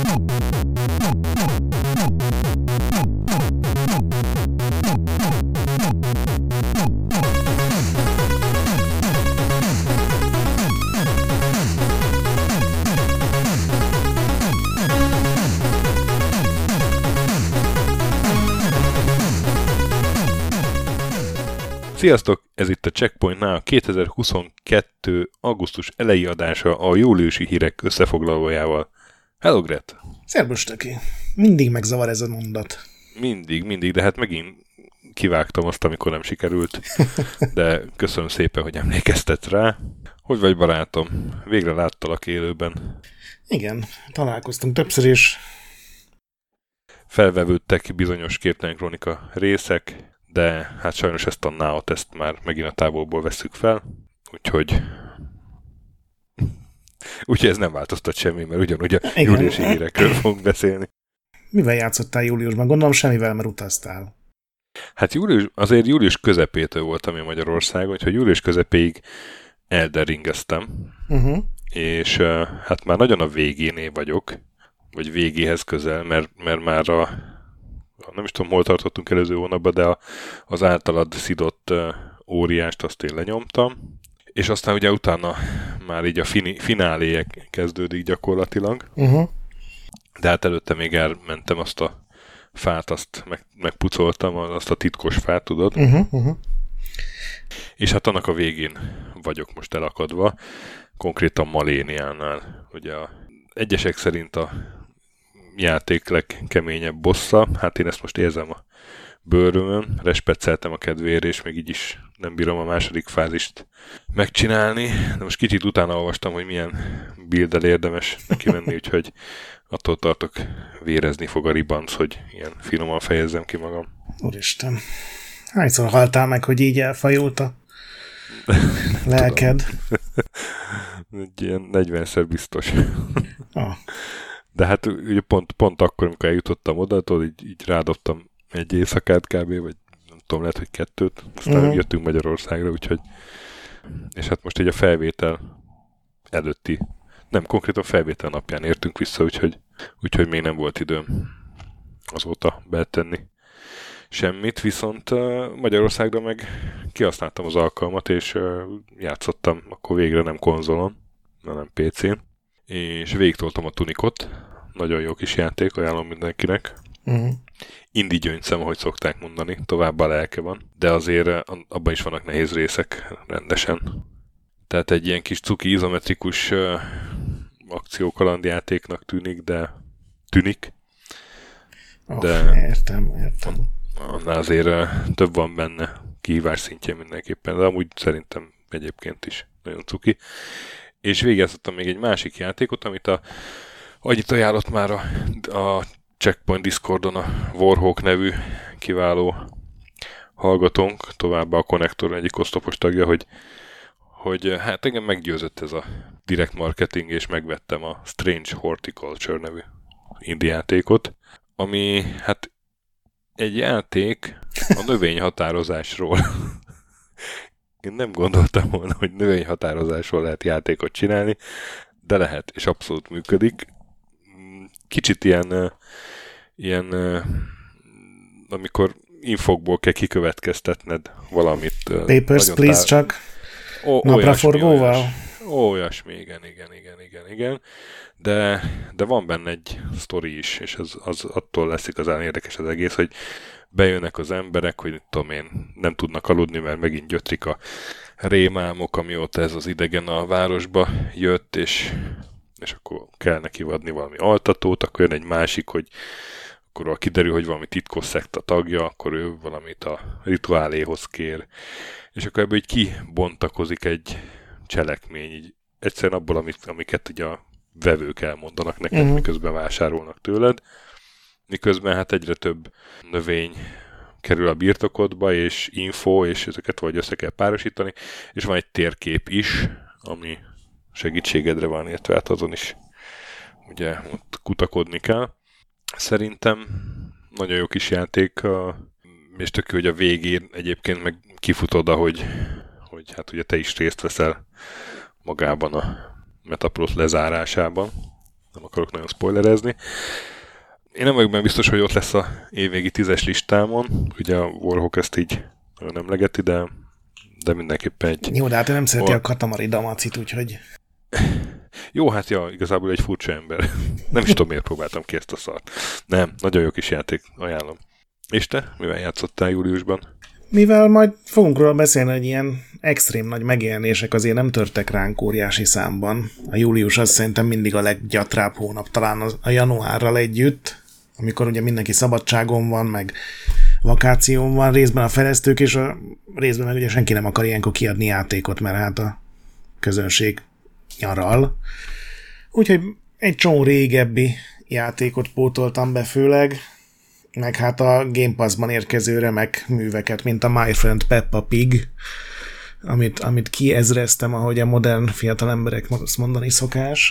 Sziasztok! Ez itt a Checkpointnál a 2022. augusztus elejé adása a júliusi hírek összefoglalójával. Hello, Gret! Szerbus, Töki! Mindig megzavar ez a mondat. Mindig, de hát megint kivágtam azt, amikor nem sikerült. De köszönöm szépen, hogy emlékeztet rá. Hogy vagy, barátom? Végre láttalak élőben. Igen, találkoztunk többször is. Felvevődtek bizonyos Képtelen Krónika részek, de hát sajnos ezt a NAO-t ezt már megint a távolból vesszük fel, úgyhogy ez nem változtat semmi, mert ugyanúgy a júliusi hírekről fogunk beszélni. Mivel játszottál júliusban? Gondolom semmivel, mert utaztál. Hát július közepétől voltam én Magyarországon, úgyhogy július közepéig elderingeztem, és hát már nagyon a végénél vagyok, vagy végéhez közel, mert már nem is tudom, hol tartottunk előző hónapban, de az általad szidott óriást azt én lenyomtam, és aztán ugye utána már így a fináléje kezdődik gyakorlatilag, de hát előtte még elmentem azt a fát, azt megpucoltam, azt a titkos fát, tudod? És hát annak a végén vagyok most elakadva, konkrétan Maléniánál. Ugye egyesek szerint a játék legkeményebb bossa, hát én ezt most érzem a bőrömön, respecceltem a kedvéért, és még így is nem bírom a második fázist megcsinálni, de most kicsit utána olvastam, hogy milyen builddel érdemes neki menni, úgyhogy attól tartok, vérezni fog a ribanc, hogy ilyen finoman fejezzem ki magam. Úristen, hányszor haltál meg, hogy így elfajult a lelked? Egy ilyen 40-szer biztos. Ah. De hát ugye pont akkor, amikor eljutottam oda, így rádobtam egy éjszakát kb. Vagy nem tudom, lehet, hogy 2, aztán jöttünk Magyarországra, úgyhogy és hát most így a felvétel előtti, nem konkrétan a felvétel napján értünk vissza, úgyhogy még nem volt időm azóta betenni semmit, viszont Magyarországra meg kihasználtam az alkalmat, és játszottam akkor végre nem konzolon, hanem PC-n, és végigtoltam a Tunicot. Nagyon jó kis játék, ajánlom mindenkinek. Indi gyöngyszem, ahogy szokták mondani, továbbá lelke van, de azért abban is vannak nehéz részek rendesen. Tehát egy ilyen kis cuki izometrikus akciókalandjátéknak tűnik, de értem. Annál azért több van benne, kihívás szintjén mindenképpen, de amúgy szerintem egyébként is nagyon cuki. És végigjátszottam még egy másik játékot, amit annyit ajánlott már a Checkpoint Discordon a Warhawk nevű kiváló hallgatónk, továbbá a Connector egyik oszlopos tagja, hogy hát engem meggyőzött ez a direct marketing, és megvettem a Strange Horticulture nevű indie játékot, ami hát egy játék a növényhatározásról. Én nem gondoltam volna, hogy növényhatározásról lehet játékot csinálni, de lehet, és abszolút működik. Kicsit ilyen amikor infokból kell kikövetkeztetned valamit. Papers, please, csak napraforgóval? Olyasmi, igen. De van benne egy sztori is, és az attól lesz igazán érdekes az egész, hogy bejönnek az emberek, hogy tudom én, nem tudnak aludni, mert megint gyötrik a rémálmok, amióta ez az idegen a városba jött, és akkor kell neki adni valami altatót, akkor jön egy másik, hogy akkor kiderül, hogy valami titkos szekta tagja, akkor ő valamit a rituáléhoz kér, és akkor ebből így kibontakozik egy cselekmény, így egyszerűen abból, amiket ugye a vevők elmondanak neked, miközben vásárolnak tőled, miközben hát egyre több növény kerül a birtokodba, és info, és ezeket vagy össze kell párosítani, és van egy térkép is, ami segítségedre van, illetve hát azon is ugye ott kutakodni kell. Szerintem nagyon jó kis játék, és tök jó, hogy a végén egyébként meg kifut oda, hogy hát ugye te is részt veszel magában a Metaprosz lezárásában, nem akarok nagyon spoilerezni. Én nem vagyok benne biztos, hogy ott lesz a évvégi 10-es listámon, ugye a Warhawk ezt így nagyon emlegeti, de mindenképpen egy... Jó, de hát nem szereti a Katamari Damacit, úgyhogy... Jó, hát ja, igazából egy furcsa ember. Nem is tudom, miért próbáltam ki ezt a szart. Nem, nagyon jó kis játék, ajánlom. És te? Mivel játszottál júliusban? Mivel majd fogunk róla beszélni, hogy ilyen extrém nagy megjelenések azért nem törtek ránk óriási számban. A július az szerintem mindig a leggyatrább hónap, talán a januárral együtt, amikor ugye mindenki szabadságon van, meg vakáción van, részben a fejlesztők, és a részben meg ugye senki nem akar ilyenkor kiadni játékot, mert hát a közönség nyaral. Úgyhogy egy csomó régebbi játékot pótoltam be főleg, meg hát a Game Pass-ban érkező remek műveket, mint a My Friend Peppa Pig, amit kiezreztem, ahogy a modern fiatal emberek azt mondani szokás.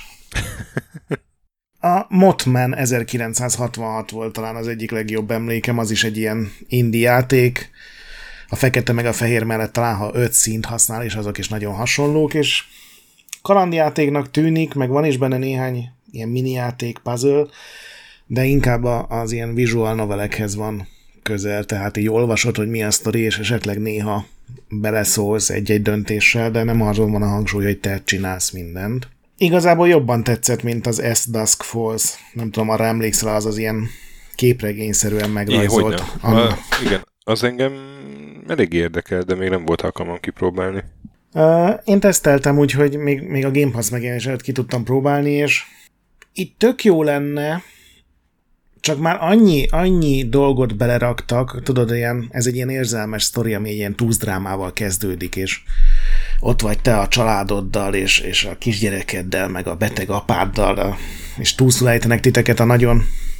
A Mothman 1966 volt talán az egyik legjobb emlékem, az is egy ilyen indie játék. A fekete meg a fehér mellett talán, ha 5 színt használ, és azok is nagyon hasonlók, és kalandjátéknak tűnik, meg van is benne néhány ilyen mini játék, puzzle, de inkább az ilyen visual novelekhez van közel, tehát így olvasod, hogy mi a sztori, és esetleg néha beleszólsz egy-egy döntéssel, de nem azon van a hangsúly, hogy te csinálsz mindent. Igazából jobban tetszett, mint az S Dusk Falls. Nem tudom, arra emlékszel, az ilyen képregényszerűen megrajzolt. Igen, az engem elég érdekel, de még nem volt alkalmam kipróbálni. Én teszteltem, úgyhogy még a Game Pass megjelenés előtt ki tudtam próbálni, és itt tök jó lenne, csak már annyi dolgot beleraktak, tudod, ez egy ilyen érzelmes sztori, ami egy ilyen túlzdrámával kezdődik, és ott vagy te a családoddal, és a kisgyerekeddel, meg a beteg apáddal, és túlszul ejtenek titeket a nagyon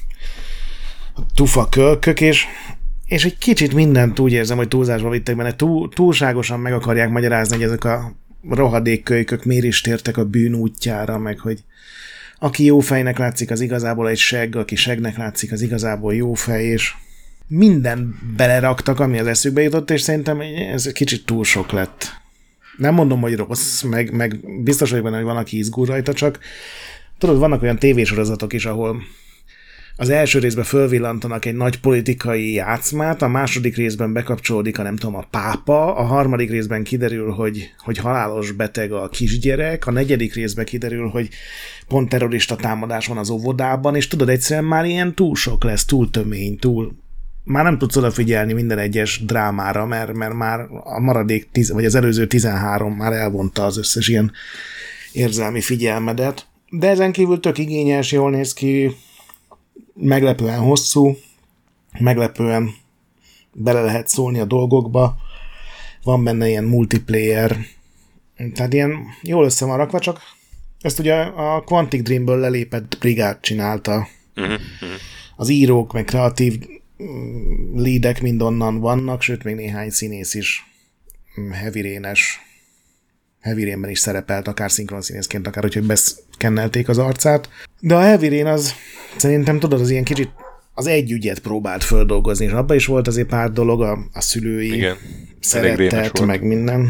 tufa kölkök, és egy kicsit mindent úgy érzem, hogy túlzásba vittek benne, túlságosan meg akarják magyarázni, hogy ezek a rohadékkölykök miért is tértek a bűn útjára, meg hogy aki jó fejnek látszik, az igazából egy segg, aki seggnek látszik, az igazából jó fej, és minden beleraktak, ami az eszükbe jutott, és szerintem ez kicsit túl sok lett. Nem mondom, hogy rossz, meg biztos vagyok benne, hogy van, aki izgul rajta, csak tudod, vannak olyan tévésorozatok is, ahol az első részben fölvillantanak egy nagy politikai játszmát, a második részben bekapcsolódik a pápa, a harmadik részben kiderül, hogy halálos beteg a kisgyerek, a negyedik részben kiderül, hogy pont terrorista támadás van az óvodában, és tudod, egyszerűen már ilyen túl sok lesz, túl tömény, már nem tudsz odafigyelni minden egyes drámára, mert már a maradék vagy az előző 13 már elvonta az összes ilyen érzelmi figyelmedet. De ezen kívül tök igényes, jól néz ki, meglepően hosszú, meglepően bele lehet szólni a dolgokba, van benne ilyen multiplayer, tehát ilyen jól össze van rakva, csak ezt ugye a Quantic Dreamből lelépett brigád csinálta. Az írók, meg kreatív leadek mind onnan vannak, sőt még néhány színész is Heavy Rainben is szerepelt, akár szinkron színészként, akár úgyhogy beszkennelték az arcát. De a Heavy Rain az szerintem tudod, az ilyen kicsit az egy ügyet próbált földolgozni, és abban is volt azért pár dolog, a szülői igen, szeretet, meg minden.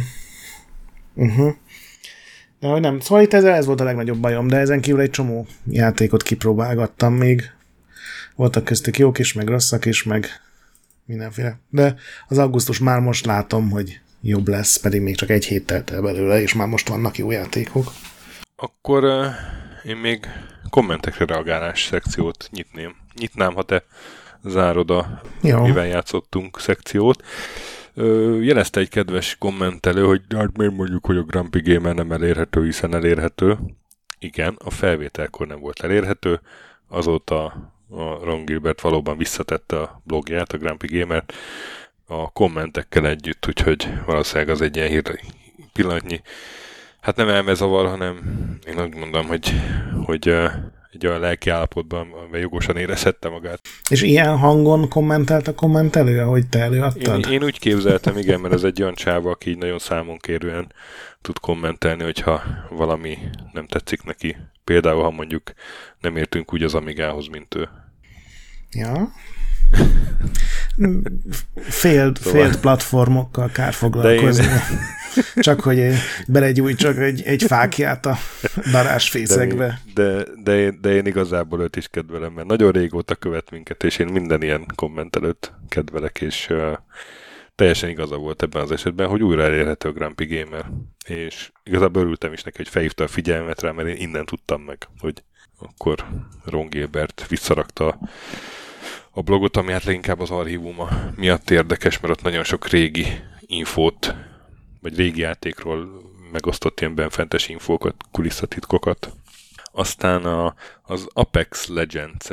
De hogy nem, szóval itt ez volt a legnagyobb bajom, de ezen kívül egy csomó játékot kipróbálgattam még. Voltak köztük jók is, meg rosszak is, meg mindenféle. De az augusztus már most látom, hogy jobb lesz, pedig még csak egy hét telt el belőle, és már most vannak jó játékok. Akkor én még kommentekre reagálás szekciót nyitnám, ha te zárod a mivel játszottunk szekciót. Jelezte egy kedves kommentelő, hogy hát miért mondjuk, hogy a Grumpy Gamer nem elérhető, hiszen elérhető. Igen, a felvételkor nem volt elérhető, azóta a Ron Gilbert valóban visszatette a blogját, a Grumpy Gamer, a kommentekkel együtt, úgyhogy valószínűleg az egy ilyen pillanatnyi, hát nem elmezavar, hanem én azt mondom, hogy egy olyan lelki állapotban, amiben jogosan érezhette magát. És ilyen hangon kommentelt a kommentelő, ahogy te előadtad? Én úgy képzeltem, igen, mert ez egy olyan csáva, aki így nagyon számonkérően tud kommentelni, hogyha valami nem tetszik neki. Például, ha mondjuk nem értünk úgy az Amigához, mint ő. Ja. Félt platformokkal kár foglalkozni. Csak hogy belegyújtsak egy fákját a darásfészekbe. De én igazából őt is kedvelem, mert nagyon régóta követ minket, és én minden ilyen komment előtt kedvelek, és teljesen igaza volt ebben az esetben, hogy újra elérhető a Grumpy Gamer. És igazából örültem is neki, hogy felhívta a figyelmet rá, mert én innen tudtam meg, hogy akkor Ron Gilbert visszarakta a blogot, ami hát leginkább az archívuma miatt érdekes, mert ott nagyon sok régi infót, vagy régi játékról megosztott ilyen benfentes infókat, kulisszatitkokat. Aztán az Apex Legends.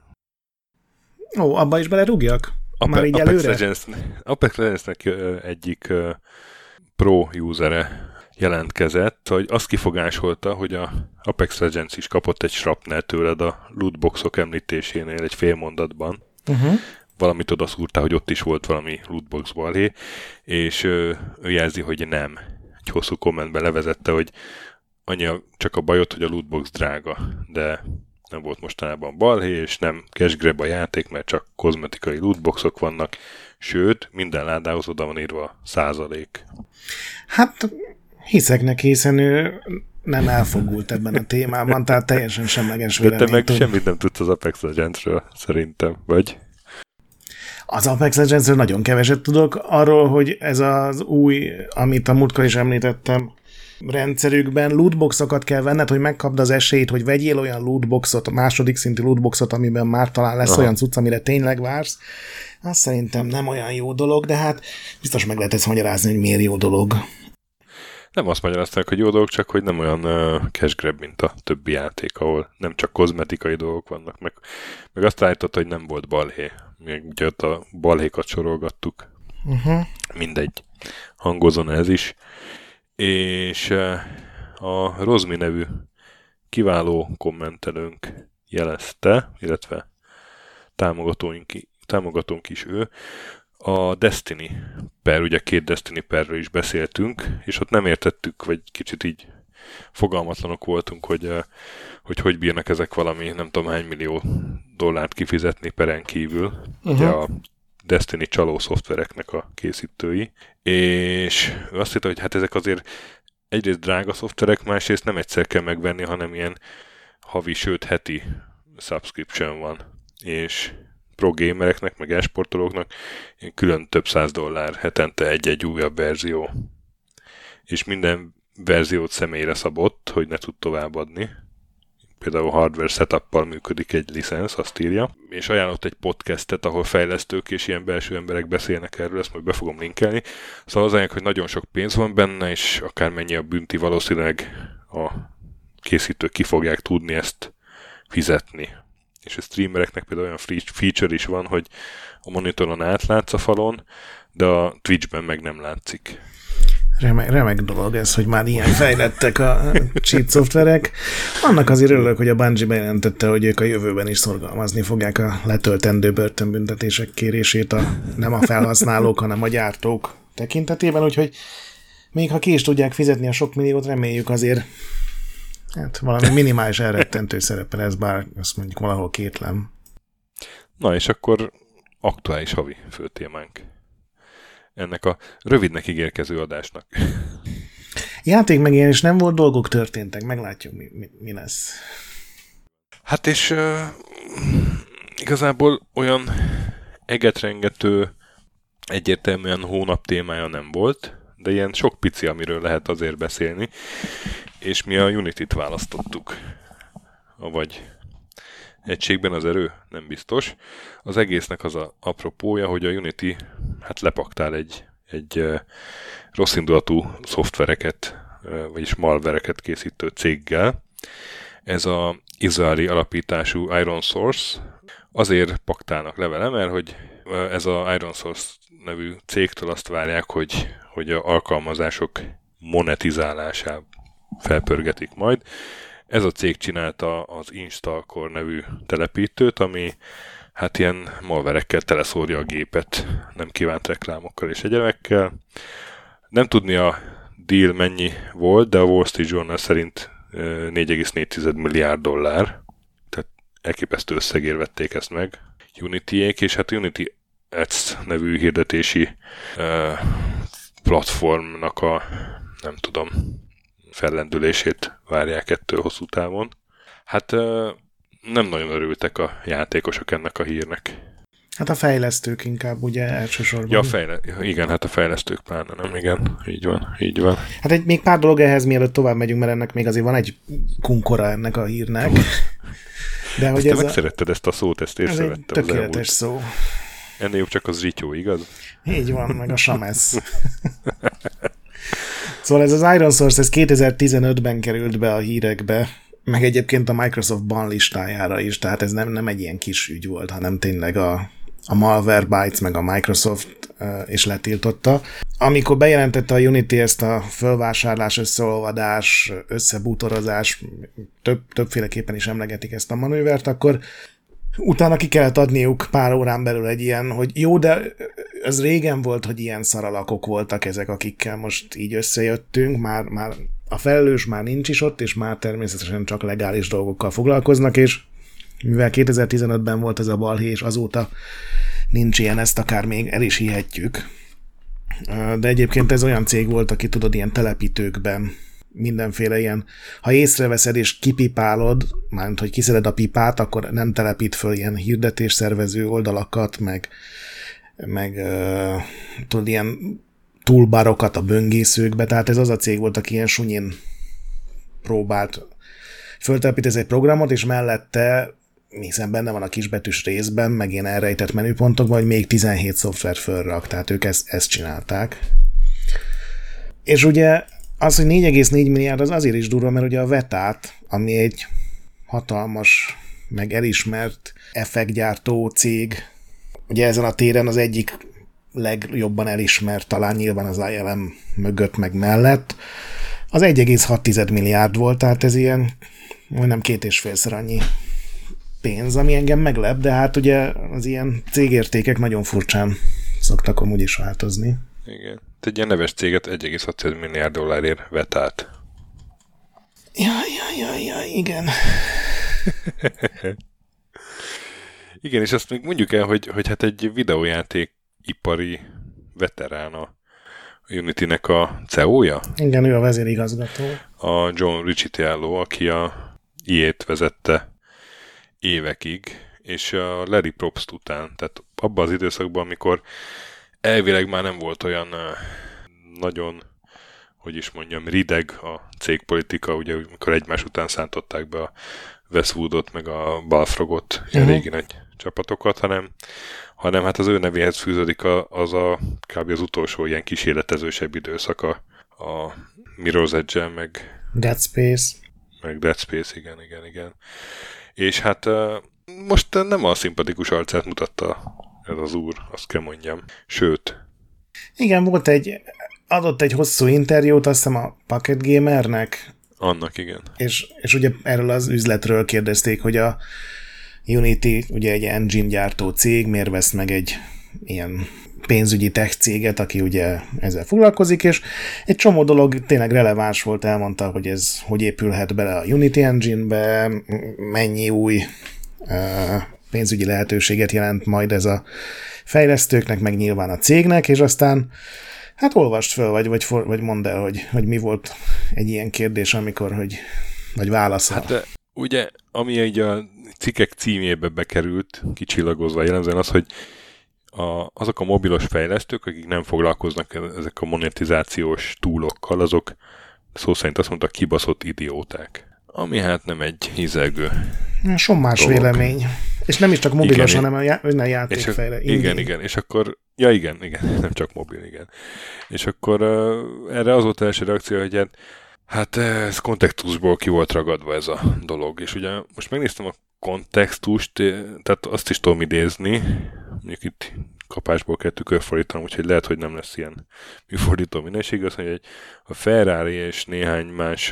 Ó, abba is belerúgjak? Már így Apex Legends-nek egyik pro usere jelentkezett, hogy azt kifogásolta, hogy a Apex Legends is kapott egy shrapnel tőled a lootboxok említésénél egy fél mondatban. Valamit odaszúrta, hogy ott is volt valami lootbox balhé, és ő jelzi, hogy nem. Egy hosszú kommentben levezette, hogy annyi csak a bajot, hogy a lootbox drága, de nem volt mostanában balhé, és nem cash grab a játék, mert csak kozmetikai lootboxok vannak, sőt, minden ládához oda van írva 100%. Hát hiszek neki, hiszen ő nem elfogult ebben a témában, tehát teljesen semleges véleményt. De te meg semmit nem tudsz az Apex Legendsről, szerintem, vagy? Az Apex Legendsről nagyon keveset tudok. Arról, hogy ez az új, amit a múltkor is említettem, rendszerükben lootboxokat kell venned, hogy megkapd az esélyt, hogy vegyél olyan lootboxot, a második szintű lootboxot, amiben már talán lesz olyan cucc, amire tényleg vársz. Azt szerintem nem olyan jó dolog, de hát biztos meg lehet ezt magyarázni, hogy miért jó dolog. Nem azt magyarázták, hogy jó dolog, csak hogy nem olyan cash grab, mint a többi játék, ahol nem csak kozmetikai dolgok vannak, meg azt állított, hogy nem volt balhé. Még ugye ott a balhékat sorolgattuk. Mindegy. Hangozon ez is. És a Rozmi nevű kiváló kommentelőnk jelezte, illetve támogatónk is ő, a Destiny per, ugye 2 Destiny perről is beszéltünk, és ott nem értettük, vagy kicsit így fogalmatlanok voltunk, hogy bírnak ezek valami nem tudom hány millió dollárt kifizetni peren kívül. Ugye a Destiny csaló szoftvereknek a készítői, és azt hitte, hogy hát ezek azért egyrészt drága szoftverek, másrészt nem egyszer kell megvenni, hanem ilyen havi, sőt heti subscription van, és pro gamereknek, meg e-sportolóknak külön több $100 hetente egy-egy újabb verzió. És minden verziót személyre szabott, hogy ne tud továbbadni. Például hardware setuppal működik egy licensz, azt írja. És ajánlott egy podcastet, ahol fejlesztők és ilyen belső emberek beszélnek erről, ezt majd be fogom linkelni. Szóval az anyag, hogy nagyon sok pénz van benne, és akármennyi a bünti, valószínűleg a készítők ki fogják tudni ezt fizetni. És a streamereknek például olyan feature is van, hogy a monitoron átlátsz a falon, de a Twitchben meg nem látszik. Remek dolog ez, hogy már ilyen fejlettek a cheat szoftverek. Annak azért örülök, hogy a Bungie bejelentette, hogy ők a jövőben is szorgalmazni fogják a letöltendő börtönbüntetések kérését nem a felhasználók, hanem a gyártók tekintetében, úgyhogy még ha ki is tudják fizetni a sok milliót, reméljük azért hát valami minimális elrettentő szerepel ez, bár azt mondjuk valahol kétlem. Na és akkor aktuális havi főtémánk ennek a rövidnek ígérkező adásnak. Játék megjelenés nem volt, dolgok történtek, meglátjuk mi lesz. Hát és igazából olyan egetrengető egyértelműen hónap témája nem volt, de ilyen sok pici, amiről lehet azért beszélni, és mi a Unity-t választottuk. Vagy egységben az erő? Nem biztos. Az egésznek az a apropója, hogy a Unity hát lepaktál egy rosszindulatú szoftvereket, vagyis malvereket készítő céggel. Ez a izraeli alapítású Iron Source. Azért paktálnak le vele, mert hogy ez a Iron Source nevű cégtől azt várják, hogy a alkalmazások monetizálását felpörgetik majd. Ez a cég csinálta az Installcore nevű telepítőt, ami hát ilyen malverekkel teleszórja a gépet, nem kívánt reklámokkal és egyebekkel. Nem tudni a deal mennyi volt, de a Wall Street Journal szerint $4,4 milliárd, tehát elképesztő összegért vették ezt meg Unity-ék, és hát Unity Ads nevű hirdetési platformnak a, nem tudom, fellendülését várják ettől hosszú távon. Hát nem nagyon örültek a játékosok ennek a hírnek. Hát a fejlesztők inkább, ugye, elsősorban. Igen, hát a fejlesztők pláne nem, igen. Így van. Hát még pár dolog ehhez, mielőtt tovább megyünk, mert ennek még azért van egy kunkora ennek a hírnek. De hogy te megszeretted ezt a szót, ezt észrevettem. Ez egy tökéletes szó. Ennél jobb csak az zsityó, igaz? Így van, meg a samesz. Szóval ez az Iron Source, ez 2015-ben került be a hírekbe, meg egyébként a Microsoft ban listájára is, tehát ez nem egy ilyen kis ügy volt, hanem tényleg a Malwarebytes meg a Microsoft is letiltotta. Amikor bejelentette a Unity ezt a fölvásárlás, összeolvadás, összebútorozás, többféleképpen is emlegetik ezt a manővert, akkor utána ki kellett adniuk pár órán belül egy ilyen, hogy jó, de az régen volt, hogy ilyen szaralakok voltak ezek, akikkel most így összejöttünk, már a felelős már nincs is ott, és már természetesen csak legális dolgokkal foglalkoznak, és mivel 2015-ben volt ez a balhé, és azóta nincs ilyen, ezt akár még el is hihetjük. De egyébként ez olyan cég volt, aki tudod, ilyen telepítőkben mindenféle ilyen, ha észreveszed és kipipálod, mármint, hogy kiszeded a pipát, akkor nem telepít föl ilyen hirdetésszervező oldalakat, meg tudod, ilyen toolbarokat a böngészőkbe, tehát ez az a cég volt, aki ilyen sunyin próbált föltelepíteni egy programot, és mellette, hiszen benne van a kisbetűs részben, meg ilyen elrejtett menüpontokban, hogy még 17 szoftvert fölrak, tehát ők ezt csinálták. És ugye az, hogy 4,4 milliárd az azért is durva, mert ugye a Vetát, ami egy hatalmas, meg elismert effektgyártó cég, ugye ezen a téren az egyik legjobban elismert, talán nyilván az ILM mögött meg mellett, az 1,6 milliárd volt, tehát ez ilyen majdnem 2,5-szer annyi pénz, ami engem meglep, de hát ugye az ilyen cégértékek nagyon furcsán szoktak amúgy is változni. Igen. Egy ilyen neves céget 1,6 milliárd dollárért vett át. Ja, igen. Igen, és azt még mondjuk el, hogy hát egy videójáték ipari veterán a Unity-nek a CEO-ja. Igen, ő a vezérigazgató. A John Riccitiello, aki a EA-t vezette évekig, és a Larry Probst után, tehát abban az időszakban, amikor elvileg már nem volt olyan nagyon, hogy is mondjam, rideg a cégpolitika, ugye amikor egymás után szántották be a Westwoodot, meg a Balfrogot, ilyen régi nagy csapatokat, hanem hát az ő nevéhez fűződik kb. Az utolsó ilyen kísérletezősebb időszaka a Mirror's Edge-el, meg Dead Space. Meg Dead Space, igen. És hát most nem a szimpatikus arcát mutatta ez az úr, azt kell mondjam. Sőt. Igen, adott egy hosszú interjút, azt hiszem a Pocket Gamernek. Annak, igen. És ugye erről az üzletről kérdezték, hogy a Unity ugye egy engine gyártó cég, miért vesz meg egy ilyen pénzügyi tech céget, aki ugye ezzel foglalkozik, és egy csomó dolog tényleg releváns volt, elmondta, hogy ez hogy épülhet bele a Unity Engine-be, mennyi új pénzügyi lehetőséget jelent majd ez a fejlesztőknek, meg nyilván a cégnek, és aztán hát olvast föl, vagy mondd el, hogy mi volt egy ilyen kérdés, amikor, vagy válaszol. Hát ugye, ami így a cikkek címébe bekerült, kicsillagozva jellemzően az, hogy azok a mobilos fejlesztők, akik nem foglalkoznak ezek a monetizációs túlokkal, azok szó szerint azt mondta, kibaszott idióták. Ami hát nem egy hizelgő sommás dolog. Vélemény. És nem is csak mobilos, igen, hanem a játékfejle. Igen, és akkor igen, nem csak mobil, igen. És akkor erre az volt az első reakció, hogy hát ez kontextusból ki volt ragadva ez a dolog. És ugye most megnéztem a kontextust, tehát azt is tudom idézni, mondjuk itt kapásból kell tükörfordítanom, úgyhogy lehet, hogy nem lesz ilyen műfordító minőség. Azt mondja, hogy a Ferrari és néhány más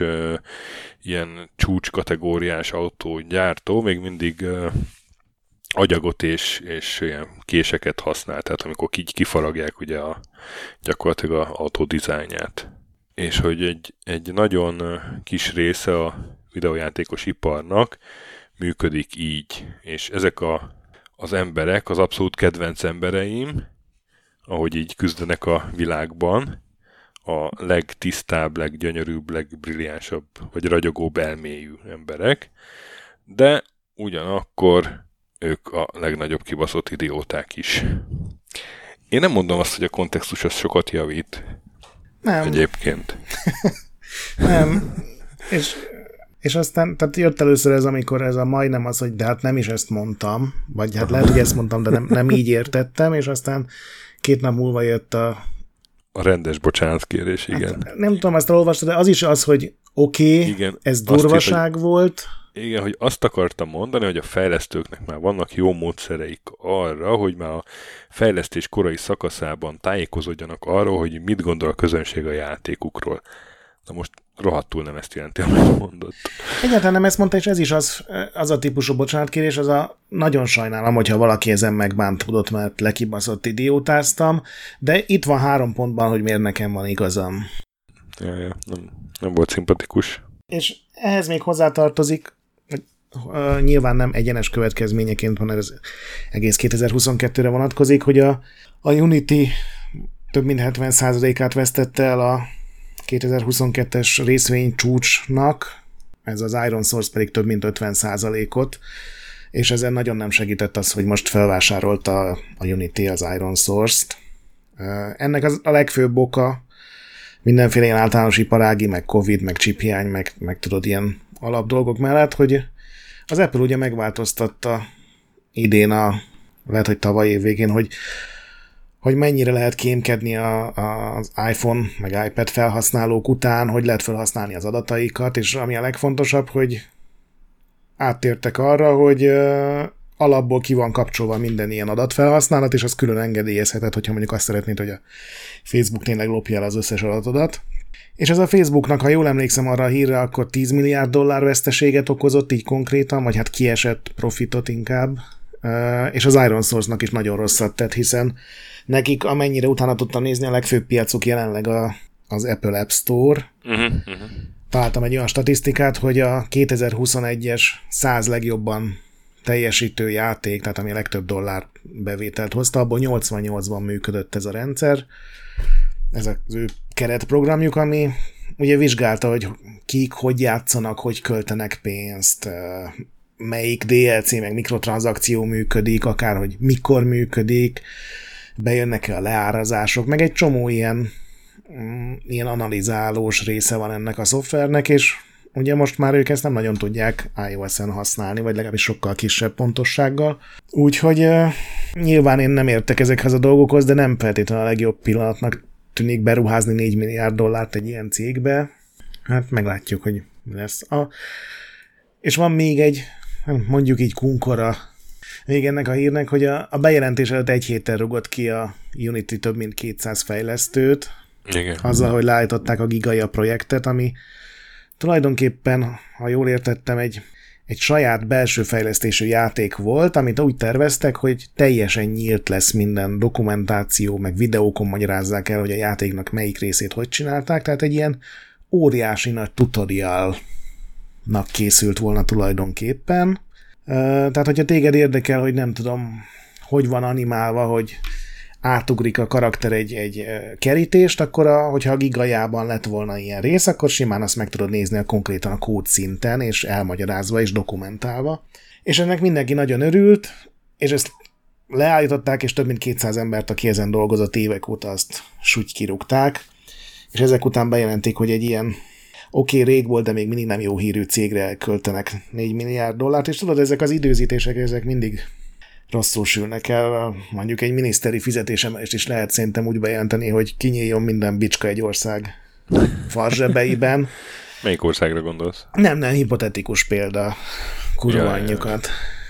ilyen csúcs kategóriás autógyártó még mindig agyagot és ilyen késeket használ, tehát amikor így kifaragják ugye gyakorlatilag az autó dizájnját. És hogy egy nagyon kis része a videójátékos iparnak működik így, és ezek az emberek, az abszolút kedvenc embereim, ahogy így küzdenek a világban, a legtisztább, leggyönyörűbb, legbrilliánsabb, vagy ragyogóbb elmélyű emberek, de ugyanakkor ők a legnagyobb kibaszott idióták is. Én nem mondom azt, hogy a kontextus az sokat javít. Nem. Egyébként. Nem. És aztán, tehát jött először ez, amikor ez a majdnem az, hogy de hát nem is ezt mondtam, vagy hát lehet, hogy ezt mondtam, de nem így értettem, és aztán 2 nap múlva jött a rendes bocsánatkérés, igen. Hát, nem tudom, ezt olvastad, de az is az, hogy oké, ez durvaság volt. Igen, hogy azt akartam mondani, hogy a fejlesztőknek már vannak jó módszereik arra, hogy már a fejlesztés korai szakaszában tájékozódjanak arról, hogy mit gondol a közönség a játékukról. Na most rohadtul nem ezt jelenti, amit mondott. Egyáltalán nem ezt mondta, és ez is az a típusú bocsánatkérés, az a nagyon sajnálom, hogyha valaki ezen megbántódott, mert lekibaszott idiótáztam, de itt van 3 pontban, hogy miért nekem van igazam. Ja, nem volt szimpatikus. És ehhez még hozzátartozik, nyilván nem egyenes következményeként van, ez egész 2022-re vonatkozik, hogy a Unity több mint 70%-át vesztette el a 2022-es részvény csúcsnak, ez az Iron Source pedig több mint 50%-ot, és ezen nagyon nem segített az, hogy most felvásárolta a Unity az Iron Source-t. Ennek a legfőbb oka mindenféle ilyen általános iparági, meg Covid, meg chiphiány, meg tudod, ilyen alapdolgok mellett, hogy az Apple ugye megváltoztatta idén, lehet, hogy tavaly év végén, hogy mennyire lehet kémkedni az iPhone, meg iPad felhasználók után, hogy lehet felhasználni az adataikat, és ami a legfontosabb, hogy áttértek arra, hogy alapból ki van kapcsolva minden ilyen adatfelhasználat, és az külön engedélyezheted, hogyha mondjuk azt szeretnéd, hogy a Facebook tényleg lopja el az összes adatodat. És ez a Facebooknak, ha jól emlékszem arra a hírre, akkor $10 milliárd veszteséget okozott így konkrétan, vagy hát kiesett profitot inkább, és az Iron Source-nak is nagyon rosszat tett, hiszen nekik, amennyire utána tudtam nézni, a legfőbb piacuk jelenleg az Apple App Store. Találtam egy olyan statisztikát, hogy a 2021-es 100 legjobban teljesítő játék, tehát ami a legtöbb dollár bevételt hozta, abból 88-ban működött ez a rendszer. Ez az ő keretprogramjuk, ami ugye vizsgálta, hogy kik hogy játszanak, hogy költenek pénzt, melyik DLC, meg mikrotranszakció működik, akár hogy mikor működik, bejönnek-e a leárazások, meg egy csomó ilyen analizálós része van ennek a szoftvernek, és ugye most már ők ezt nem nagyon tudják iOS-en használni, vagy legalábbis sokkal kisebb pontossággal. Úgyhogy nyilván én nem értek ezekhez a dolgokhoz, de nem feltétlenül a legjobb pillanatnak tűnik beruházni $4 milliárd egy ilyen cégbe. Hát meglátjuk, hogy mi lesz. És van még egy, mondjuk így kunkora még ennek a hírnek, hogy a bejelentés előtt 1 héttel rugott ki a Unity több mint 200 fejlesztőt, igen, azzal, hogy leállították a Gigaia projektet, ami tulajdonképpen, ha jól értettem, egy saját belső fejlesztésű játék volt, amit úgy terveztek, hogy teljesen nyílt lesz minden dokumentáció, meg videókon magyarázzák el, hogy a játéknak melyik részét hogy csinálták, tehát egy ilyen óriási nagy tutorialnak készült volna tulajdonképpen. Tehát, hogyha téged érdekel, hogy nem tudom, hogy van animálva, hogy átugrik a karakter egy kerítést, akkor hogyha a Gigaiában lett volna ilyen rész, akkor simán azt meg tudod nézni konkrétan a kód szinten, és elmagyarázva, és dokumentálva. És ennek mindenki nagyon örült, és ezt leállították, és több mint 200 embert, aki ezen dolgozott évek óta, azt súgy kirúgták, és ezek után bejelentik, hogy egy ilyen rég volt, de még mindig nem jó hírű cégre költenek $4 milliárd, és tudod, ezek az időzítések, ezek mindig rosszul sülnek el. Mondjuk egy miniszteri fizetésemelést is lehet szerintem úgy bejelenteni, hogy kinyíljon minden bicska egy ország farzsebeiben. Melyik országra gondolsz? Nem, hipotetikus példa. Kurva anyjukat.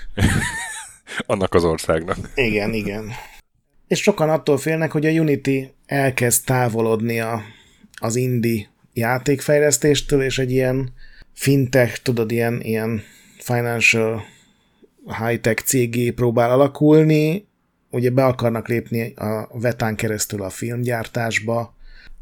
Annak az országnak. Igen. És sokan attól félnek, hogy a Unity elkezd távolodni az indie játékfejlesztéstől, és egy ilyen fintech, tudod, ilyen financial high-tech cégé próbál alakulni, ugye be akarnak lépni a Vetán keresztül a filmgyártásba,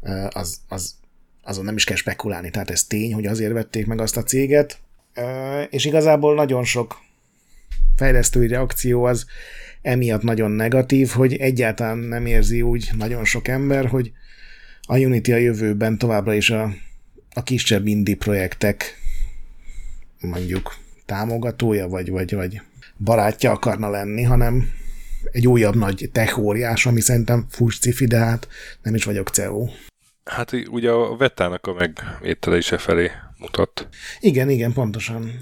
azon nem is kell spekulálni, tehát ez tény, hogy azért vették meg azt a céget, és igazából nagyon sok fejlesztői reakció az emiatt nagyon negatív, hogy egyáltalán nem érzi úgy nagyon sok ember, a Unity a jövőben továbbra is a kisebb indie projektek mondjuk támogatója, vagy barátja akarna lenni, hanem egy újabb nagy tech óriás, ami szerintem fuss cifi, de hát nem is vagyok CEO. Hát ugye a Vettának a megvétele is felé mutat. Igen, pontosan.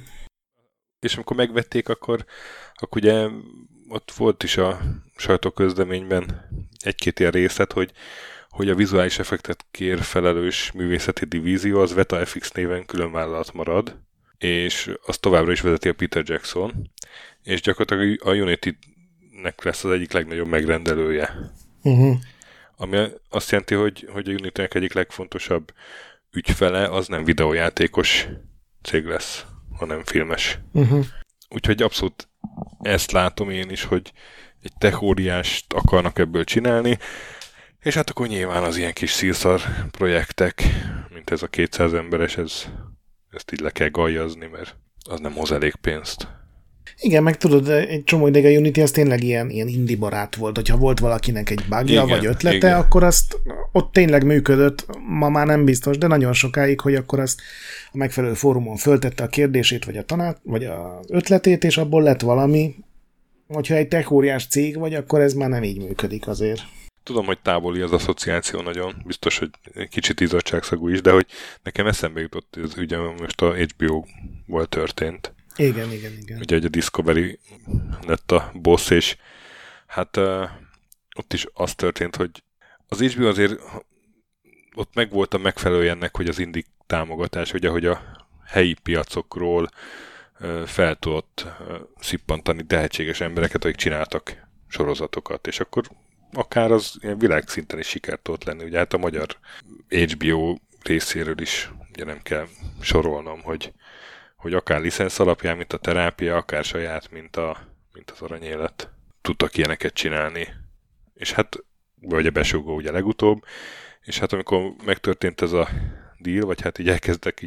És amikor megvették, akkor ugye ott volt is a sajtóközleményben egy-két ilyen részlet, hogy a vizuális effektet kér felelős művészeti divízió, az Veta FX néven külön vállalat marad, és azt továbbra is vezeti a Peter Jackson, és gyakorlatilag a Unity-nek lesz az egyik legnagyobb megrendelője. Uh-huh. Ami azt jelenti, hogy a Unity-nek egyik legfontosabb ügyfele az nem videójátékos cég lesz, hanem filmes. Uh-huh. Úgyhogy abszolút ezt látom én is, hogy egy tech óriást akarnak ebből csinálni, és hát akkor nyilván az ilyen kis szírszar projektek, mint ez a 200 emberes, ezt így le kell gajjazni, mert az nem hoz elég pénzt. Igen, meg tudod, egy csomó ideig a Unity az tényleg ilyen indie barát volt. Hogyha volt valakinek egy bugja vagy ötlete, igen, akkor azt ott tényleg működött, ma már nem biztos, de nagyon sokáig, hogy akkor azt a megfelelő fórumon föltette a kérdését, vagy az ötletét, és abból lett valami. Hogyha egy tech óriás cég vagy, akkor ez már nem így működik azért. Tudom, hogy távoli az asszociáció nagyon, biztos, hogy kicsit izzadságszagú is, de hogy nekem eszembe jutott, ez ugye most a HBO-val történt. Igen. Ugye, hogy a Discovery lett a boss, és hát ott is az történt, hogy az HBO azért ott megvolt a megfelelője ennek, hogy az indie támogatás, ugye, hogy a helyi piacokról fel tudott szippantani tehetséges embereket, akik csináltak sorozatokat, és akkor akár az ilyen világszinten is sikert tudott lenni. Ugye hát a magyar HBO részéről is ugye nem kell sorolnom, hogy akár licensz alapján, mint a terápia, akár saját, mint az aranyélet. Tudtak ilyeneket csinálni. És hát, vagy a besugó ugye legutóbb, és hát amikor megtörtént ez a deal, vagy hát így elkezdett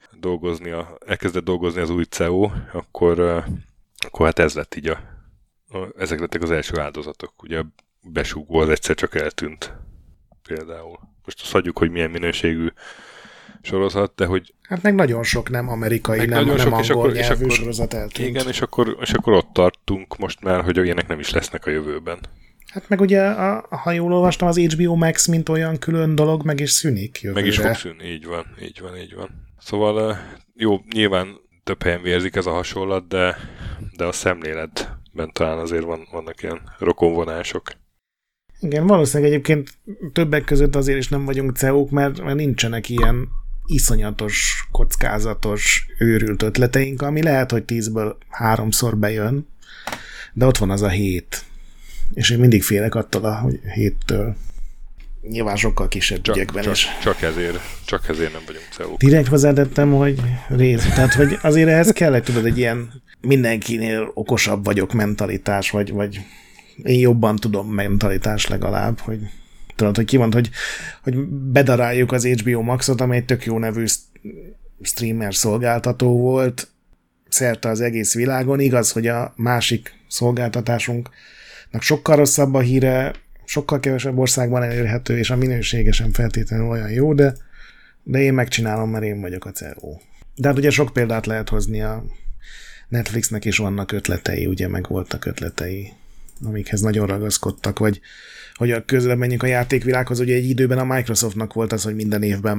dolgozni az új CEO, akkor hát ez lett így ezek lettek az első áldozatok. Ugye a besugó az egyszer csak eltűnt például. Most azt hagyjuk, hogy milyen minőségű sorozat, de hogy... Hát meg nagyon sok nem amerikai, nem angol nyelvű sorozat eltűnt. Igen, és akkor ott tartunk most már, hogy ilyenek nem is lesznek a jövőben. Hát meg ugye, ha jól olvastam, az HBO Max, mint olyan külön dolog, meg is szűnik jövőre. Meg is fog szűnni, így van. Szóval jó, nyilván több helyen vérzik ez a hasonlat, de a szemléletben talán azért vannak ilyen rokonvonások. Igen, valószínűleg egyébként többek között azért is nem vagyunk CEO-k, mert nincsenek ilyen iszonyatos, kockázatos, őrült ötleteink, ami lehet, hogy 10-ből 3-szor bejön, de ott van az a 7. És én mindig félek attól a 7-től. Nyilván sokkal kisebb ügyekben is. Csak ezért nem vagyunk CEO-k. Direkt hozzátettem, hogy tehát, hogy azért ehhez kellett, tudod, egy ilyen mindenkinél okosabb vagyok mentalitás, vagy én jobban tudom mentalitás legalább, hogy tudod, hogy kimond, hogy bedaráljuk az HBO Maxot, amely egy tök jó nevű streamer szolgáltató volt szerte az egész világon. Igaz, hogy a másik szolgáltatásunknak sokkal rosszabb a híre, sokkal kevesebb országban elérhető, és a minősége sem feltétlenül olyan jó, de én megcsinálom, mert én vagyok a CEO. De hát ugye sok példát lehet hozni, a Netflixnek is vannak ötletei, ugye meg voltak ötletei, amikhez nagyon ragaszkodtak, vagy hogy a közelebb menjünk a játékvilághoz, ugye egy időben a Microsoftnak volt az, hogy minden évben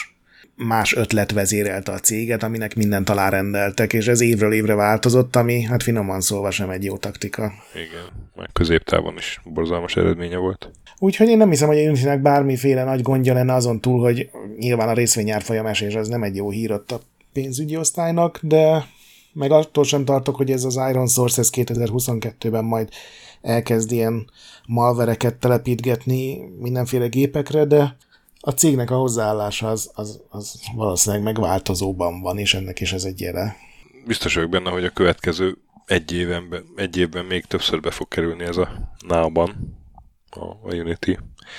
más ötlet vezérelte a céget, aminek mindent alárendeltek, és ez évről évre változott, ami hát finoman szólva sem egy jó taktika. Igen, meg középtávon is borzalmas eredménye volt. Úgyhogy én nem hiszem, hogy a Unitynek bármiféle nagy gondja lenne azon túl, hogy nyilván a részvényárfolyam esés az nem egy jó hír ott a pénzügyi osztálynak, de meg attól sem tartok, hogy ez az Iron Source 2022-ben majd elkezd ilyen malvereket telepítgetni mindenféle gépekre, de a cégnek a hozzáállása az valószínűleg megváltozóban van, és ennek is ez egy jele. Biztos vagyok benne, hogy a következő egy évben még többször be fog kerülni ez a Now-ban, a Unity,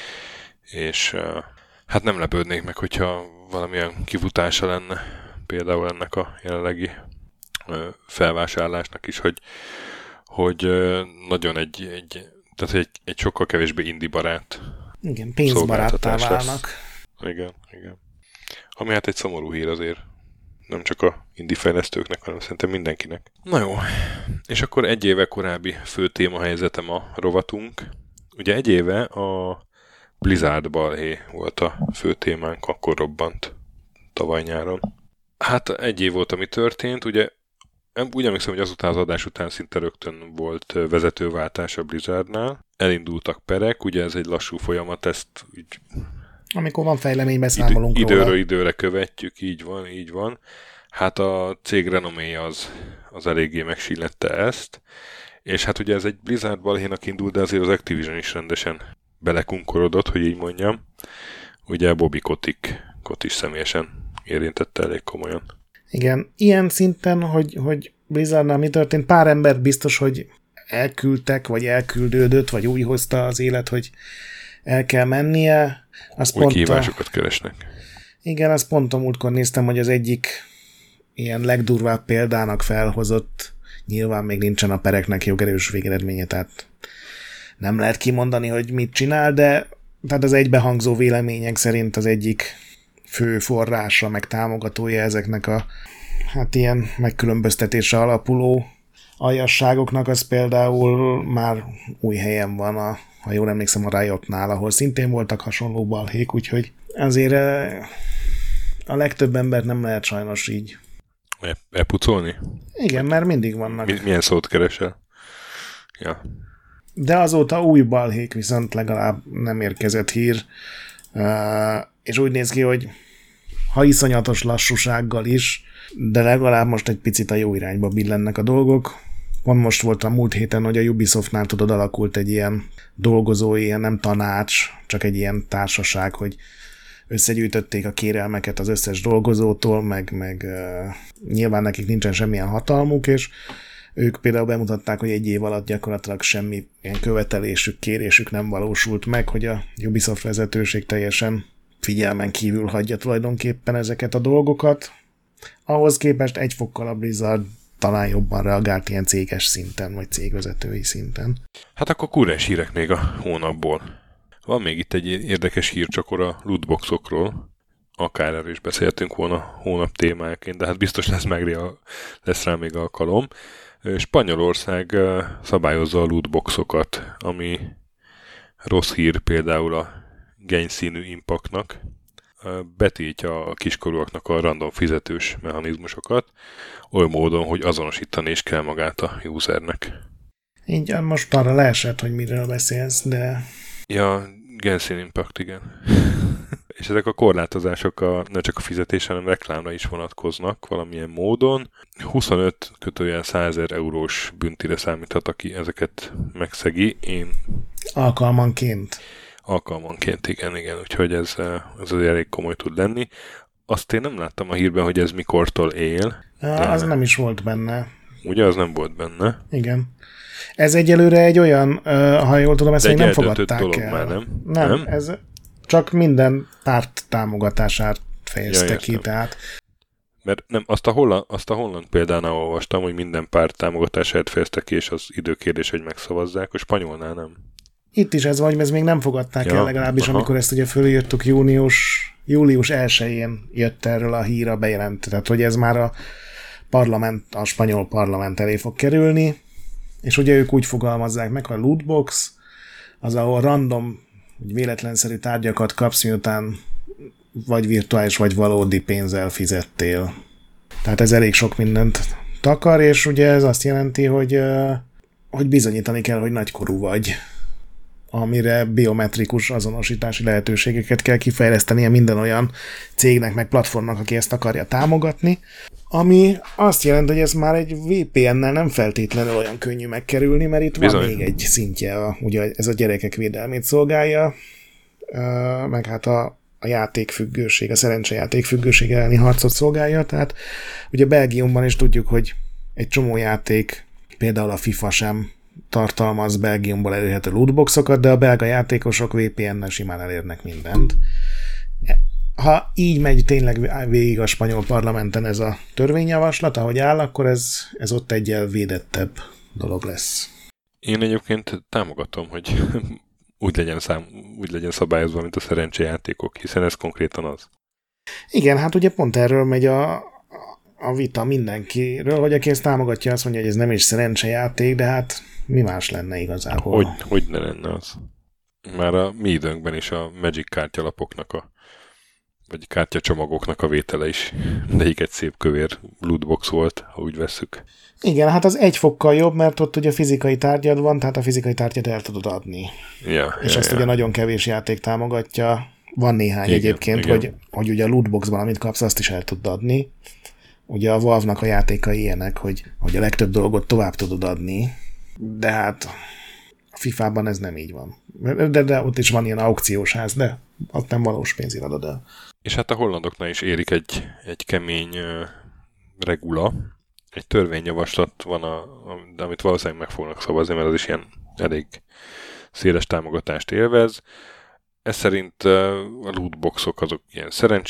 és hát nem lepődnék meg, hogyha valamilyen kifutása lenne például ennek a jelenlegi felvásárlásnak is, hogy nagyon tehát egy sokkal kevésbé indie barát Igen, pénzbaráttá válnak. Igen. Ami hát egy szomorú hír azért. Nem csak a indie fejlesztőknek, hanem szerintem mindenkinek. Na jó, és akkor egy éve korábbi fő témahelyzetem a rovatunk. Ugye egy éve a Blizzard balhé volt a fő témánk, akkor robbant tavaly nyáron. Hát egy év volt, ami történt, ugye úgy emlékszem, hogy azután az adás után szinte rögtön volt vezetőváltás a Blizzardnál. Elindultak perek, ugye ez egy lassú folyamat, ezt így amikor van fejlemény, beszámolunk róla. Időről időre követjük, így van. Hát a cég renoméja az eléggé megsillette ezt, és hát ugye ez egy Blizzard balhénak indult, de azért az Activision is rendesen belekunkorodott, hogy így mondjam. Ugye Bobby Kotick is személyesen érintette elég komolyan. Igen, ilyen szinten, hogy Blizzardnál mi történt, pár embert biztos, hogy elküldtek, vagy elküldődött, vagy úgy hozta az élet, hogy el kell mennie. Új kihívásokat keresnek. Igen, azt pont a múltkor néztem, hogy az egyik ilyen legdurvább példának felhozott, nyilván még nincsen a pereknek jogerős végeredménye, tehát nem lehet kimondani, hogy mit csinál, de tehát az egybehangzó vélemények szerint az egyik fő forrása, meg támogatója ezeknek a hát ilyen megkülönböztetésre alapuló aljasságoknak, az például már új helyen van, ha jól emlékszem, a Riotnál, ahol szintén voltak hasonló balhék, úgyhogy azért a legtöbb embert nem lehet sajnos így Elpucolni? Igen, mert mindig vannak. Milyen szót keresel? Ja. De azóta új balhék viszont legalább nem érkezett hír, és úgy néz ki, hogy ha iszonyatos lassúsággal is, de legalább most egy picit a jó irányba billennek a dolgok. Most volt a múlt héten, hogy a Ubisoftnál tudod, alakult egy ilyen dolgozói, ilyen nem tanács, csak egy ilyen társaság, hogy összegyűjtötték a kérelmeket az összes dolgozótól, meg nyilván nekik nincsen semmilyen hatalmuk, és ők például bemutatták, hogy egy év alatt gyakorlatilag semmi ilyen követelésük, kérésük nem valósult meg, hogy a Ubisoft vezetőség teljesen figyelmen kívül hagyja tulajdonképpen ezeket a dolgokat. Ahhoz képest egy fokkal a Blizzard talán jobban reagált ilyen céges szinten, vagy cégvezetői szinten. Hát akkor kurrens hírek még a hónapból. Van még itt egy érdekes hírcsakor a lootboxokról. Akár erről is beszéltünk volna hónap témájaként, de hát biztos lesz rá még alkalom. Spanyolország szabályozza a lootboxokat, ami rossz hír például a genyszínű impactnak. Betiltja a kiskorúaknak a random fizetős mechanizmusokat, oly módon, hogy azonosítani is kell magát a usernek. Így most arra leesett, hogy miről beszélsz, de... Ja, Genshin Impact, igen. És ezek a korlátozások nem csak a fizetés, hanem reklámra is vonatkoznak valamilyen módon. 25-100 000 eurós büntire számíthat, aki ezeket megszegi. Alkalmanként, igen. Úgyhogy ez azért elég komoly tud lenni. Azt én nem láttam a hírben, hogy ez mikortól él. Az nem is volt benne. Ugye, az nem volt benne. Igen. Ez egyelőre egy olyan, ha jól tudom, ezt még nem fogadták el. Már nem, ez csak minden párt támogatását fejezte ki, tehát. Mert nem, azt a holland példánál olvastam, hogy minden párt támogatását fejezte ki, és az időkérdés, hogy megszavazzák, a spanyolnál nem. Itt is ez van, hogy ezt még nem fogadták el, legalábbis amikor ezt ugye fölírtuk július 1-én jött erről a hír a bejelent, tehát hogy ez már a spanyol parlament elé fog kerülni, és ugye ők úgy fogalmazzák meg, hogy a lootbox az, ahol random, véletlenszerű tárgyakat kapsz, miután vagy virtuális, vagy valódi pénzzel fizettél. Tehát ez elég sok mindent takar, és ugye ez azt jelenti, hogy bizonyítani kell, hogy nagykorú vagy, amire biometrikus azonosítási lehetőségeket kell kifejlesztenie minden olyan cégnek, meg platformnak, aki ezt akarja támogatni, ami azt jelenti, hogy ez már egy VPN-nel nem feltétlenül olyan könnyű megkerülni, mert itt van még egy szintje, ugye ez a gyerekek védelmét szolgálja, meg hát a játékfüggőség, a szerencsejátékfüggőség elleni harcot szolgálja, tehát ugye Belgiumban is tudjuk, hogy egy csomó játék, például a FIFA sem tartalmaz Belgiumból elérhető lootboxokat, de a belga játékosok VPN-nel simán elérnek mindent. Ha így megy tényleg végig a spanyol parlamenten ez a törvényjavaslat, ahogy áll, akkor ez ott egyel védettebb dolog lesz. Én egyébként támogatom, hogy úgy legyen szabályozva, mint a szerencsejátékok, hiszen ez konkrétan az. Igen, hát ugye pont erről megy a vita mindenkiről, hogy aki ezt támogatja, azt mondja, hogy ez nem is szerencsejáték, de hát mi más lenne igazából? Hogy ne lenne az? Már a mi időnkben is a Magic kártyalapoknak vagy kártyacsomagoknak a vétele is mindegyik egy szép kövér lootbox volt, ha úgy vesszük. Igen, hát az egy fokkal jobb, mert ott ugye fizikai tárgyad van, tehát a fizikai tárgyat el tudod adni. És ezt ugye nagyon kevés játék támogatja. Van néhány egyébként, igen. Hogy ugye a lootboxban, amit kapsz, azt is el tudod adni. Ugye a Valve-nak a játékai ilyenek, hogy a legtöbb dolgot tovább tudod adni, de hát a FIFA-ban ez nem így van. De ott is van ilyen aukciós ház, de ott nem valós pénzért adod el. És hát a hollandoknál is érik egy kemény regula, egy törvényjavaslat van, amit valószínűleg meg fognak szavazni, mert az is ilyen elég széles támogatást élvez. Ez szerint a lootboxok azok ilyen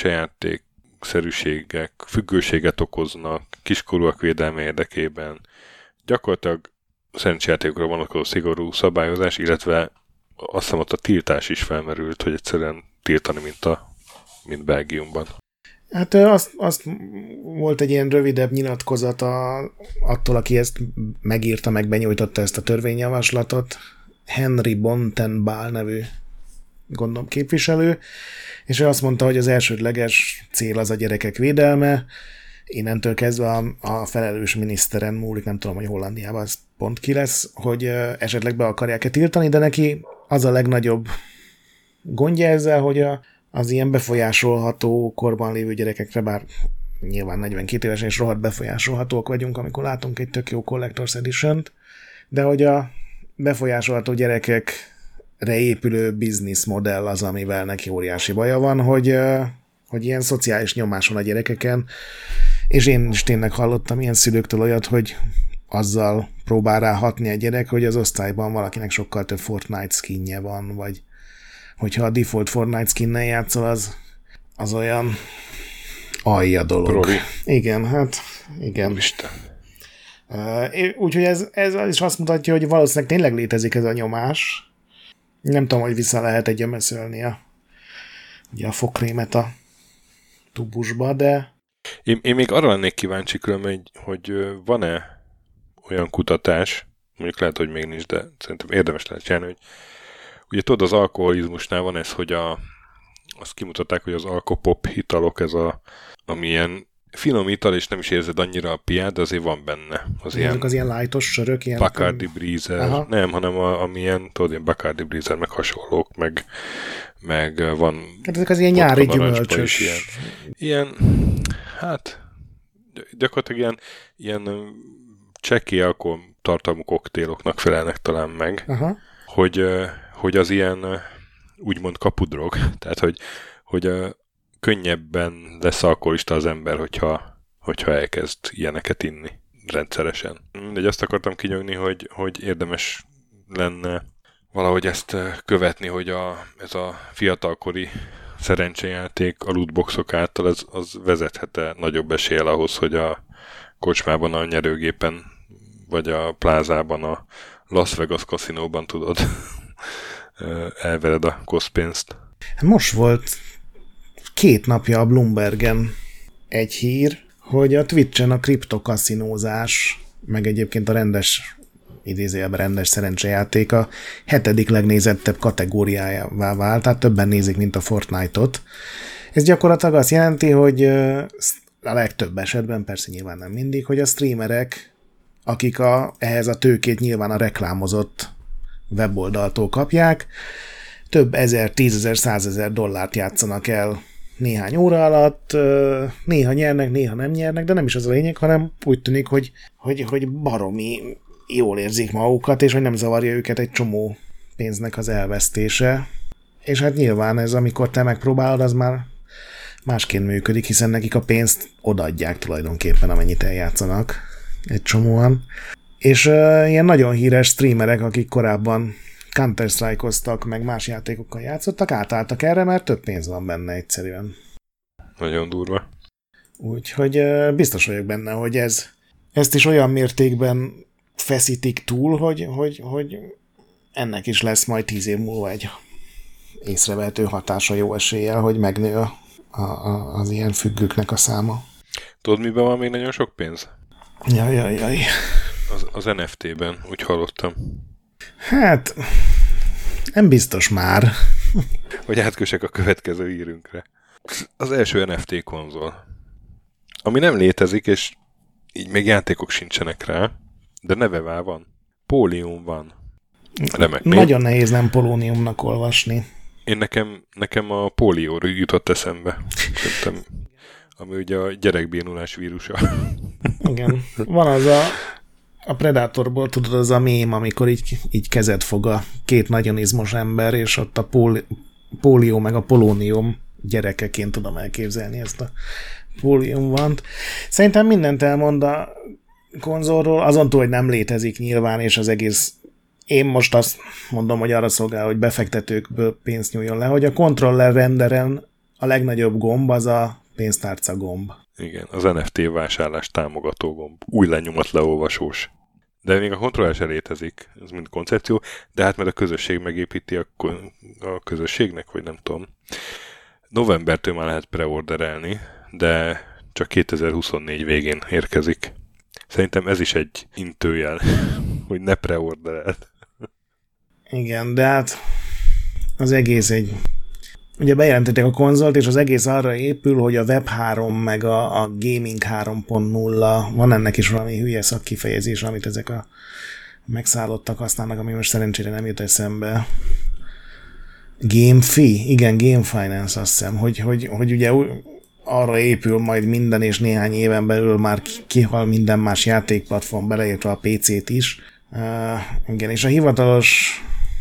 szerencsejáték-szerűségek, függőséget okoznak, kiskorúak védelme érdekében. Gyakorlatilag a szerencsejátékokra vonatkozó szigorú szabályozás, illetve azt hiszem ott a tiltás is felmerült, hogy egyszerűen tiltani, mint Belgiumban. Hát azt volt egy ilyen rövidebb nyilatkozat attól, aki ezt megírta, meg benyújtotta ezt a törvényjavaslatot, Henry Bontenbal nevű gondolom képviselő, és ő azt mondta, hogy az elsődleges cél az a gyerekek védelme, innentől kezdve a felelős miniszteren múlik, nem tudom, hogy Hollandiában az pont ki lesz, hogy esetleg be akarják-e tiltani, de neki az a legnagyobb gondja ezzel, hogy az ilyen befolyásolható korban lévő gyerekekre, bár nyilván 42 évesen és rohadt befolyásolhatók vagyunk, amikor látunk egy tök jó Collector's Edition-t, de hogy a befolyásolható gyerekekre épülő business modell az, amivel neki óriási baja van, hogy ilyen szociális nyomás van a gyerekeken, és én is tényleg hallottam ilyen szülőktől olyat, hogy azzal próbál rá hatni a gyerek, hogy az osztályban valakinek sokkal több Fortnite skinje van, vagy hogyha a default Fortnite skinnel játszol, az olyan alja dolog. Proli. Igen, hát igen. Isten. Úgyhogy ez is azt mutatja, hogy valószínűleg tényleg létezik ez a nyomás. Nem tudom, hogy vissza lehet egy gyömöszölni a fogkrémet a tubusba, de... Én még arra lennék kíváncsi különben, hogy van-e olyan kutatás, mondjuk lehet, hogy még nincs, de szerintem érdemes lehet csinálni, hogy ugye tudod, az alkoholizmusnál van ez, hogy azt kimutatták, hogy az alkopop italok, ami ilyen finom ital, és nem is érzed annyira a piát, de azért van benne. Az ilyen lightos sörök, ilyen... Bacardi Breezer. Aha. Nem, hanem amilyen, tudod, ilyen Bacardi Breezer, meg hasonlók, meg van... Hát ezek az ilyen nyári gyümölcsös. Ilyen, hát gyakorlatilag ilyen csekély alkohol tartalmú koktéloknak felelnek talán meg. Aha. Hogy az ilyen úgymond kapudrog, tehát hogy könnyebben lesz alkoholista az ember, hogyha elkezd ilyeneket inni rendszeresen. Mindegy, azt akartam kinyögni, hogy érdemes lenne valahogy ezt követni, hogy ez a fiatalkori szerencsejáték a lootboxok által az vezethet-e nagyobb eséllyel ahhoz, hogy a kocsmában, a nyerőgépen vagy a plázában, a Las Vegas kaszinóban tudod elvered a koszpénzt. Most volt 2 napja a Bloombergen egy hír, hogy a Twitch-en a kriptokaszinózás, meg egyébként a rendes szerencsejáték a 7. legnézettebb kategóriájává vált, tehát többen nézik, mint a Fortnite-ot. Ez gyakorlatilag azt jelenti, hogy a legtöbb esetben, persze nyilván nem mindig, hogy a streamerek, akik ehhez a tőkét nyilván a reklámozott weboldaltól kapják, több ezer, 10 000, 100 000 dollárt játszanak el néhány óra alatt, néha nyernek, néha nem nyernek, de nem is az a lényeg, hanem úgy tűnik, hogy baromi jól érzik magukat, és hogy nem zavarja őket egy csomó pénznek az elvesztése. És hát nyilván ez, amikor te megpróbálod, az már másként működik, hiszen nekik a pénzt odaadják tulajdonképpen, amennyit eljátszanak egy csomóan. És ilyen nagyon híres streamerek, akik korábban Counter-Strike-oztak, meg más játékokkal játszottak, átálltak erre, mert több pénz van benne egyszerűen. Nagyon durva. Úgyhogy biztos vagyok benne, hogy ezt is olyan mértékben feszítik túl, hogy ennek is lesz majd 10 év múlva egy észrevehető hatása jó eséllyel, hogy megnő az ilyen függőknek a száma. Tudod, miben van még nagyon sok pénz? Jaj. Az NFT-ben, úgy hallottam. Hát, nem biztos már. Hogy átkösek a következő hírünkre. Az első NFT konzol. Ami nem létezik, és így még játékok sincsenek rá, de neve már van. Pólium van. Remek. Nagyon nehéz nem polóniumnak olvasni. Nekem a pólióról jutott eszembe. Szerintem, ami ugye a gyerekbénulás vírusa. Igen. Van az a Predatorból, tudod, az a mém, amikor így kezet fog a két nagyon izmos ember, és ott a pólió meg a polónium gyerekeként tudom elképzelni ezt a póliumvant. Szerintem mindent elmond a konzolról, azon túl, hogy nem létezik nyilván, és az egész, én most azt mondom, hogy arra szolgál, hogy befektetőkből pénzt nyúljon le, hogy a controller renderen a legnagyobb gomb az a pénztárca gomb. Igen, az NFT vásárlás támogató gomb. Új lenyomat leolvasós. De még a kontroller se létezik, ez mind koncepció, de hát mert a közösség megépíti a közösségnek, vagy nem tudom. Novembertől már lehet preorderelni, de csak 2024 végén érkezik. Szerintem ez is egy intőjel, hogy ne preordereld. Igen, de hát az egész ugye bejelentették a konzolt, és az egész arra épül, hogy a Web 3 meg a Gaming 3.0, van ennek is valami hülye szakkifejezés, amit ezek a megszállottak használnak, ami most szerencsére nem jut eszembe. Igen, Game Finance, azt hiszem, hogy ugye arra épül majd minden, és néhány éven belül már kihal minden más játékplatform, beleértve a PC-t is. Igen, és a hivatalos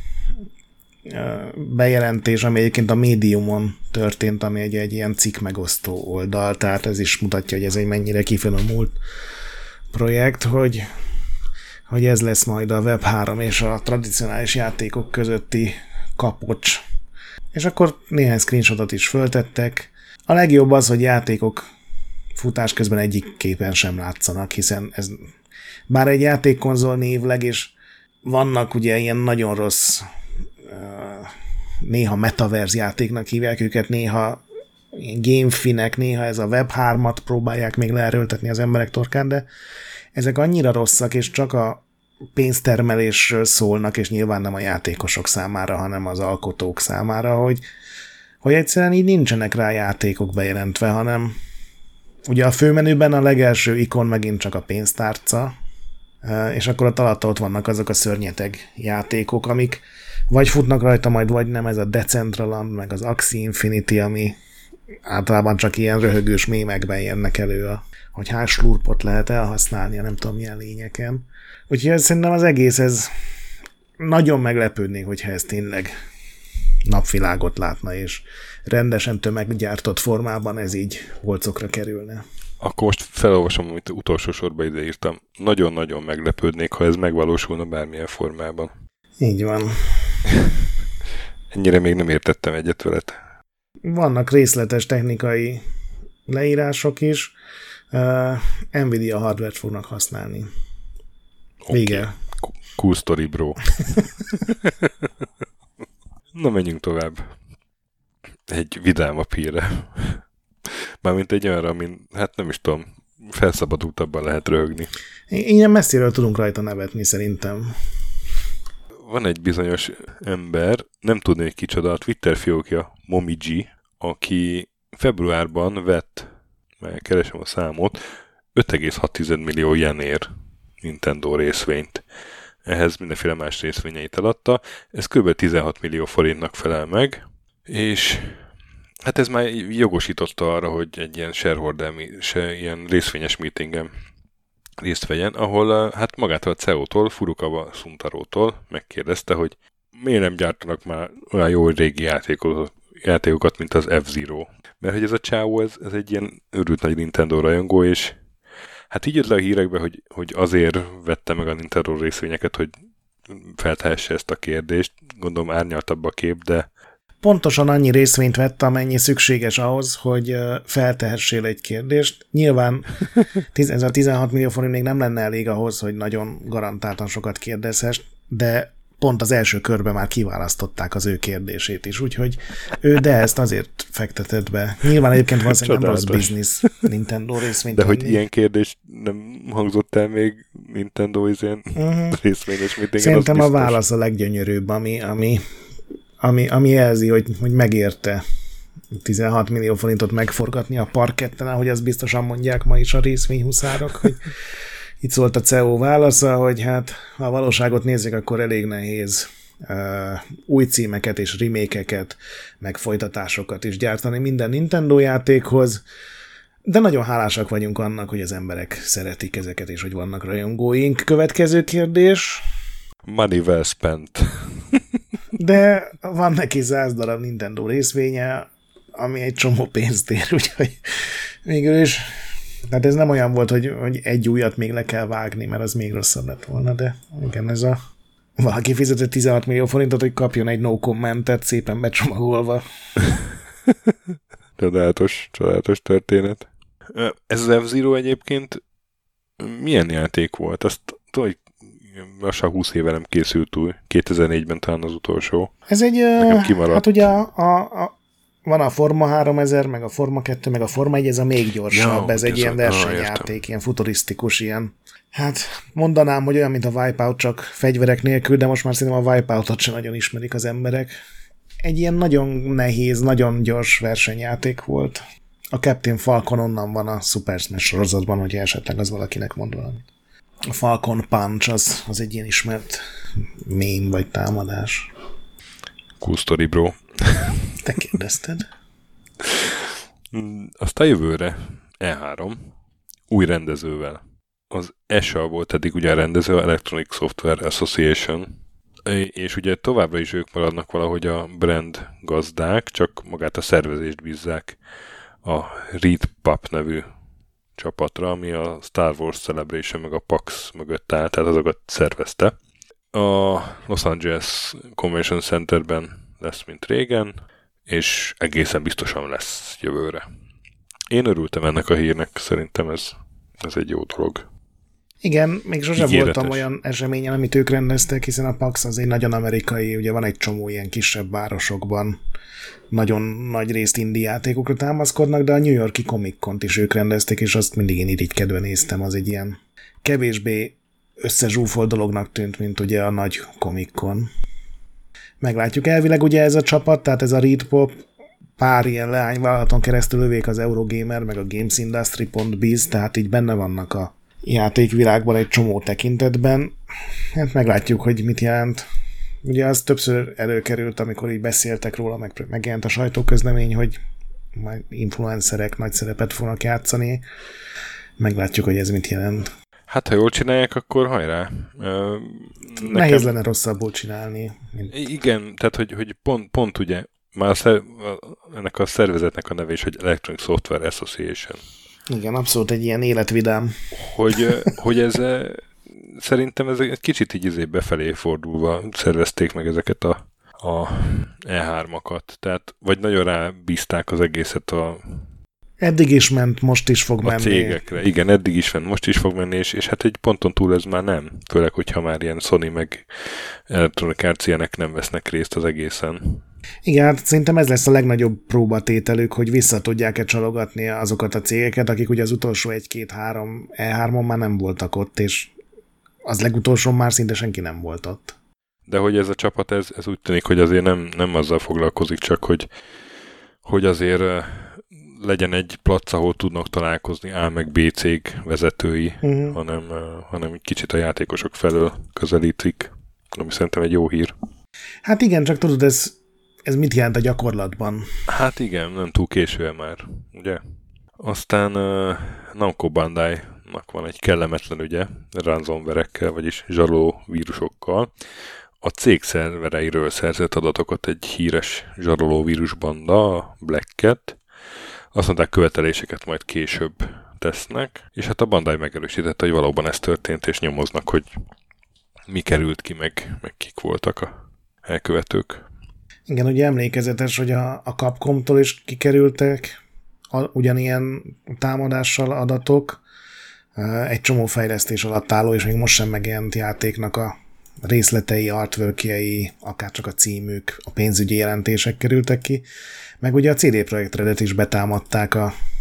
bejelentés, ami egyébként a Mediumon történt, ami egy ilyen cikk megosztó oldal, tehát ez is mutatja, hogy ez egy mennyire kifinomult projekt, hogy ez lesz majd a Web 3 és a tradicionális játékok közötti kapocs. És akkor néhány screenshotot is föltettek. A legjobb az, hogy játékok futás közben egyik képen sem látszanak, hiszen ez bár egy játékkonzol névleg, és vannak ugye ilyen nagyon rossz néha metaverse játéknak hívják őket, néha gamefinek, néha ez a Web 3-at próbálják még leerőltetni az emberek torkán, de ezek annyira rosszak, és csak a pénztermelésről szólnak, és nyilván nem a játékosok számára, hanem az alkotók számára, hogy egyszerűen így nincsenek rá játékok bejelentve, hanem ugye a főmenüben a legelső ikon megint csak a pénztárca, és akkor ott alatt ott vannak azok a szörnyeteg játékok, amik vagy futnak rajta majd, vagy nem, ez a Decentraland, meg az Axie Infinity, ami általában csak ilyen röhögős mémekben jönnek elő, hogy hány slurpot lehet elhasználni, nem tudom milyen lényeken. Úgyhogy szerintem az egész, ez nagyon meglepődnék, hogyha ez tényleg napvilágot látna, és rendesen tömeggyártott formában ez így polcokra kerülne. Akkor most felolvasom, amit utolsó sorba ideírtam. Nagyon-nagyon meglepődnék, ha ez megvalósulna bármilyen formában. Így van. Ennyire még nem értettem egyet veled. Vannak részletes technikai leírások is. Nvidia hardware-t fognak használni. Vége. Okay. Cool story, bro. Na, menjünk tovább. Egy vidámabb hírre. Mármint egy olyanra, amin, hát nem is tudom, felszabadultabban lehet röhögni. Ilyen messziről tudunk rajta nevetni, szerintem. Van egy bizonyos ember, nem tudni, hogy kicsoda, a Twitter fiókja, Momiji, aki februárban vett, mert keresem a számot, 5,6 millió jenért Nintendo részvényt. Ehhez mindenféle más részvényeit eladta. Ez kb. 16 millió forintnak felel meg, és hát ez már jogosította arra, hogy egy ilyen shareholder, ilyen részvényes meetingen részt vegyen, ahol hát magától a CEO-tól, Furukawa Suntarótól megkérdezte, hogy miért nem gyártanak már olyan jó régi játékokat, mint az F-Zero. Mert hogy ez a csávó, ez egy ilyen őrült nagy Nintendo rajongó, és hát így jött le a hírekbe, hogy azért vette meg a Nintendo részvényeket, hogy feltehesse ezt a kérdést. Gondolom árnyaltabb a kép, de pontosan annyi részvényt vett, amennyi szükséges ahhoz, hogy feltehessél egy kérdést. Nyilván ez a 16 millió forint még nem lenne elég ahhoz, hogy nagyon garantáltan sokat kérdezhess, de pont az első körben már kiválasztották az ő kérdését is, úgyhogy ő de ezt azért fektetett be. Nyilván egyébként valószínűleg nem rossz biznisz Nintendo részvényt. De hogy ilyen kérdés nem hangzott el még Nintendo részvényes meetingen? Szerintem a válasz a leggyönyörűbb, ami jelzi, hogy megérte 16 millió forintot megforgatni a parketten, ahogy azt biztosan mondják ma is a részvényhuszárok, hogy itt szólt a CEO válasza, hogy hát ha a valóságot nézzük, akkor elég nehéz új címeket és remake-eket, meg folytatásokat is gyártani minden Nintendo játékhoz, de nagyon hálásak vagyunk annak, hogy az emberek szeretik ezeket, és hogy vannak rajongóink. Következő kérdés. Money well spent. De van neki 100 darab Nintendo részvénye, ami egy csomó pénzt ér, úgyhogy végül is, tehát ez nem olyan volt, hogy egy újat még le kell vágni, mert az még rosszabb lett volna, de igen, ez a valaki fizetett 16 millió forintot, hogy kapjon egy no commentet szépen becsomagolva. Csodálatos történet. Ez az F-Zero egyébként milyen játék volt? Azt tudom, hogy lassan 20 éve nem készült új. 2004-ben talán az utolsó. Ez egy, hát ugye van a Forma 3000, meg a Forma 2, meg a Forma 1, ez a még gyorsabb, ez egy ilyen versenyjáték, ilyen futurisztikus, ilyen. Hát mondanám, hogy olyan, mint a Wipeout, csak fegyverek nélkül, de most már szerintem a Wipeoutot sem nagyon ismerik az emberek. Egy ilyen nagyon nehéz, nagyon gyors versenyjáték volt. A Captain Falcon onnan van a Super Smash sorozatban, hogy esetleg az valakinek mond valamit. A Falcon Punch az egy ilyen ismert mém vagy támadás. Cool story, bro. Te kérdezted. Aztán jövőre E3 új rendezővel. Az ESA volt eddig ugye a rendező, Electronic Software Association, és ugye továbbra is ők maradnak valahogy a brand gazdák, csak magát a szervezést bízzák a Red Pup nevű csapatra, ami a Star Wars Celebration meg a PAX mögött áll, tehát azokat szervezte. A Los Angeles Convention Centerben lesz, mint régen, és egészen biztosan lesz jövőre. Én örültem ennek a hírnek, szerintem ez egy jó dolog. Igen, még sosem voltam olyan eseményen, amit ők rendeztek, hiszen a PAX az egy nagyon amerikai, ugye van egy csomó ilyen kisebb városokban, nagyon nagy részt indie játékokra támaszkodnak, de a New York-i Comic-Cont is ők rendezték, és azt mindig én irigykedve néztem, az egy ilyen kevésbé összezsúfolt dolognak tűnt, mint ugye a nagy Comic-Con. Meglátjuk elvileg, ugye ez a csapat, tehát ez a Red Pop pár ilyen leányvállalaton keresztül övék az Eurogamer, meg a GamesIndustry.biz, tehát így benne vannak a játékvilágban egy csomó tekintetben. Hát meglátjuk, hogy mit jelent. Ugye az többször előkerült, amikor így beszéltek róla, megjelent a sajtóközlemény, hogy majd influencerek nagy szerepet fognak játszani. Meglátjuk, hogy ez mit jelent. Hát, ha jól csinálják, akkor hajrá. Nehéz lenne rosszabbul csinálni. Igen, tehát, hogy pont ugye, már ennek a szervezetnek a neve is, hogy Electronic Software Association. Igen, abszolút egy ilyen életvidám. Hogy ez szerintem ez egy kicsit így befelé fordulva szervezték meg ezeket a E3-akat. Tehát, vagy nagyon rábízták az egészet eddig is ment, most is fog menni. A cégekre. Igen, eddig is ment, most is fog menni, és hát egy ponton túl ez már nem. Főleg, hogyha már ilyen Sony meg Electronic Arts ilyenek nem vesznek részt az egészen. Igen, hát szerintem ez lesz a legnagyobb próbatételük, hogy vissza tudják-e csalogatni azokat a cégeket, akik ugye az utolsó 1-2-3 E3-on már nem voltak ott, és az legutolsó már szinte senki nem volt ott. De hogy ez a csapat, ez úgy tűnik, hogy azért nem azzal foglalkozik, csak hogy azért legyen egy plac, ahol tudnak találkozni A meg B cég vezetői, hanem egy kicsit a játékosok felől közelítik, ami szerintem egy jó hír. Hát igen, csak tudod, ez mit jelent a gyakorlatban? Hát igen, nem túl késő már, ugye? Aztán Namco Bandai-nak van egy kellemetlen ügye, ransomware-ekkel, vagyis zsaroló vírusokkal. A cég szervereiről szerzett adatokat egy híres zsaroló vírusbanda, a Black Cat. Azt mondták, követeléseket majd később tesznek, és hát a Bandai megerősítette, hogy valóban ez történt, és nyomoznak, hogy mi került ki, meg kik voltak a elkövetők. Igen, ugye emlékezetes, hogy a Capcomtól is kikerültek ugyanilyen támadással adatok, egy csomó fejlesztés alatt álló, és még most sem megjelent játéknak a részletei, artworkjei, akár csak a címük, a pénzügyi jelentések kerültek ki, meg ugye a CD Projekt Redet is betámadták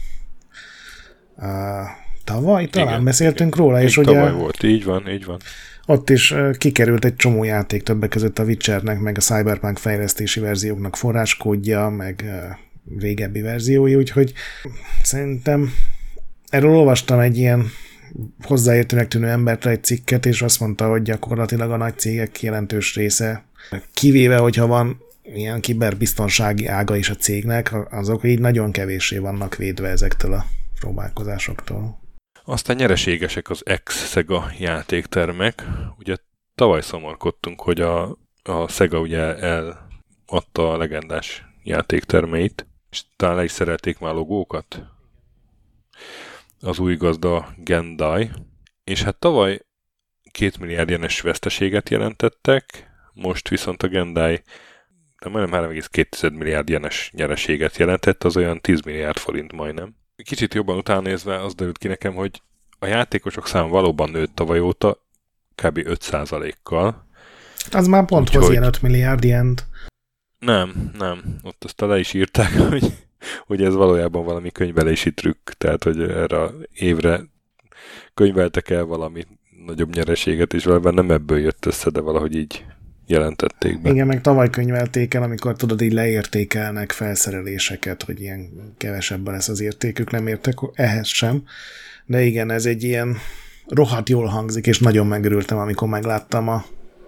tavaly, talán igen, beszéltünk igen. róla, és ugye tavaly volt, így van. Ott is kikerült egy csomó játék, többek között a Witchernek, meg a Cyberpunk fejlesztési verzióknak forráskódja, meg régebbi verziói, úgyhogy szerintem erről olvastam egy ilyen hozzáértőnek tűnő embertre egy cikket, és azt mondta, hogy gyakorlatilag a nagy cégek jelentős része, kivéve, hogyha van ilyen kiberbiztonsági ága is a cégnek, azok így nagyon kevéssé vannak védve ezektől a próbálkozásoktól. Aztán nyereségesek az ex-Sega játéktermek. Ugye tavaly szomorkodtunk, hogy a Sega ugye eladta a legendás játéktermeit, és talán le is szerelték már a logókat. Az új gazda Gendai. És hát tavaly 2 milliárd jenes veszteséget jelentettek, most viszont a Gendai majdnem 3,2 milliárd jenes nyereséget jelentett, az olyan 10 milliárd forint majdnem. Kicsit jobban utánézve az derült ki nekem, hogy a játékosok száma valóban nőtt tavaly óta kb. 5%-kal. Az már pont hoz ilyen 5 milliárd ilyent. Nem. Ott aztán le is írták, hogy ez valójában valami könyvelési trükk, tehát hogy erre a évre könyveltek el valami nagyobb nyereséget, és valójában nem ebből jött össze, de valahogy így jelentették be. Igen, meg tavaly könyvelték el, amikor tudod, így leértékelnek felszereléseket, hogy ilyen kevesebb lesz az értékük, nem értek ehhez sem. De igen, ez egy ilyen rohadt jól hangzik, és nagyon megörültem, amikor megláttam a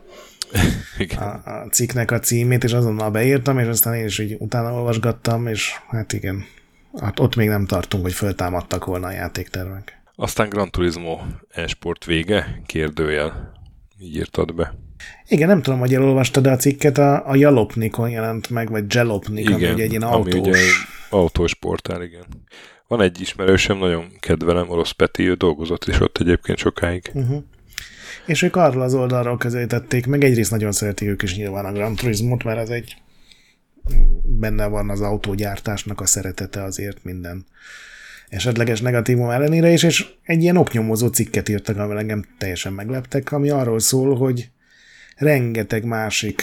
cikknek a címét, és azonnal beírtam, és aztán én is így utána olvasgattam, és hát igen, hát ott még nem tartunk, hogy föltámadtak volna a játéktervek. Aztán Gran Turismo e-sport vége? Kérdőjel. Így írtad be. Igen, nem tudom, hogy elolvastad a cikket, a Jalopnikon jelent meg, vagy Jalopnik, ami ugye egy ilyen autós... autós portál, igen. Van egy ismerősöm, nagyon kedvelem, Orosz Peti, ő dolgozott is ott egyébként sokáig. Uh-huh. És ők arról az oldalról közelítették, meg egyrészt nagyon szeretik ők is nyilván a Gran Turismot, mert ez egy benne van az autógyártásnak a szeretete azért minden esetleges negatívum ellenére is, és egy ilyen oknyomozó cikket írtak, amivel engem teljesen megleptek, ami arról szól, hogy rengeteg másik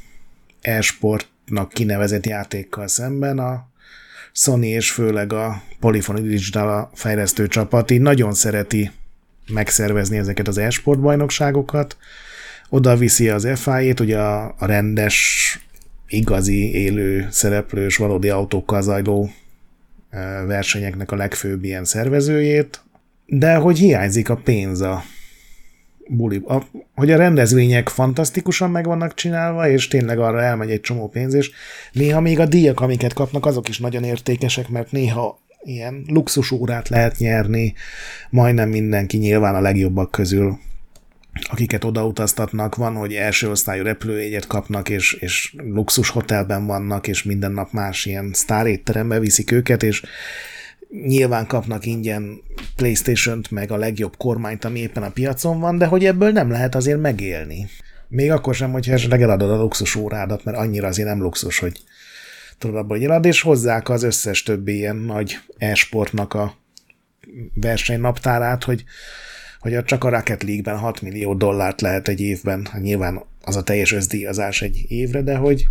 e-sportnak kinevezett játékkal szemben a Sony és főleg a Polyphony Digital a fejlesztő csapat így nagyon szereti megszervezni ezeket az e-sport bajnokságokat. Oda viszi az FIA-t, ugye a rendes, igazi, élő, szereplős, valódi autókkal zajló versenyeknek a legfőbb ilyen szervezőjét, de hogy hiányzik a pénz a buli, hogy a rendezvények fantasztikusan meg vannak csinálva, és tényleg arra elmegy egy csomó pénz, és néha még a díjak, amiket kapnak, azok is nagyon értékesek, mert néha ilyen luxusórát lehet nyerni, majdnem mindenki nyilván a legjobbak közül, akiket odautaztatnak, van, hogy első osztályú repülőjegyet kapnak, és luxus hotelben vannak, és minden nap más ilyen sztárétterembe viszik őket, és nyilván kapnak ingyen PlayStation-t, meg a legjobb kormányt, ami éppen a piacon van, de hogy ebből nem lehet azért megélni. Még akkor sem, hogyha esetleg eladod a luxus órádat, mert annyira azért nem luxus, hogy tudod abban, hogy elad, és hozzák az összes többi ilyen nagy e-sportnak a versenynaptárát, hogy csak a Rocket League-ben 6 millió dollárt lehet egy évben, nyilván az a teljes összdíjazás egy évre, de hogy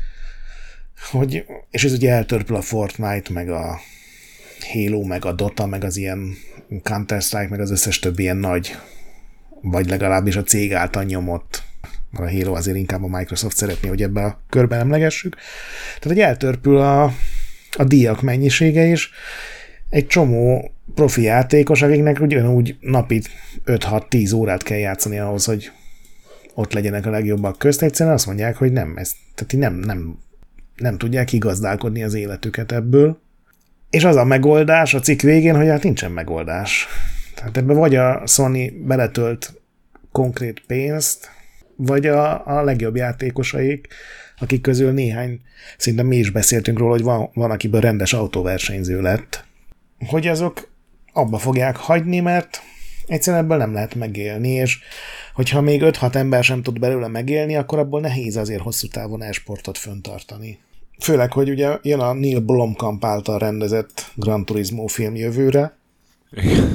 és ez ugye eltörpül a Fortnite, meg a Halo, meg a Dota, meg az ilyen Counter-Strike, meg az összes többi ilyen nagy, vagy legalábbis a cég által nyomott, mert a Halo azért inkább a Microsoft szeretné, hogy ebbe a körben emlegessük. Tehát, hogy eltörpül a díjak mennyisége is. Egy csomó profi játékos, akiknek ugyanúgy napi 5-6-10 órát kell játszani ahhoz, hogy ott legyenek a legjobbak közt, egyszerűen azt mondják, hogy tehát nem tudják igazdálkodni az életüket ebből. És az a megoldás a cikk végén, hogy hát nincsen megoldás. Tehát ebbe vagy a Sony beletölt konkrét pénzt, vagy a legjobb játékosaik, akik közül néhány, szinte mi is beszéltünk róla, hogy van akiből rendes autóversenyző lett, hogy azok abba fogják hagyni, mert egyszerűen ebből nem lehet megélni, és hogyha még 5-6 ember sem tud belőle megélni, akkor abból nehéz azért hosszú távon e-sportot föntartani. Főleg, hogy ugye jön a Neil Blomkamp által rendezett Gran Turismo film jövőre.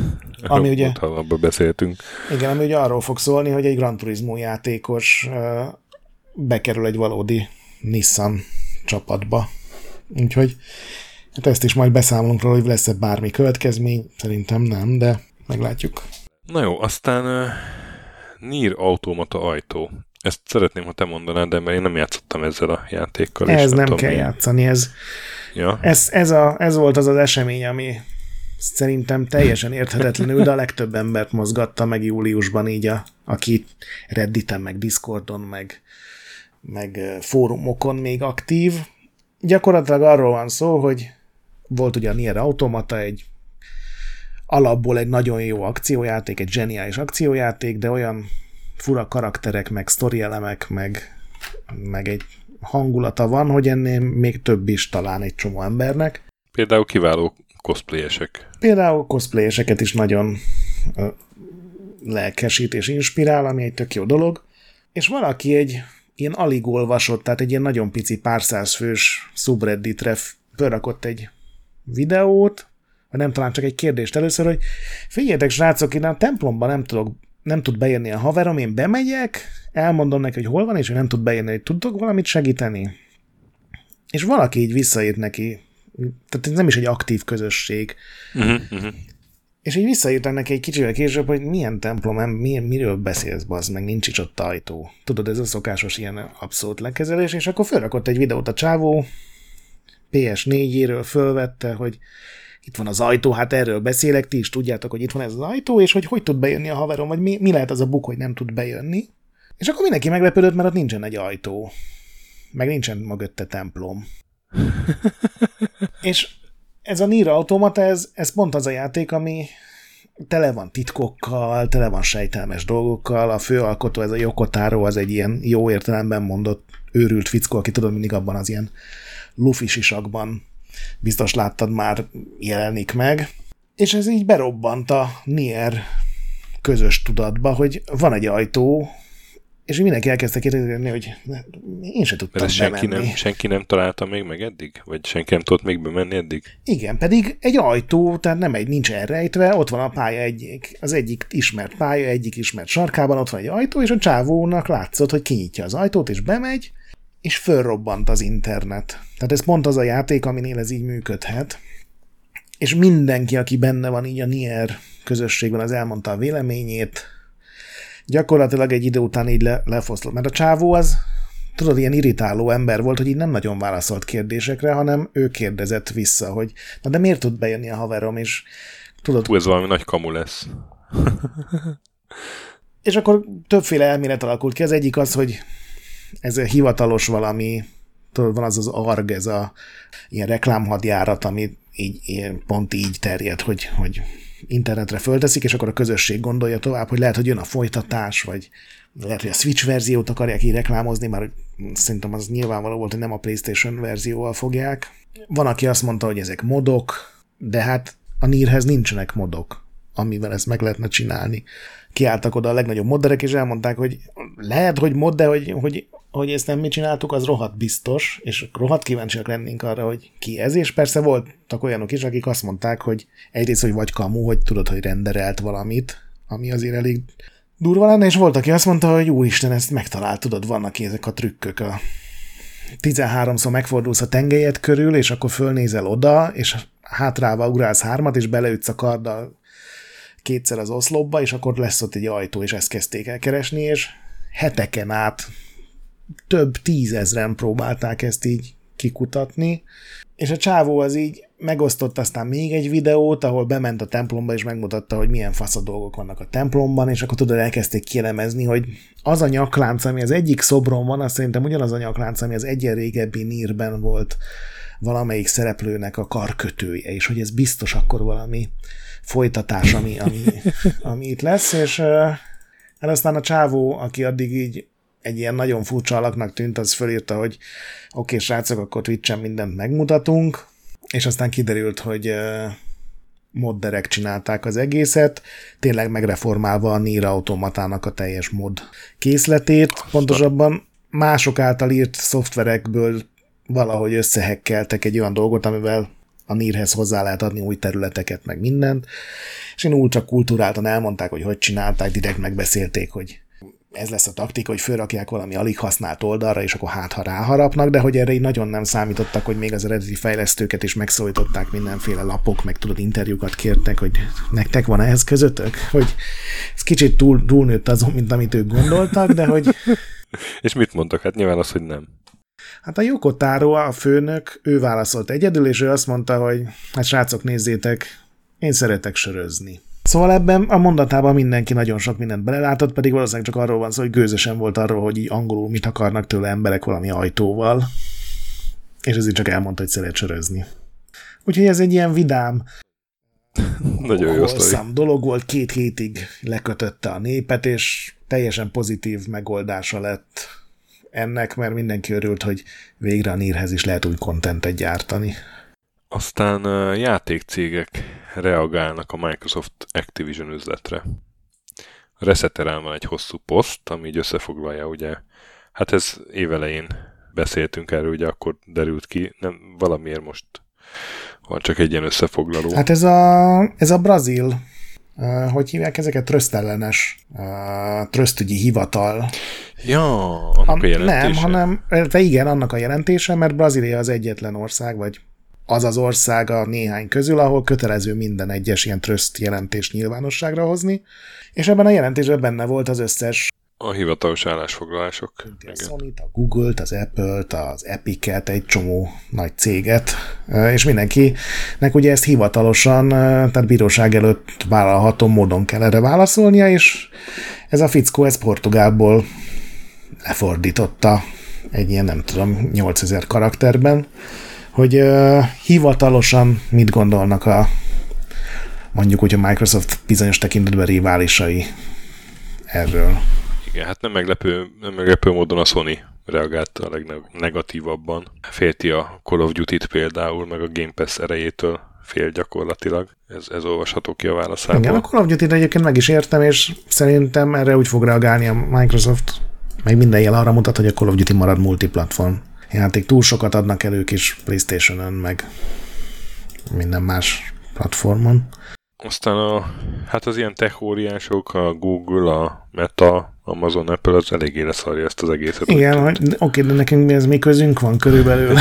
Ami ugye, abban beszéltünk. igen, ami ugye arról fog szólni, hogy egy Gran Turismo játékos bekerül egy valódi Nissan csapatba. Úgyhogy hát ezt is majd beszámolunk róla, hogy lesz-e bármi következmény. Szerintem nem, de meglátjuk. Na jó, aztán Nier Automata ajtó. Ezt szeretném, ha te mondanád, de mert én nem játszottam ezzel a játékkal. Ez nem kell játszani. Ja. Ez volt az esemény, ami szerintem teljesen érthetetlenül, de a legtöbb embert mozgatta meg júliusban így, aki Redditen, meg Discordon, meg fórumokon még aktív. Gyakorlatilag arról van szó, hogy volt ugye a Nier Automata, egy alapból egy nagyon jó akciójáték, egy zseniális akciójáték, de olyan fura karakterek, meg sztori elemek, meg egy hangulata van, hogy ennél még több is talán egy csomó embernek. Például kiváló cosplayesek. Például cosplayeseket is nagyon lelkesít és inspirál, ami egy tök jó dolog. És valaki egy ilyen alig olvasott, tehát egy ilyen nagyon pici pár száz fős subredditre fölrakott egy videót, vagy nem, talán csak egy kérdést először, hogy figyeljetek srácok, én a templomban nem tud bejönni a haverom, én bemegyek, elmondom neki, hogy hol van, és ő nem tud bejönni, hogy tudtok valamit segíteni. És valaki így visszaírt neki, tehát ez nem is egy aktív közösség. És így visszaírtak neki egy kicsivel később, hogy milyen templom, miről beszélsz, bazd meg, nincs is ott ajtó. Tudod, ez a szokásos ilyen abszolút lekezelés, és akkor felrakott egy videót a csávó, PS4-éről fölvette, hogy itt van az ajtó, hát erről beszélek, ti is tudjátok, hogy itt van ez az ajtó, és hogy tud bejönni a haverom, vagy mi lehet az a buk, hogy nem tud bejönni. És akkor mindenki meglepődött, mert ott nincsen egy ajtó. Meg nincsen mögötte templom. És ez a Nier Automata, ez pont az a játék, ami tele van titkokkal, tele van sejtelmes dolgokkal, a főalkotó, ez a Yoko Taro, az egy ilyen jó értelemben mondott őrült fickó, aki tudod, mindig abban az ilyen lufi sisakban biztos láttad már jelenik meg. És ez így berobbant a Nier közös tudatba, hogy van egy ajtó, és mindenki elkezdte kérdezni, hogy én se tudtam bemenni. Senki nem találta még meg eddig? Vagy senki nem tudott még bemenni eddig? Igen, pedig egy ajtó, tehát nincs elrejtve, ott van a pálya az egyik ismert pálya, egyik ismert sarkában, ott van egy ajtó, és a csávónak látszott, hogy kinyitja az ajtót, és bemegy, és fölrobbant az internet. Tehát ez pont az a játék, aminél ez így működhet. És mindenki, aki benne van így a Nier közösségben, az elmondta a véleményét. Gyakorlatilag egy idő után így lefoszlott. Mert a csávó az, tudod, ilyen irritáló ember volt, hogy így nem nagyon válaszolt kérdésekre, hanem ő kérdezett vissza, hogy na de miért tud bejönni a haverom, és tudod... Ez valami nagy kamu lesz. És akkor többféle elmélet alakult ki. Az egyik az, hogy ez a hivatalos valami, tudod, van az ARG, ez a ilyen reklámhadjárat, ami pont így terjed, hogy internetre fölteszik, és akkor a közösség gondolja tovább, hogy lehet, hogy jön a folytatás, vagy lehet, hogy a Switch verziót akarják így reklámozni, már szerintem az nyilvánvaló volt, hogy nem a PlayStation verzióval fogják. Van, aki azt mondta, hogy ezek modok, de hát a Nierhez nincsenek modok, amivel ezt meg lehetne csinálni. Kiálltak oda a legnagyobb modderek, és elmondták, hogy lehet, hogy mod, de hogy ezt nem mi csináltuk, az rohadt biztos, és rohadt kíváncsiak lennénk arra, hogy ki ez, és persze voltak olyanok is, akik azt mondták, hogy egyrészt, hogy vagy kamu, hogy tudod, hogy renderelt valamit, ami azért elég durva lenne, és volt, aki azt mondta, hogy úristen, ezt megtalált, tudod, vannak ezek a trükkök, a 13-szor megfordulsz a tengelyed körül, és akkor fölnézel oda, és hátrálva ugrálsz 3-at, és beleütsz a karddal 2-szer az oszlopba, és akkor lesz ott egy ajtó, és ezt kezdték el keresni, és heteken át több 10 000 próbálták ezt így kikutatni, és a csávó az így megosztott aztán még egy videót, ahol bement a templomba, és megmutatta, hogy milyen fasz a dolgok vannak a templomban, és akkor tudod, elkezdték kielemezni, hogy az a nyaklánc, ami az egyik szobron van, az szerintem ugyanaz a nyaklánc, ami az egyen régebbi Nierben volt valamelyik szereplőnek a karkötője, és hogy ez biztos akkor valami folytatás, ami itt lesz, és hát aztán a csávó, aki addig így egy ilyen nagyon furcsa alaknak tűnt, az fölírta, hogy oké, srácok, akkor Twitch-en mindent megmutatunk, és aztán kiderült, hogy modderek csinálták az egészet, tényleg megreformálva a Nier Automatának a teljes mod készletét, pontosabban mások által írt szoftverekből valahogy összehekkeltek egy olyan dolgot, amivel a NIR-hez hozzá lehet adni új területeket, meg mindent, és én ultra kulturáltan elmondták, hogy csinálták, direkt megbeszélték, hogy ez lesz a taktika, hogy fölrakják valami alig használt oldalra, és akkor ha ráharapnak, de hogy erre így nagyon nem számítottak, hogy még az eredeti fejlesztőket is megszólították, mindenféle lapok, meg tudod, interjúkat kértek, hogy nektek van ehhez közöttök? Hogy ez kicsit túlnőtt azon, mint amit ők gondoltak, de hogy... És mit mondtak? Hát nyilván az, hogy nem. Hát a Yoko Taro, a főnök, ő válaszolt egyedül, és ő azt mondta, hogy hát srácok, nézzétek, én szeretek sörözni. Szóval ebben a mondatában mindenki nagyon sok mindent belelátott, pedig valószínűleg csak arról van szó, hogy gőzösen volt arról, hogy így angolul mit akarnak tőle emberek valami ajtóval, és ezért csak elmondta, hogy szeret sörözni. Úgyhogy ez egy ilyen vidám, nagyon jó dolog volt, 2 hétig lekötötte a népet, és teljesen pozitív megoldása lett ennek, mert mindenki örült, hogy végre a NIR-hez is lehet új contentet gyártani. Aztán játékcégek reagálnak a Microsoft Activision üzletre. A Reseteren van egy hosszú poszt, ami így összefoglalja, ugye, hát ez évelején beszéltünk erről, ugye akkor derült ki, nem valamiért most van csak egy ilyen összefoglaló. Hát ez a brazil, hogy hívják ezeket, trösztellenes trösztügyi hivatal. Ja, annak a jelentése. Nem, hanem, de igen, annak a jelentése, mert Brazília az egyetlen ország, vagy az ország a néhány közül, ahol kötelező minden egyes ilyen tröszt jelentést nyilvánosságra hozni, és ebben a jelentésben benne volt az összes a hivatalos állásfoglalások. A Sony-t, a Google-t, az Apple-t, az Epic-et, egy csomó nagy céget, és mindenkinek ugye ezt hivatalosan, tehát bíróság előtt vállalható módon kell erre válaszolnia, és ez a fickó, ez portugálból lefordította egy ilyen, nem tudom, 8000 karakterben, hogy hivatalosan mit gondolnak mondjuk, hogy a Microsoft bizonyos tekintetben riválisai erről. Igen, hát nem meglepő módon a Sony reagált a legnegatívabban. Félti a Call of Duty-t például, meg a Game Pass erejétől fél gyakorlatilag. Ez olvasható ki a válaszából. Igen, a Call of Duty-t egyébként meg is értem, és szerintem erre úgy fog reagálni a Microsoft, meg minden jel arra mutat, hogy a Call of Duty marad multiplatform játék. Túl sokat adnak elő is PlayStation-ön, meg minden más platformon. Aztán hát az ilyen tech óriások, a Google, a Meta, Amazon, Apple, az eléggé leszarja ezt az egészet. Igen, oké, de nekünk ez mi közünk van körülbelül.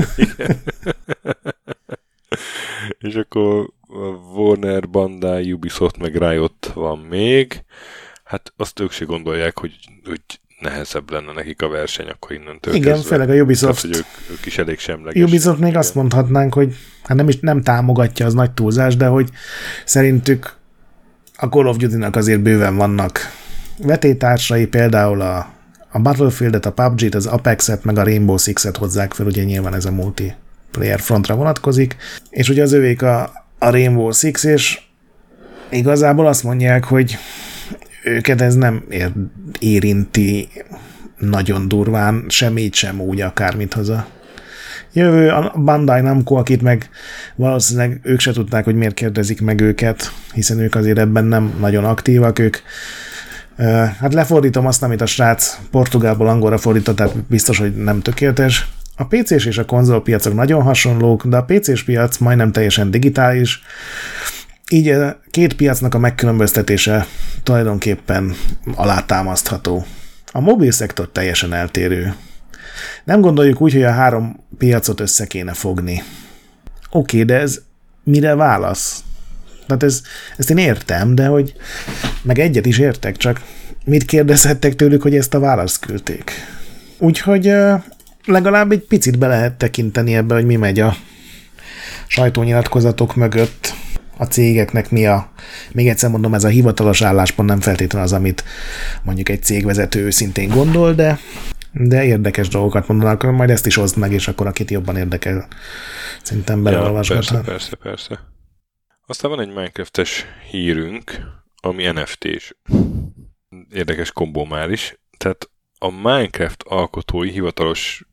És akkor a Warner, Bandai, Ubisoft, meg Riot van még. Hát azt ők se gondolják, hogy nehezebb lenne nekik a verseny, akkor innentől igen, kezdve. főleg a Ubisoft. Tehát, hogy ők is elég semleges. Ubisoft még azt mondhatnánk, hogy hát nem támogatja, az nagy túlzás, de hogy szerintük a Call of Duty-nak azért bőven vannak vetétársai, például a Battlefield-et, a PUBG-t, az Apex-et, meg a Rainbow Six-et hozzák fel, ugye nyilván ez a multiplayer frontra vonatkozik, és ugye az övék a Rainbow Six, és igazából azt mondják, hogy őket ez nem érinti nagyon durván, sem így, sem úgy, akármit haza. Jövő a Bandai Namco, akit meg valószínűleg ők se tudták, hogy miért kérdezik meg őket, hiszen ők azért ebben nem nagyon aktívak, ők hát lefordítom azt, amit a srác portugálból angolra fordított, tehát biztos, hogy nem tökéletes. A PC-s és a konzolpiacok nagyon hasonlók, de a PC-s piac majdnem teljesen digitális, így a két piacnak a megkülönböztetése tulajdonképpen alátámasztható. A mobil szektor teljesen eltérő. Nem gondoljuk úgy, hogy a három piacot össze kéne fogni. Oké, de ez mire válasz? Tehát ezt én értem, de hogy meg egyet is értek, csak mit kérdezhettek tőlük, hogy ezt a választ küldték. Úgyhogy legalább egy picit be lehet tekinteni ebbe, hogy mi megy a sajtónyilatkozatok mögött. A cégeknek még egyszer mondom, ez a hivatalos álláspont nem feltétlenül az, amit mondjuk egy cégvezető őszintén gondol, de érdekes dolgokat mondanak, majd ezt is oszd meg, és akkor akit jobban érdekel, szerintem beleolvasgathat. Ja, persze. Aztán van egy Minecraft-es hírünk, ami NFT-s. Érdekes kombó már is. Tehát a Minecraft alkotói hivatalos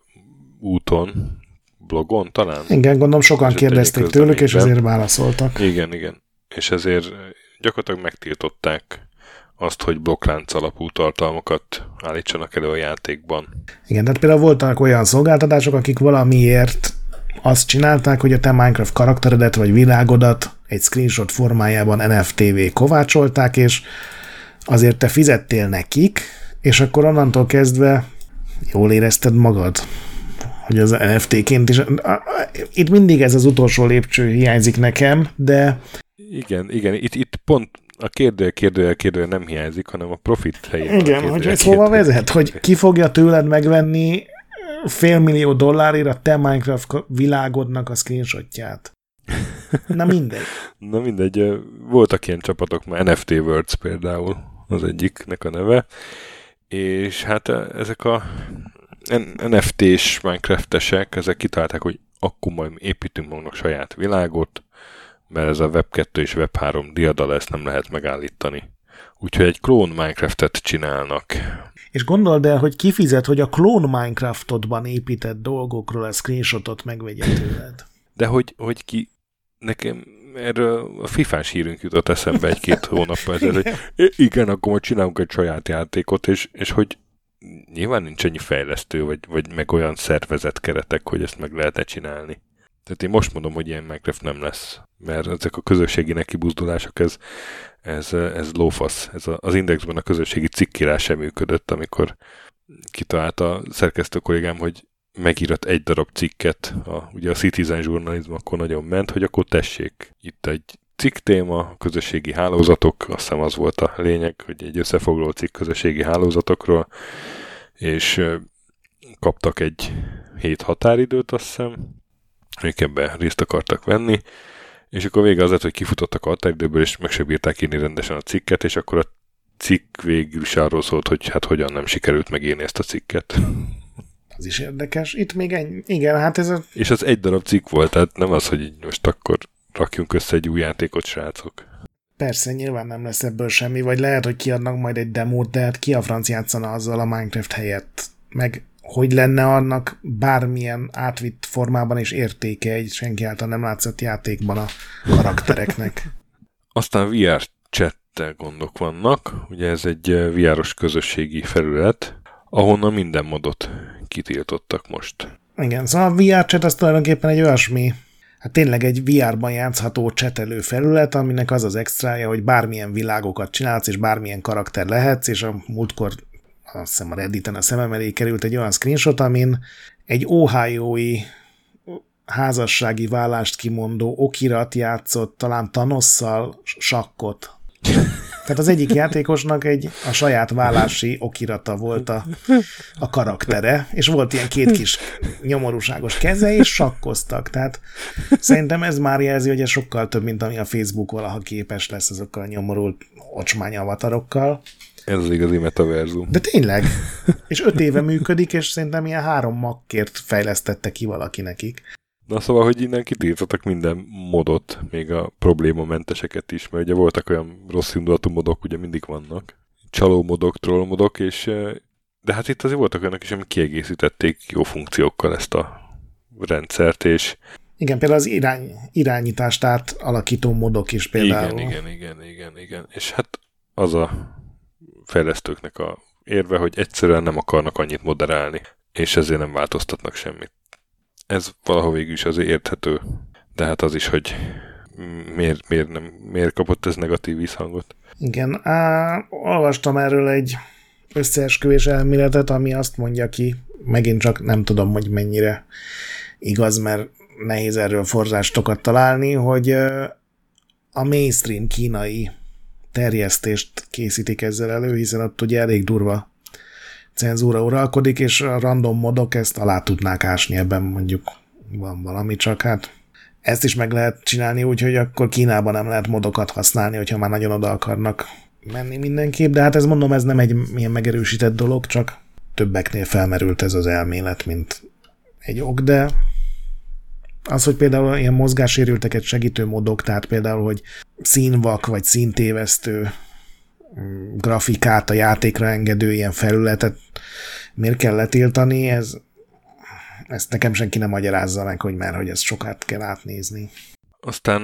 úton, blogon talán. Igen, gondolom sokan kérdezték tőlük, és ezért válaszoltak. Igen. És ezért gyakorlatilag megtiltották azt, hogy blokklánc alapú tartalmakat állítsanak elő a játékban. Igen, tehát például voltak olyan szolgáltatások, akik valamiért azt csinálták, hogy a te Minecraft karakteredet vagy világodat egy screenshot formájában NFT-vé kovácsolták, és azért te fizettél nekik, és akkor onnantól kezdve jól érezted magad, hogy az NFT-ként is. Itt mindig ez az utolsó lépcső hiányzik nekem, de... Igen, itt pont a kérdőjel nem hiányzik, hanem a profit helyén. Igen, hogy ez hova vezet, hogy ki fogja tőled megvenni $500 000 te Minecraft világodnak a screenshotját. Na mindegy. Voltak ilyen csapatok, már NFT Worlds például az egyiknek a neve, és hát ezek a NFT-s Minecraft-esek, ezek kitalálták, hogy akkor majd építünk magunknak saját világot, mert ez a Web2 és Web3 diadala, ezt nem lehet megállítani. Úgyhogy egy klón Minecraftet csinálnak. És gondold el, hogy kifizet, hogy a klón Minecraftodban épített dolgokról a screenshotot megvegye tőled. De hogy ki... Nekem erről a FIFA-s hírünk jutott eszembe 1-2 hónappal ezelőtt, hogy igen, akkor majd csinálunk egy saját játékot, és hogy nyilván nincs ennyi fejlesztő, vagy meg olyan szervezet keretek, hogy ezt meg lehetne csinálni. Tehát én most mondom, hogy ilyen Minecraft nem lesz, mert ezek a közösségi nekibuzdulások, ez lófasz. Az Indexben a közösségi cikkírás sem működött, amikor kitalált a szerkesztő kollégám, hogy megírat egy darab cikket, ugye a Citizen Journalism akkor nagyon ment, hogy akkor tessék, itt egy cikk téma, közösségi hálózatok, azt hiszem az volt a lényeg, hogy egy összefoglaló cikk közösségi hálózatokról, és kaptak egy 7 határidőt, azt hiszem, amik ebben részt akartak venni, és akkor vége az lett, hogy kifutottak a határidőből, és meg se bírták írni rendesen a cikket, és akkor a cikk végül is arról szólt, hogy hát hogyan nem sikerült megírni ezt a cikket. Az is érdekes. Itt még igen, hát ez a... És az egy darab cikk volt, tehát nem az, hogy most akkor rakjunk össze egy új játékot, srácok. Persze, nyilván nem lesz ebből semmi, vagy lehet, hogy kiadnak majd egy demót, de hát ki a franc játszana azzal a Minecraft helyett? Meg hogy lenne annak bármilyen átvitt formában és értéke egy senki által nem látszott játékban a karaktereknek. Aztán VR chattel gondok vannak. Ugye ez egy VR-os közösségi felület, ahonnan minden modot kitiltottak most. Igen, szóval a VR chat az tulajdonképpen egy olyasmi, hát tényleg egy VR-ban játszható csetelő felület, aminek az az extrája, hogy bármilyen világokat csinálsz, és bármilyen karakter lehetsz, és a múltkor azt hiszem a Redditen a szemem elé került egy olyan screenshot, amin egy ohio-i házassági vállást kimondó okirat játszott talán Thanosszal sakkot. Tehát az egyik játékosnak a saját vállási okirata volt a karaktere, és volt ilyen 2 kis nyomorúságos keze, és sakkoztak. Tehát szerintem ez már jelzi, hogy ez sokkal több, mint ami a Facebook valaha képes lesz azokkal a nyomorult ocsmányavatarokkal. Ez az igazi metaverzum. De tényleg. És 5 éve működik, és szerintem ilyen 3 makkért fejlesztette ki valaki nekik. Na szóval, hogy innen kitiltottak minden modot, még a problémamenteseket is, mert ugye voltak olyan rossz indulatú modok, ugye mindig vannak. Csaló modok, troll modok, és de hát itt azért voltak olyanok is, amik kiegészítették jó funkciókkal ezt a rendszert, és igen, például az irányítást átalakító modok is például. Igen. És hát az a fejlesztőknek a érve, hogy egyszerűen nem akarnak annyit moderálni, és ezért nem változtatnak semmit. Ez valahol végül is azért érthető, de hát az is, hogy miért kapott ez negatív visszhangot. Igen, olvastam erről egy összeesküvés elméletet, ami azt mondja ki, megint csak nem tudom, hogy mennyire igaz, mert nehéz erről forrásokat találni, hogy a mainstream kínai terjesztést készítik ezzel elő, hiszen ott ugye elég durva cenzúra uralkodik, és a random modok ezt alá tudnák ásni, ebben mondjuk van valami, csak hát ezt is meg lehet csinálni úgy, hogy akkor Kínában nem lehet modokat használni, hogyha már nagyon oda akarnak menni mindenképp, de hát ez mondom, ez nem egy ilyen megerősített dolog, csak többeknél felmerült ez az elmélet, mint egy ok, de az, hogy például ilyen mozgássérülteket segítő modok, tehát például, hogy színvak vagy színtévesztő grafikát a játékra engedő ilyen felületet miért kell letiltani, ezt nekem senki nem magyarázza meg, hogy ezt sokat kell átnézni. Aztán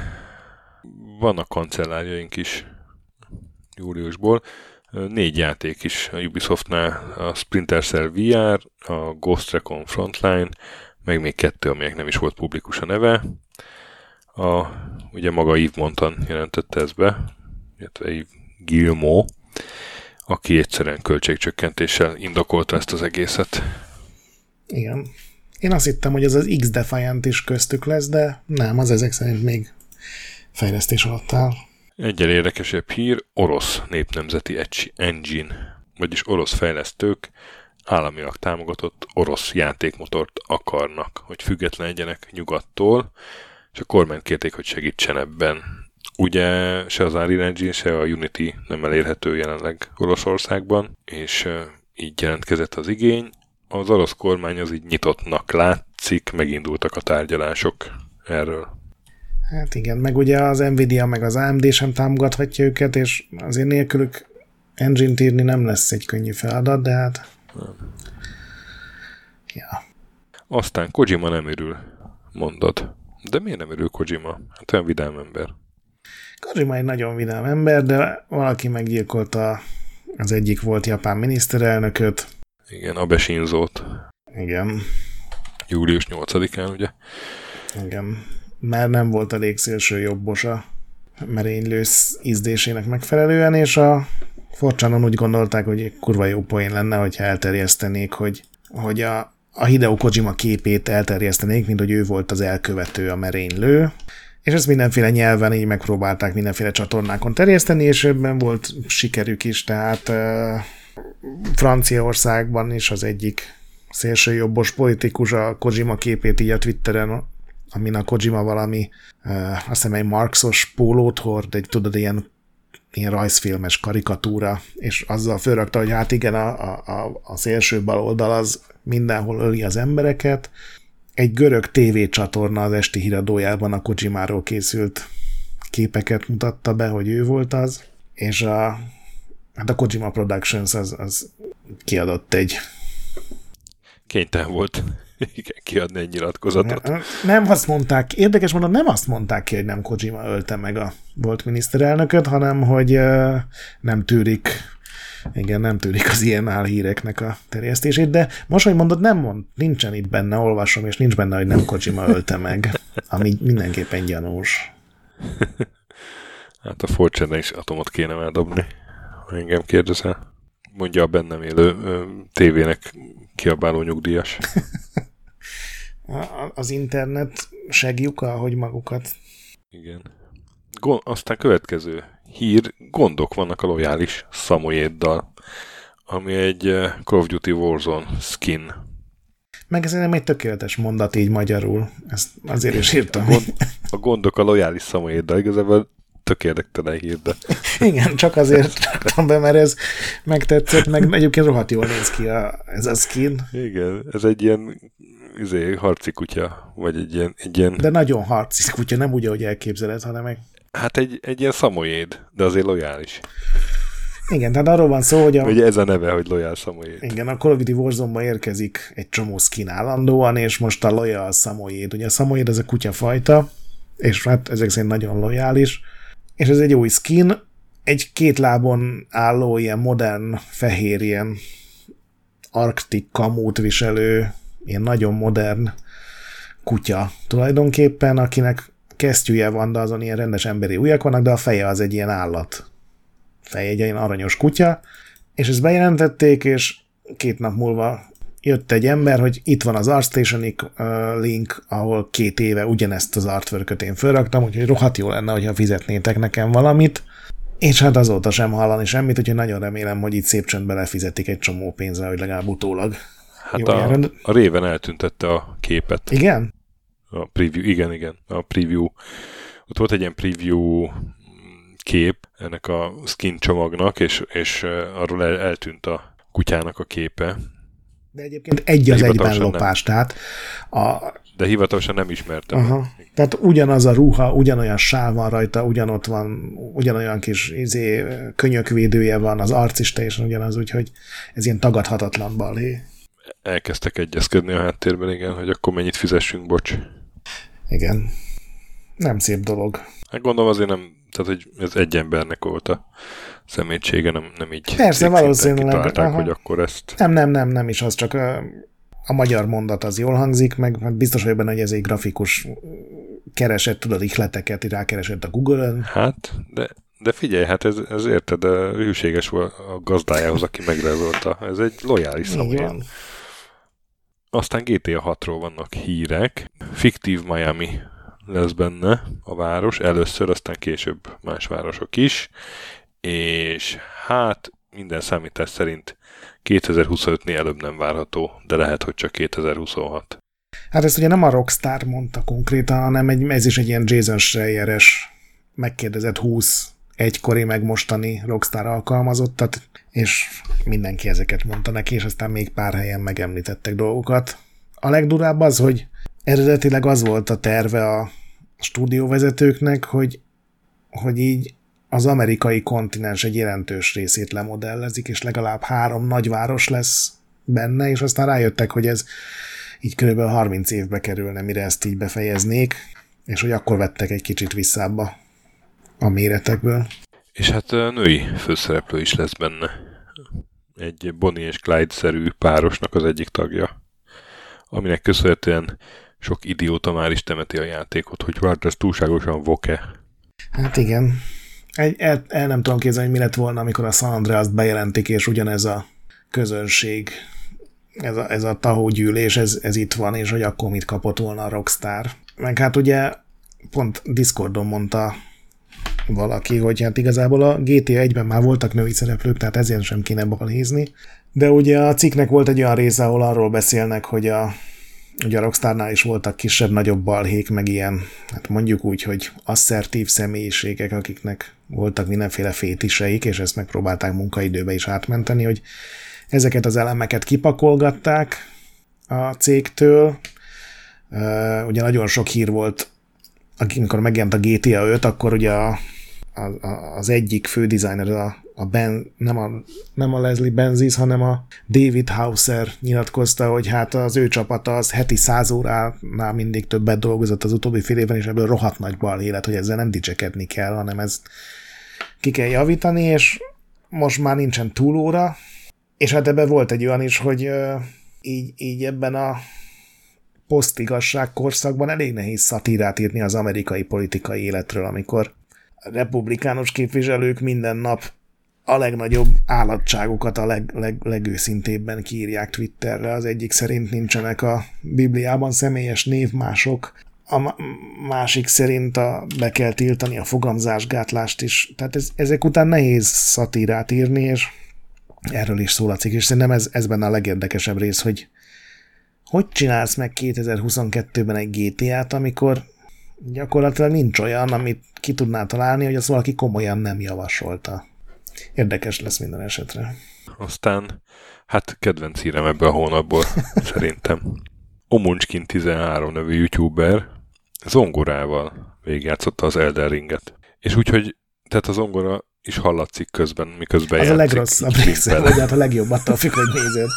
vannak kancellárjaink is júliusból. 4 játék is a Ubisoftnál, a Splinter Cell VR, a Ghost Recon Frontline, meg még 2, aminek nem is volt publikus a neve. Ugye maga Yves Montand jelentette ezt be, illetve Yves Guillemot, aki egyszerűen költségcsökkentéssel indokolta ezt az egészet. Igen. Én azt hittem, hogy ez az X-Defiant is köztük lesz, de nem, az ezek szerint még fejlesztés alatt áll. Egyel érdekesebb hír, orosz népnemzeti engine, vagyis orosz fejlesztők államilag támogatott orosz játékmotort akarnak, hogy független legyenek nyugattól, és a kormányt kérték, hogy segítsen ebben. Ugye se az Unreal Engine, se a Unity nem elérhető jelenleg Oroszországban, és így jelentkezett az igény. Az orosz kormány az így nyitottnak látszik, megindultak a tárgyalások erről. Hát igen, meg ugye az Nvidia meg az AMD sem támogathatja őket, és azért nélkülük engine-t írni nem lesz egy könnyű feladat, de hát... Ja. Aztán Kojima nem örül, mondod. De miért nem örül Kojima? Hát olyan vidám ember. Kojima egy nagyon vidám ember, de valaki meggyilkolta az egyik volt japán miniszterelnököt. Igen, Abe Shinzót. Igen. Július 8-án, ugye? Igen. Már nem volt elég szélső jobbos a merénylősz ízdésének megfelelően, és a Forcsanon úgy gondolták, hogy kurva jó poén lenne, hogyha elterjesztenék, hogy a Hideo Kojima képét elterjesztenék, mint hogy ő volt az elkövető, a merénylő, és ezt mindenféle nyelven így megpróbálták mindenféle csatornákon terjeszteni, és ebben volt sikerük is, tehát Franciaországban is az egyik szélsőjobbos politikus a Kojima képét így a Twitteren, amin a Kojima valami, azt hiszem egy marxos pólót hord, egy tudod, ilyen rajzfilmes karikatúra, és azzal fölrakta, hogy hát igen, a szélső baloldal az mindenhol öli az embereket. Egy görög tévécsatorna az esti híradójában a Kojimáról készült képeket mutatta be, hogy ő volt az, és a Kojima Productions az kiadott egy... Kénytelen volt kiadni egy nyilatkozatot. Nem azt mondták, érdekes mondom, nem azt mondták ki, hogy nem Kojima ölte meg a volt miniszterelnököt, hanem hogy nem tűrik az ilyen álhíreknek a terjesztését, de most, hogy mondod, nincsen itt benne, olvasom, és nincs benne, hogy nem Kojima ölte meg, ami mindenképpen gyanús. Hát a Fortune is atomot kéne eldobni, ha engem kérdezel. Mondja a bennem élő tévének kiabáló nyugdíjas. Az internet segjuka, hogy magukat. Igen. Aztán következő hír, gondok vannak a lojális Samoyeddal, ami egy Call of Duty Warzone skin. Meg ez nem egy tökéletes mondat így magyarul. Ezt azért is írtam. A gondok a lojális Samoyeddal, igazából tök érdektelen hír, de... Igen, csak azért raktam be, mert ez megtetszett, meg egyébként rohadt jól néz ki ez a skin. Igen, ez egy ilyen harci kutya, vagy egy ilyen... De nagyon harci kutya, nem úgy, ahogy elképzeled, hanem meg... Hát egy ilyen Samoyed, de azért lojális. Igen, tehát arról van szó, hogy ugye ez a neve, hogy Loyal Samoyed. Igen, a Call of Duty Warzone-ba érkezik egy csomó skin állandóan, és most a Loyal Samoyed. Ugye a Samoyed az a kutyafajta, és hát ezek szerint nagyon lojális, és ez egy új skin, egy 2 lábon álló, ilyen modern, fehér, ilyen arktik kamút viselő, ilyen nagyon modern kutya tulajdonképpen, akinek kesztyűje van, de azon ilyen rendes emberi ujjak vannak, de a feje az egy ilyen állat. Feje egy ilyen aranyos kutya, és ezt bejelentették, és 2 nap múlva jött egy ember, hogy itt van az ArtStation link, ahol 2 éve ugyanezt az artworköt én felraktam, úgyhogy rohadt jó lenne, hogyha fizetnétek nekem valamit, és hát azóta sem hallani semmit, úgyhogy nagyon remélem, hogy itt szép csöndbe lefizetik egy csomó pénzre, hogy legalább utólag. Hát a Raven eltüntette a képet. Igen? A preview, igen. A preview. Ott volt egy ilyen preview kép ennek a skin csomagnak, és arról eltűnt a kutyának a képe. De egyébként egy az egyben lopás, tehát de hivatalosan nem ismertem. Aha. Tehát ugyanaz a ruha, ugyanolyan sál van rajta, ugyanott van, ugyanolyan kis könyökvédője van, az arc is teljesen ugyanaz, úgyhogy ez ilyen tagadhatatlan balhé. Elkezdtek egyezkedni a háttérben, igen, hogy akkor mennyit fizessünk, bocs. Igen. Nem szép dolog. Hát gondolom azért nem, tehát hogy ez egy embernek volt a szemétsége, nem így. Persze, valószínűleg. Kitalálták, hogy akkor ezt... Nem is az, csak a magyar mondat az jól hangzik, meg biztos vagyok benne, hogy ez egy grafikus keresett, tudod, ihleteket, rákeresett a Google-ön. Hát, de figyelj, hát ez érted, hűséges volt a gazdájához, aki megrajzolta. Ez egy lojális szabály. Aztán GTA 6-ról vannak hírek. Fiktív Miami lesz benne a város, először, aztán később más városok is. És hát minden számítás szerint 2025-nél előbb nem várható, de lehet, hogy csak 2026. Hát ezt ugye nem a Rockstar mondta konkrétan, hanem ez is egy ilyen Jason Schreier-es megkérdezett 20 egykori meg mostani Rockstar alkalmazottat, és mindenki ezeket mondta neki, és aztán még pár helyen megemlítettek dolgokat. A legdurább az, hogy eredetileg az volt a terve a stúdióvezetőknek, hogy így az amerikai kontinens egy jelentős részét lemodellezik, és legalább 3 nagyváros lesz benne, és aztán rájöttek, hogy ez így kb. 30 évbe kerülne, mire ezt így befejeznék, és hogy akkor vettek egy kicsit visszább a méretekből. És hát női főszereplő is lesz benne. Egy Bonnie és Clyde-szerű párosnak az egyik tagja, aminek köszönhetően sok idióta már is temeti a játékot, hogy hát ez túlságosan voke. Hát igen. El nem tudom képzelni, hogy mi lett volna, amikor a San Andreast bejelentik, és ugyanez a közönség, ez a tahógyűlés, ez itt van, és hogy akkor mit kapott volna a Rockstar. Meg hát ugye pont Discordon mondta valaki, hogy hát igazából a GTA 1-ben már voltak női szereplők, tehát ezért sem kéne balhézni. De ugye a cikknek volt egy olyan része, ahol arról beszélnek, hogy ugye a Rockstarnál is voltak kisebb-nagyobb balhék, meg ilyen, hát mondjuk úgy, hogy asszertív személyiségek, akiknek voltak mindenféle fétiseik, és ezt megpróbálták munkaidőbe is átmenteni, hogy ezeket az elemeket kipakolgatták a cégtől. Ugye nagyon sok hír volt, amikor megjelent a GTA 5, akkor ugye az egyik fő designer, nem a Leslie Benzies, hanem a David Hauser nyilatkozta, hogy hát az ő csapata az heti 100 óránál mindig többet dolgozott az utóbbi fél évben, és ebből rohadt nagy balhé lett, hogy ezzel nem dicsekedni kell, hanem ezt ki kell javítani, és most már nincsen túlóra, és hát ebben volt egy olyan is, hogy így ebben a posztigazság korszakban elég nehéz szatírát írni az amerikai politikai életről, amikor a republikánus képviselők minden nap a legnagyobb állatságokat a legőszintébben kiírják Twitterre. Az egyik szerint nincsenek a Bibliában személyes névmások, a másik szerint be kell tiltani a fogamzásgátlást is. Tehát ezek után nehéz szatírát írni, és erről is szól a cikk, és szerintem ez benne a legérdekesebb rész, hogy csinálsz meg 2022-ben egy GTA-t, amikor gyakorlatilag nincs olyan, amit ki tudná találni, hogy az valaki komolyan nem javasolta. Érdekes lesz minden esetre. Aztán, hát kedvenc hírem ebből a hónapból, szerintem. Omuncskin 13 nevű youtuber zongorával végigjátszotta az Elden Ringet. És úgyhogy, tehát a zongora is hallatszik közben, miközben az játszik. Az a legrosszabb része, vagy hát a legjobb attól függ, hogy nézed.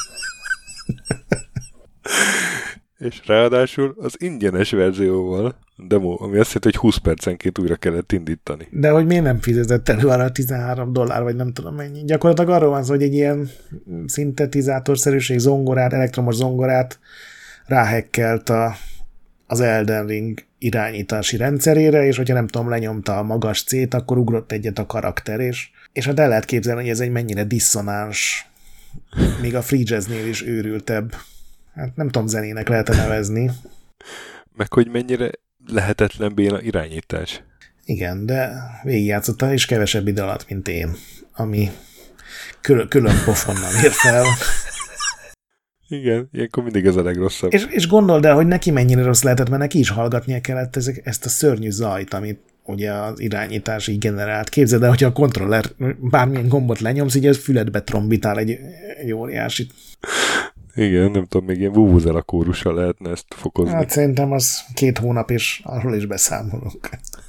És ráadásul az ingyenes verzióval demo, ami azt jelenti, hogy 20 percenként újra kellett indítani. De hogy miért nem fizetett elő arra $13, vagy nem tudom mennyi. Gyakorlatilag arról van szó, hogy egy ilyen szintetizátorszerűség zongorát, elektromos zongorát ráhekkelt az Elden Ring irányítási rendszerére, és hogyha nem tudom, lenyomta a magas C-t, akkor ugrott egyet a karakter, és hát el lehet képzelni, hogy ez egy mennyire diszonáns, még a free jazznél is őrültebb. Hát nem tudom, zenének lehet nevezni. Meg hogy mennyire lehetetlen béna irányítás. Igen, de végigjátszottam, és kevesebb idő alatt, mint én, ami külön pofonnal ér fel. Igen, ilyenkor mindig ez a legrosszabb. És gondold el, hogy neki mennyire rossz lehetett, mert neki is hallgatnia kellett ezt a szörnyű zajt, amit ugye az irányítás így generált. Képzeld el, hogyha a kontroller bármilyen gombot lenyomsz, így a füledbe trombitál egy óriásit. Igen, nem tudom, még ilyen vuvuzela kórussal lehetne ezt fokozni. Hát szerintem az 2 hónap, és arról is beszámolunk.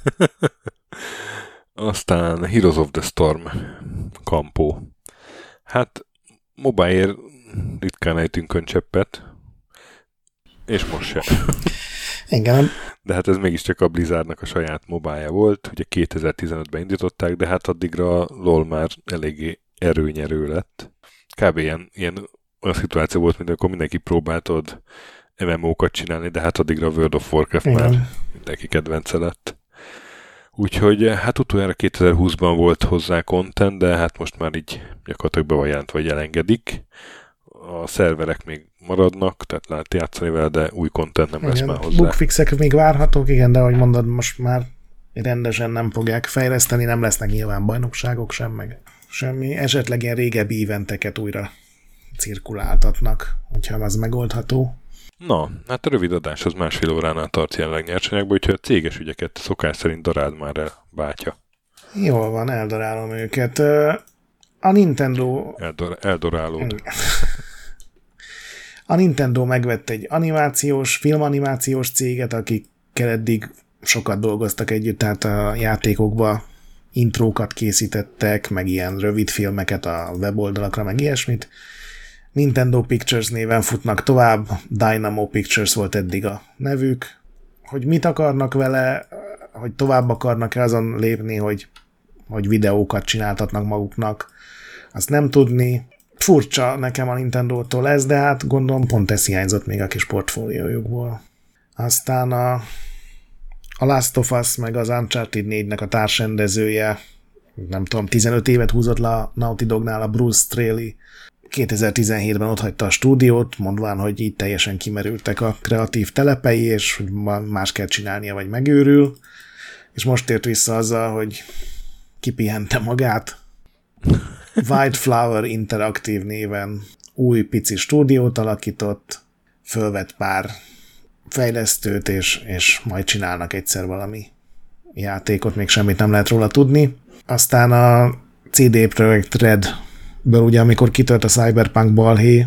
Aztán Heroes of the Storm kampó. Hát mobile ritkán ejtünk öncseppet, és most se. Igen. De hát ez mégiscsak a Blizzardnak a saját mobája volt, ugye 2015-ben indították, de hát addigra a LoL már eléggé erőnyerő lett. Kb. ilyen olyan szituáció volt, mint amikor mindenki próbáltad MMO-kat csinálni, de hát addigra a World of Warcraft Igen. már mindenki kedvence lett. Úgyhogy hát utoljára 2020-ban volt hozzá content, de hát most már így gyakorlatilag be van jelentve, vagy elengedik. A szerverek még maradnak, tehát lehet játszani vele, de új content nem lesz már hozzá. Bugfixek még várhatók, igen, de ahogy mondod, most már rendesen nem fogják fejleszteni, nem lesznek nyilván bajnokságok sem, meg semmi. Esetleg ilyen régebbi eventeket újra cirkuláltatnak, hogyha az megoldható. Na, hát a rövid adás az 1,5 óránál tart jelenleg nyersanyagban, úgyhogy a céges ügyeket szokás szerint daráld már el, bátya. Jól van, eldarálom őket. A Nintendo... Eldorálód. A Nintendo megvett egy filmanimációs céget, akikkel eddig sokat dolgoztak együtt, tehát a játékokba intrókat készítettek, meg ilyen rövid filmeket a weboldalakra, meg ilyesmit. Nintendo Pictures néven futnak tovább, Dynamo Pictures volt eddig a nevük. Hogy mit akarnak vele, hogy tovább akarnak-e azon lépni, hogy videókat csináltatnak maguknak, azt nem tudni. Furcsa nekem a Nintendo-tól ez, de hát gondolom pont ez hiányzott még a kis portfóliójukból. Aztán a Last of Us meg az Uncharted 4-nek a társrendezője, nem tudom, 15 évet húzott le a Naughty Dognál, a Bruce Straley. 2017-ben otthagyta a stúdiót, mondván, hogy így teljesen kimerültek a kreatív telepei, és hogy más kell csinálnia, vagy megőrül. És most tért vissza azzal, hogy kipihente magát. White Flower Interactive néven új pici stúdiót alakított, fölvett pár fejlesztőt, és majd csinálnak egyszer valami játékot, még semmit nem lehet róla tudni. Aztán a CD Projekt Redből ugye, amikor kitört a Cyberpunk balhé,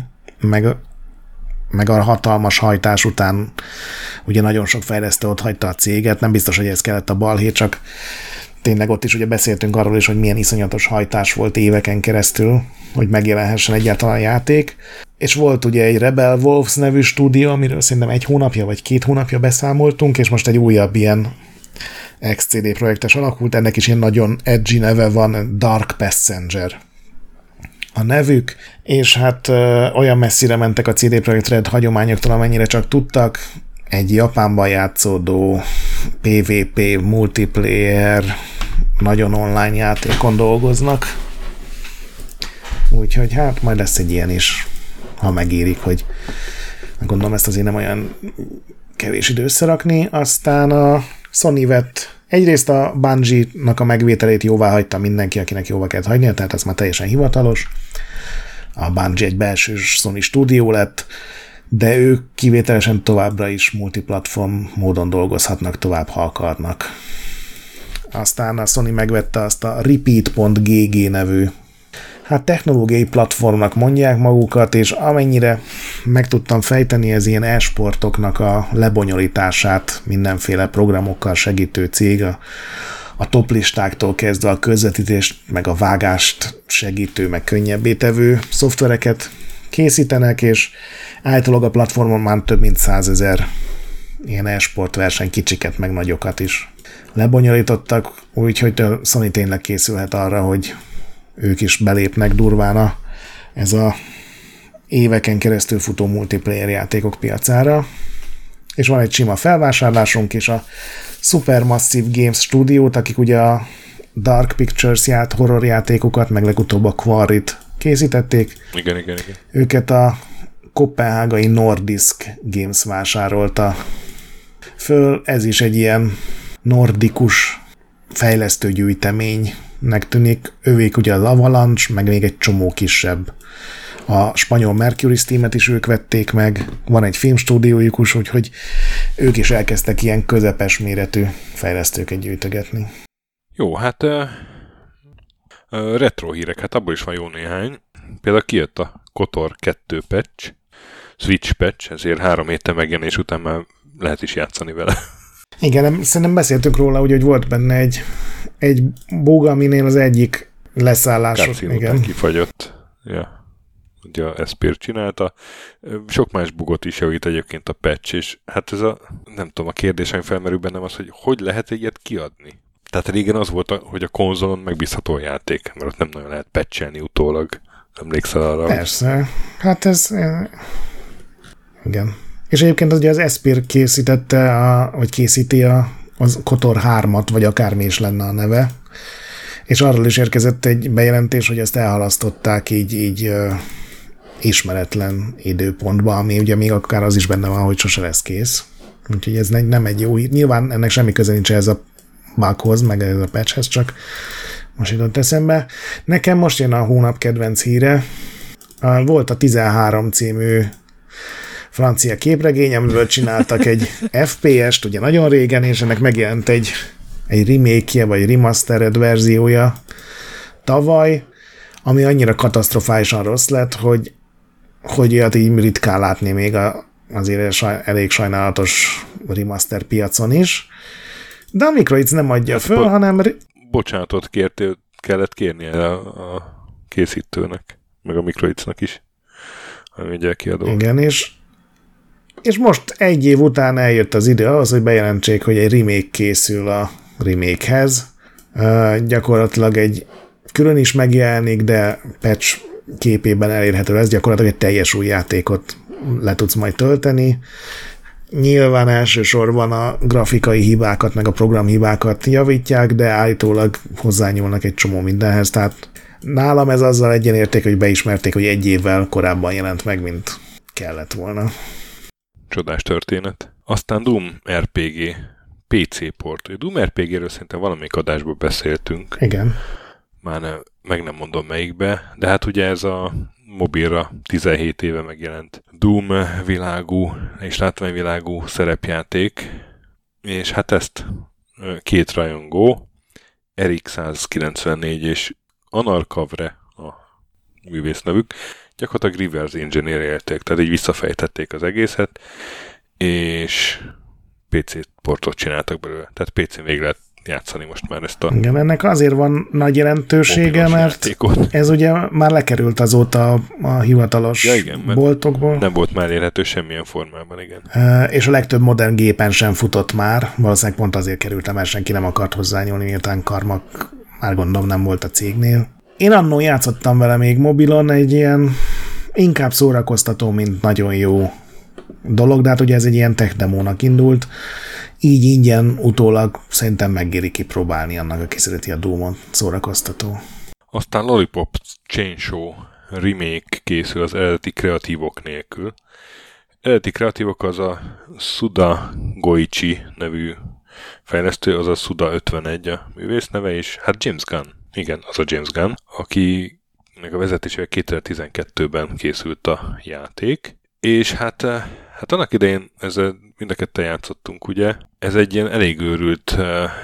meg a hatalmas hajtás után ugye nagyon sok fejlesztő ott hagyta a céget, nem biztos, hogy ez kellett a balhé, csak tényleg ott is ugye beszéltünk arról is, hogy milyen iszonyatos hajtás volt éveken keresztül, hogy megjelenhessen egyáltalán a játék. És volt ugye egy Rebel Wolves nevű stúdió, amiről szerintem 1 hónapja vagy 2 hónapja beszámoltunk, és most egy újabb ilyen ex-CD projektes alakult, ennek is ilyen nagyon edgy neve van, Dark Passenger a nevük, és hát olyan messzire mentek a CD Projekt Red hagyományoktól, amennyire csak tudtak. Egy Japánban játszódó PvP, multiplayer, nagyon online játékon dolgoznak. Úgyhogy hát majd lesz egy ilyen is, ha megérik, hogy gondolom ezt azért nem olyan kevés idő összerakni. Aztán a Sony vett egyrészt a Bungie-nak a megvételét jóvá hagyta mindenki, akinek jóvá kellett hagynia, tehát ez már teljesen hivatalos. A Bungie egy belső Sony stúdió lett, de ők kivételesen továbbra is multiplatform módon dolgozhatnak tovább, ha akarnak. Aztán a Sony megvette azt a Repeat.gg nevű, hát technológiai platformnak mondják magukat, és amennyire meg tudtam fejteni, ez ilyen e-sportoknak a lebonyolítását mindenféle programokkal segítő cég, a toplistáktól kezdve a közvetítést, meg a vágást segítő, meg könnyebbé tevő szoftvereket készítenek, és általában a platformon már több mint 100 000 ilyen e-sport verseny, kicsiket, meg nagyokat is lebonyolítottak, úgyhogy a Sony tényleg készülhet arra, hogy ők is belépnek durván ez a éveken keresztül futó multiplayer játékok piacára. És van egy sima felvásárlásunk is, a Supermassive Games stúdiót, akik ugye a Dark Pictures horror játékokat, meg legutóbb a Quarryt készítették. Igen. Őket a koppenhágai Nordisk Games vásárolta föl. Ez is egy ilyen nordikus fejlesztőgyűjteménynek tűnik. Ővék ugye az Avalanche, meg még egy csomó kisebb. A spanyol Mercury Steam-et is ők vették meg, van egy filmstúdiójuk is, úgyhogy ők is elkezdtek ilyen közepes méretű fejlesztőket gyűjtögetni. Jó, hát retro hírek, hát abból is van jó néhány. Például kijött a KOTOR 2 patch, Switch patch, ezért 3 héttel megjelenés után már lehet is játszani vele. Igen, szerintem beszéltünk róla, hogy volt benne egy bug, aminél az egyik leszállás. Igen. Kifagyott. Ja. Ugye a Espir csinálta. Sok más bugot is javít egyébként a patch, és hát ez nem tudom, a kérdésem felmerül bennem az, hogy lehet ilyet kiadni. Tehát régen az volt, hogy a konzolon megbízható a játék, mert ott nem nagyon lehet patchelni utólag. Emlékszel arra? Persze. Hát ez... Igen. És egyébként ugye az Espir készítette, vagy készíti az KOTOR 3-at, vagy akármi is lenne a neve. És arról is érkezett egy bejelentés, hogy ezt elhalasztották így ismeretlen időpontba, ami ugye még akár az is benne van, hogy sose lesz kész. Úgyhogy ez nem egy jó hír. Nyilván ennek semmi köze nincs ez a bughoz, meg ez a patchhez, csak most jutott eszembe. Nekem most jön a hónap kedvenc híre. Volt a 13 című francia képregény, amiből csináltak egy FPS-t, ugye nagyon régen, és ennek megjelent egy remake-je, vagy remastered verziója tavaly, ami annyira katasztrofálisan rossz lett, hogy ilyet így ritkán látni még azért elég sajnálatos remaster piacon is. De a Microids nem adja föl, hanem... Bocsánatot kellett kérnie a készítőnek, meg a Microidsnak is, ami ugye kiadó. Igen, és most egy év után eljött az idő ahhoz, hogy bejelentsék, hogy egy remake készül a remake-hez. Gyakorlatilag egy külön is megjelenik, de patch képében elérhető lesz, gyakorlatilag egy teljes új játékot le tudsz majd tölteni. Nyilván elsősorban a grafikai hibákat, meg a programhibákat javítják, de állítólag hozzányúlnak egy csomó mindenhez, tehát nálam ez azzal egyenérték, hogy beismerték, hogy egy évvel korábban jelent meg, mint kellett volna. Csodás történet. Aztán Doom RPG PC port. Doom RPG-ről szerintem valamelyik adásban beszéltünk. Igen. Már meg nem mondom melyikbe, de hát ugye ez a mobilra 17 éve megjelent Doom világú és látványvilágú szerepjáték, és hát ezt két rajongó, Erik 194 és Anar Kavre a művész nevük, gyakorlatilag reverse engineer-élték, tehát így visszafejtették az egészet, és PC portot csináltak belőle. Tehát PC-n végig lehet játszani most már ezt a... Igen, ennek azért van nagy jelentősége, mert játékot. Ez ugye már lekerült azóta a hivatalos boltokból. Nem volt már elérhető semmilyen formában, igen. És a legtöbb modern gépen sem futott már, valószínűleg pont azért került, mert senki nem akart hozzányúlni, miután Karmak már gondolom nem volt a cégnél. Én annól játszottam vele még mobilon, egy ilyen inkább szórakoztató, mint nagyon jó dolog, de hát ugye ez egy ilyen tech demónak indult, így ingyen utólag szerintem megéri kipróbálni annak, aki szereti a Doom-ot, szórakoztató. Aztán Lollipop Chainsaw remake készül az eredeti kreatívok nélkül. Eredeti kreatívok az a Suda Goichi nevű fejlesztő, az a Suda 51 a művész neve, és hát James Gunn. Igen, az a James Gunn, akinek a vezetésével 2012-ben készült a játék, és hát annak idején ezzel mind a ketten játszottunk, ugye? Ez egy ilyen elég őrült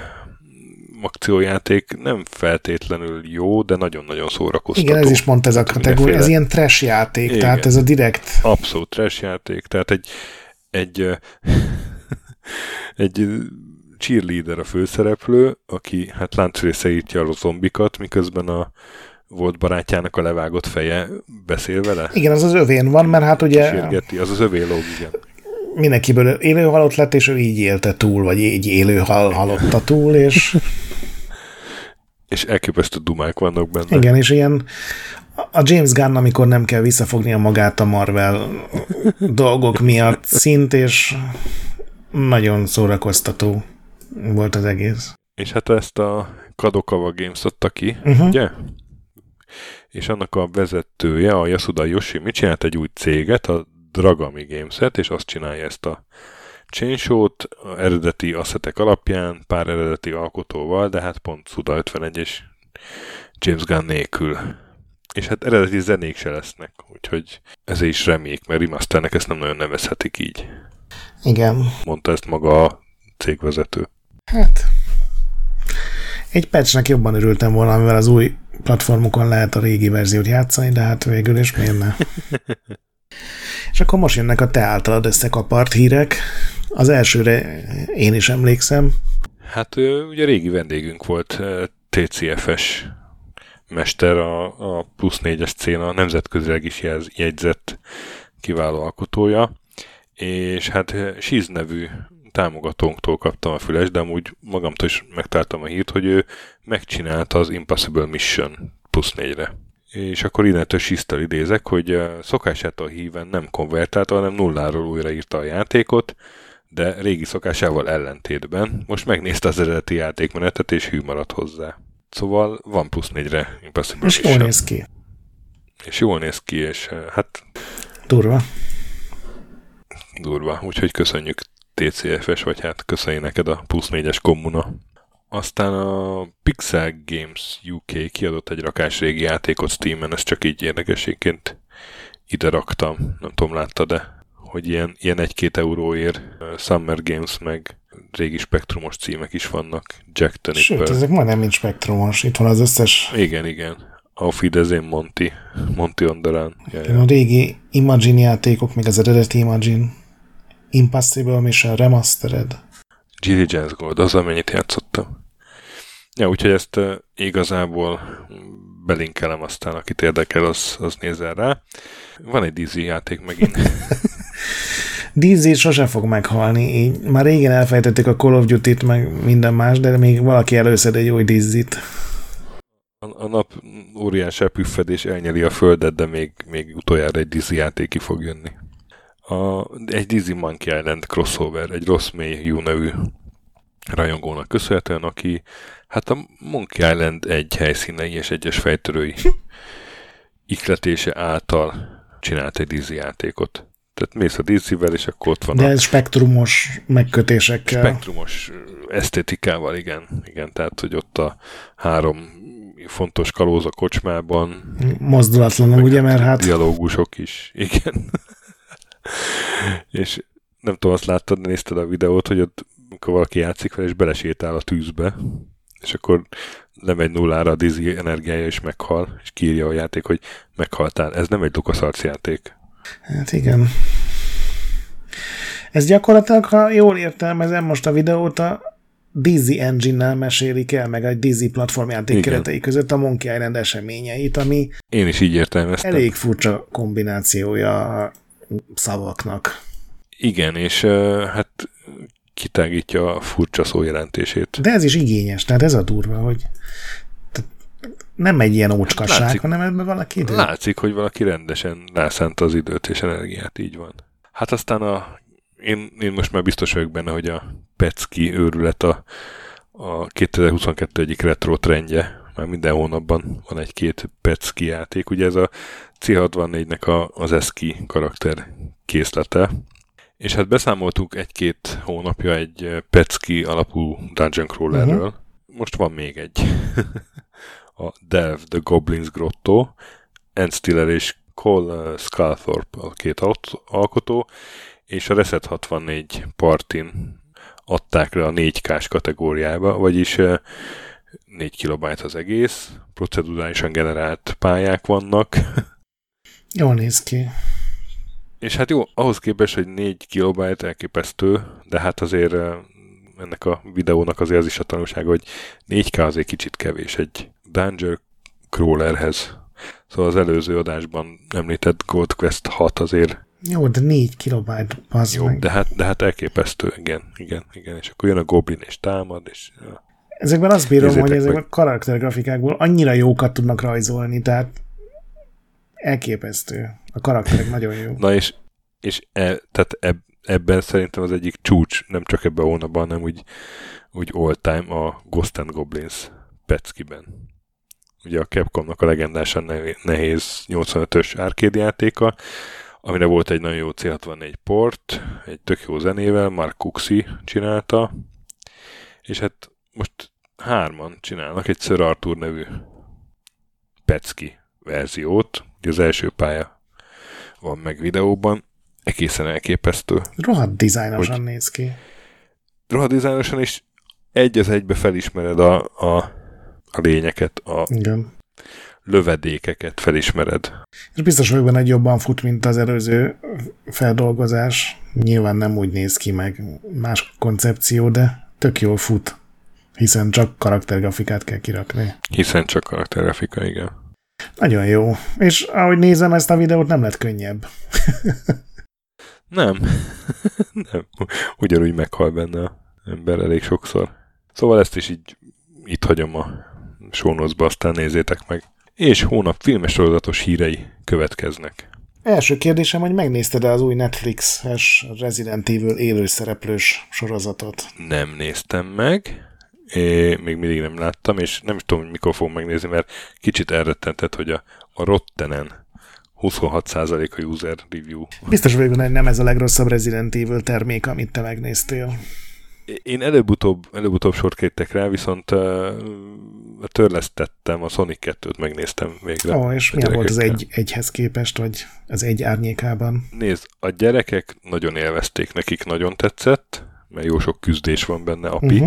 akciójáték, nem feltétlenül jó, de nagyon-nagyon szórakoztató. Igen, ez is pont ez a kategória, ez ilyen trash játék, igen. Tehát ez a direkt... Abszolút trash játék, tehát egy cheerleader a főszereplő, aki hát láncrésze írtja a zombikat, miközben a volt barátjának a levágott feje beszél vele. Igen, az az övén van, mert hát ugye... Sérgeti, az övé lóg, igen. Mindenkiből élő halott lett, és ő így élte túl, vagy így élő halotta túl, és... és elképesztő dumák vannak benne. Igen, és ilyen a James Gunn, amikor nem kell visszafognia magát a Marvel dolgok miatt szint, és nagyon szórakoztató volt az egész. És hát ezt a Kadokawa Games adta ki, ugye? És annak a vezetője, a Yasuda Yoshimi csinált egy új céget, a Dragami Games-et, és azt csinálja ezt a Chainsaw-t eredeti asszetek alapján, pár eredeti alkotóval, de hát pont Suda 51 és James Gunn nélkül. És hát eredeti zenék se lesznek, úgyhogy ez is remék, mert remasternek ezt nem nagyon nevezhetik így. Igen. Mondta ezt maga a cégvezető. Hát... Egy patchnek jobban örültem volna, amivel az új platformokon lehet a régi verziót játszani, de hát végül is miért ne? És akkor most jönnek a te általad összekapart hírek. Az elsőre én is emlékszem. Hát ugye régi vendégünk volt TCF-es mester, a plusz 4-es céna, nemzetközileg is jegyzett kiváló alkotója, és hát Shiz nevű támogatónktól kaptam a füles, de amúgy magamtól is megtaláltam a hírt, hogy ő megcsinálta az Impossible Mission plusz 4-re. És akkor innentől Shisztel idézek, hogy szokásától híven nem konvertálta, hanem nulláról újraírta a játékot, de régi szokásával ellentétben most megnézte az eredeti játékmenetet, és hű maradt hozzá. Szóval van plusz 4-re Impossible És jól néz ki. És jól néz ki, és hát... Durva. Durva, úgyhogy köszönjük TCFS, vagy hát köszönjük neked a plusz 4-es kommuna. Aztán a Pixel Games UK kiadott egy rakás régi játékot Steamen, ezt csak így érdekességként ide raktam. Nem tudom, láttad, de hogy ilyen 1-2 euróért Summer Games meg régi spektrumos címek is vannak. Jack the Nipper. Sőt, ezek majdnem mint spektrumos. Itt van az összes... Igen. Auf Wiedersehen Monty on the Run. A régi Imagine játékok, még az eredeti Imagine. Impossible Mission Remastered. Diligence Gold, az amennyit játszottam. Ja, úgyhogy ezt igazából belinkelem, aztán akit érdekel, az nézzen rá. Van egy DZ játék megint. DZ sose fog meghalni. Így már régen elfejtették a Call of Duty-t, meg minden más, de még valaki előszed egy új DZ-t. A nap óriási püffedés elnyeli a földet, de még utoljára egy DZ játék ki fog jönni. Egy DZ Monkey Island crossover, egy Ross Mayhew nevű rajongónak köszönhetően, aki hát a Monkey Island egy helyszínei és egyes fejtörői ihletése által csinált egy DZ játékot. Tehát mész a DZ-vel, és akkor ott van de ez spektrumos megkötésekkel. Spektrumos esztétikával, igen. Tehát, hogy ott a 3 fontos kalóz a kocsmában. Mozdulatlanul, ugye, mert hát... Dialógusok is, igen. És nem tudom, azt láttad, de nézted a videót, hogy ott amikor valaki játszik fel, és belesétál a tűzbe, és akkor lemegy nullára a Dizzy energiája, és meghal, és kiírja a játék, hogy meghaltál. Ez nem egy LucasArts játék. Hát igen. Ez gyakorlatilag, ha jól értelmezem most a videót, a Dizzy Engine-nel mesélik el, meg egy Dizzy platformjáték keretei között a Monkey Island eseményeit, ami én is így értelmeztem. Elég furcsa kombinációja a szavaknak. Igen, és hát kitágítja a furcsa szó jelentését. De ez is igényes, tehát ez a durva, hogy nem egy ilyen ócskasság, látszik, hanem ebben valaki idő. Látszik, hogy valaki rendesen rászánta az időt és energiát, így van. Hát aztán én most már biztos vagyok benne, hogy a Pecki őrület a 2022 egyik retro trendje. Már minden hónapban van egy-két Pecki játék. Ugye ez a C64-nek az ESCI karakter készlete. És hát beszámoltuk 1-2 hónapja egy Pecki alapú Dungeon Crawlerről. Most van még egy. A Delve the Goblin's Grotto, Ann Stiller és Cole Sculthorpe a két alkotó, és a Reset 64 partin adták le a 4K-s kategóriába, vagyis 4 kilobájt az egész, procedurálisan generált pályák vannak. Jól néz ki. És hát jó, ahhoz képest, hogy 4 kilobájt elképesztő, de hát azért ennek a videónak azért az is a tanulsága, hogy 4K azért kicsit kevés egy Dungeon Crawlerhez. Szóval az előző adásban említett Gold Quest 6 azért... Jó, de 4 kilobájt, bazd jó, meg. de hát elképesztő, igen. És akkor jön a Goblin és támad, és... Ja. Ezekben azt bírom, Nézzétek hogy ezekben meg. a karaktergrafikákból annyira jókat tudnak rajzolni, tehát elképesztő. A karakterek nagyon jó. Na és tehát ebben szerintem az egyik csúcs, nem csak ebben a hónapban, hanem úgy all time a Ghost and Goblins Peckiben. Ugye a Capcomnak a legendásan nehéz 85-ös arcade játéka, amire volt egy nagyon jó C64 port, egy tök jó zenével, Mark Cuxi csinálta, és hát most 3-an csinálnak egy Sir Arthur nevű Pecki verziót, ugye az első pálya van meg videóban, egészen elképesztő. Rohadt dizájnosan néz ki. Rohadt dizájnosan is egy az egybe felismered a lényeket, Igen. lövedékeket felismered. És biztos vagyok benne, hogy jobban fut, mint az előző feldolgozás. Nyilván nem úgy néz ki, meg más koncepció, de tök jól fut. Hiszen csak karaktergrafikát kell kirakni. Hiszen csak karaktergrafika, igen. Nagyon jó. És ahogy nézem ezt a videót, nem lett könnyebb. Nem. Nem. Ugyanúgy meghal benne az ember elég sokszor. Szóval ezt is így itt hagyom a show notes-ba, aztán nézzétek meg. És hónap filmes sorozatos hírei következnek. Első kérdésem, hogy megnézted-e az új Netflix-es Resident Evil élőszereplős sorozatot? Nem néztem meg, még mindig nem láttam, és nem is tudom, hogy mikor fogom megnézni, mert kicsit elrettentett, hogy a Rottenen 26% a user review. Biztos vagyok, hogy nem ez a legrosszabb Resident Evil termék, amit te megnéztél. Én előbb-utóbb sort kértek rá, viszont törlesztettem, a Sonic 2-t megnéztem végre. Ó, és milyen volt az egyhez képest, vagy az egy árnyékában? Nézd, a gyerekek nagyon élvezték, nekik nagyon tetszett, mert jó sok küzdés van benne, api.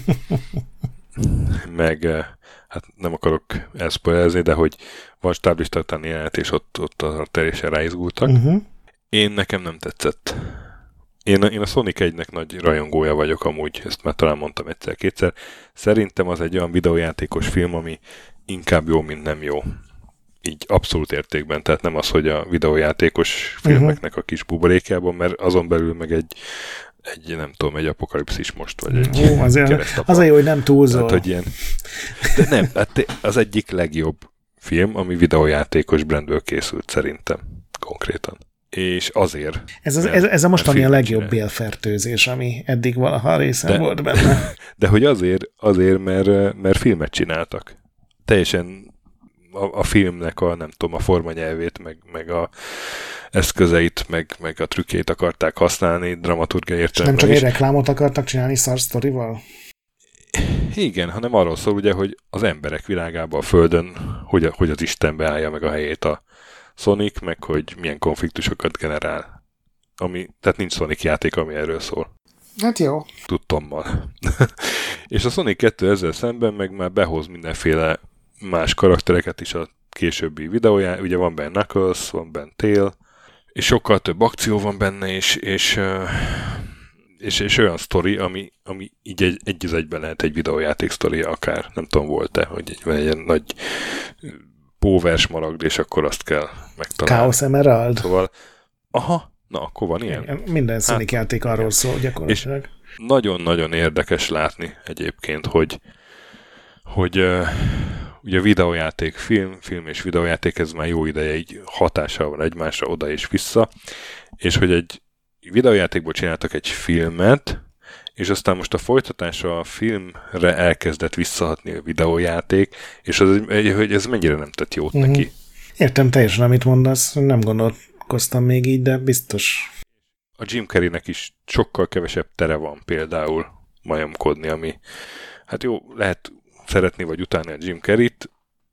Meg, hát nem akarok elszpoilerezni, de hogy van stáblista utáni jelenet, és ott a teljesen ráizgultak. Én nekem nem tetszett. Én a Sonic 1-nek nagy rajongója vagyok amúgy, ezt már talán mondtam egyszer-kétszer. Szerintem az egy olyan videójátékos film, ami inkább jó, mint nem jó. Így abszolút értékben, tehát nem az, hogy a videójátékos filmeknek a kis buborékjában, mert azon belül meg egy nem tudom, egy apokalipszis most, vagy egy keresztapa. Az a jó, hogy nem túlzol. Tehát, hogy ilyen, de nem, hát az egyik legjobb film, ami videójátékos brandből készült szerintem, konkrétan. És azért. Ez a mostani a legjobb bélfertőzés, ami eddig valaha részen volt benne. De hogy azért mert filmet csináltak. Teljesen a filmnek nem tudom, a formanyelvét, meg a eszközeit, meg a trükkét akarták használni, dramaturgiai értelemben. Nem csak egy reklámot akartak csinálni szar sztorival? Igen, hanem arról szól ugye, hogy az emberek világában a Földön, hogy az Isten beállja meg a helyét a Sonic, meg hogy milyen konfliktusokat generál. Tehát nincs Sonic játék, ami erről szól. Hát jó. Tudtommal. És a Sonic 2 ezzel szemben meg már behoz mindenféle más karaktereket is a későbbi videóján. Ugye van benne Knuckles, van benne Tail, és sokkal több akció van benne, és olyan sztori, ami így egy az egyben lehet egy videójáték sztori, akár, nem tudom, volt-e, hogy van egy nagy póvers maragd, és akkor azt kell megtalálni. Chaos Emerald? Szóval, aha, na, akkor van ilyen. Minden Sonic játék arról szól gyakorlatilag. És nagyon-nagyon érdekes látni egyébként, hogy ugye a videójáték, film és videójáték, ez már jó ideje így hatással van egymásra oda és vissza, és hogy egy videójátékból csináltak egy filmet, és aztán most a folytatása a filmre elkezdett visszahatni a videójáték, és hogy ez mennyire nem tett jót neki. Értem teljesen, amit mondasz, nem gondolkoztam még így, de biztos. A Jim Carreynek is sokkal kevesebb tere van például majomkodni, ami hát jó, lehet szeretni vagy utálni a Jim Carreyt,